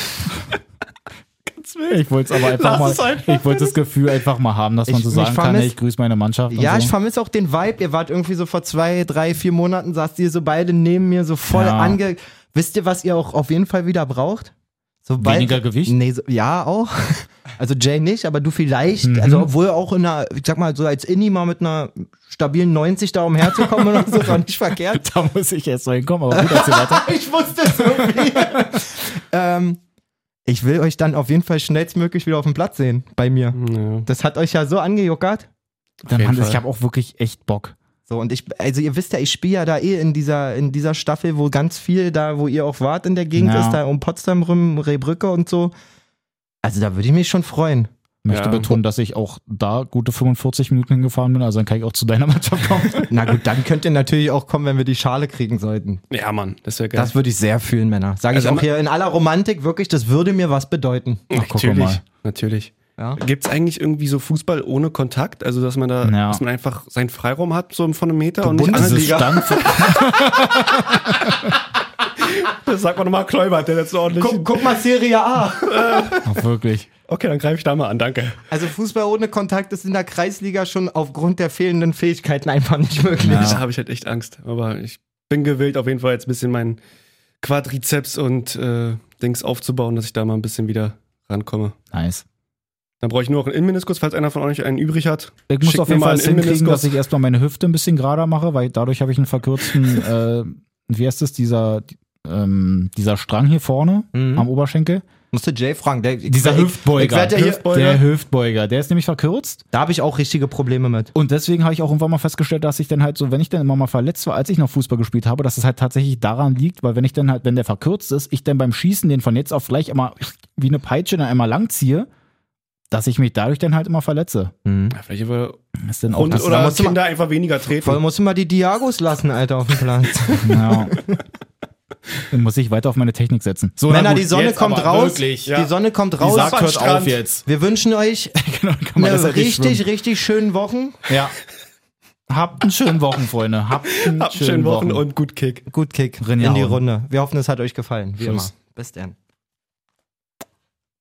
Ganz wild. Ich wollte es aber einfach Lass mal, es einfach, ich wollte das Gefühl einfach mal haben, dass man Ich- so mich sagen kann, vermisst- ey, ich grüße meine Mannschaft. Ja, und ich so. vermisse auch den Vibe. Ihr wart irgendwie so vor zwei, drei, vier Monaten, saßt ihr so beide neben mir so voll Ja. ange... Wisst ihr, was ihr auch auf jeden Fall wieder braucht? Sobald, Weniger Gewicht? Nee, so, ja, auch. Also Jay nicht, aber du vielleicht. Mhm. Also obwohl auch in einer, ich sag mal, so als Inni mal mit einer stabilen neunzig da umherzukommen oder so, ist auch nicht verkehrt. Da muss ich erst mal hinkommen, aber gut, erzähl weiter. Ich wusste es irgendwie. ähm, ich will euch dann auf jeden Fall schnellstmöglich wieder auf dem Platz sehen, bei mir. Ja. Das hat euch ja so angejuckert. Dann jeden Mann, Fall. ich habe auch wirklich echt Bock. So, und ich, also ihr wisst ja, ich spiele ja da eh in dieser, in dieser Staffel, wo ganz viel da, wo ihr auch wart in der Gegend Ja. ist, da um Potsdam rum, Rehbrücke und so. Also da würde ich mich schon freuen. Möchte Ja. betonen, dass ich auch da gute fünfundvierzig Minuten hingefahren bin, also dann kann ich auch zu deiner Mannschaft kommen. Na gut, dann könnt ihr natürlich auch kommen, wenn wir die Schale kriegen sollten. Ja, Mann, das wäre geil. Das würde ich sehr fühlen, Männer. Sage ich Also auch hier in aller Romantik, wirklich, das würde mir was bedeuten. Ach, guck natürlich, mal. natürlich. Ja. Gibt es eigentlich irgendwie so Fußball ohne Kontakt? Also, dass man da, Ja. dass man einfach seinen Freiraum hat, so von einem Meter und nicht Bundesliga. anderen- Dieses Stand, Das sagt man nochmal Kleubert, der jetzt ordentlich. Guck, guck mal Serie A. Ach, wirklich. Okay, dann greife ich da mal an, danke. Also Fußball ohne Kontakt ist in der Kreisliga schon aufgrund der fehlenden Fähigkeiten einfach nicht möglich. Ja. Da habe ich halt echt Angst. Aber ich bin gewillt, auf jeden Fall jetzt ein bisschen meinen Quadrizeps und äh, Dings aufzubauen, dass ich da mal ein bisschen wieder rankomme. Nice. Dann brauche ich nur noch einen Innenmeniskus, falls einer von euch einen übrig hat. Ich muss Schickt auf mir jeden mal Fall einen es hinkriegen, Innenmeniskus. dass ich erstmal meine Hüfte ein bisschen gerader mache, weil dadurch habe ich einen verkürzten, äh, wie heißt das, dieser, ähm, dieser Strang hier vorne Mhm. am Oberschenkel. Musste Jay fragen. Der, Dieser ich, Hüftbeuger. Ich werd ja hier, Hüftbeuger. Der Hüftbeuger, der ist nämlich verkürzt. da habe ich auch richtige Probleme mit. Und deswegen habe ich auch irgendwann mal festgestellt, dass ich dann halt so, wenn ich dann immer mal verletzt war, als ich noch Fußball gespielt habe, dass es halt tatsächlich daran liegt, weil wenn ich dann halt, wenn der verkürzt ist, ich dann beim Schießen den von jetzt auf gleich immer wie eine Peitsche dann einmal lang ziehe, dass ich mich dadurch dann halt immer verletze. Ja, vielleicht aber Das ist dann auch und, das, oder musst du Kinder einfach weniger Voll treten. musst du mal die Diagos lassen, Alter, auf dem Platz. ja. Dann muss ich weiter auf meine Technik setzen. So, na Männer, gut, die Sonne jetzt kommt aber raus. Wirklich. Ja. Die Sonne kommt Die raus. sagt, hört Strand. auf jetzt. Wir wünschen euch Genau, kann man eine das halt nicht richtig, schwimmen. richtig schönen Wochen. Ja. Habt einen schönen Wochen, Freunde. Habt einen Habt schönen schönen Wochen Wochen. und gut Kick. Gut Kick Rinja in die hauen. Runde. Wir hoffen, es hat euch gefallen. Wie Tschüss. immer. Bis dann.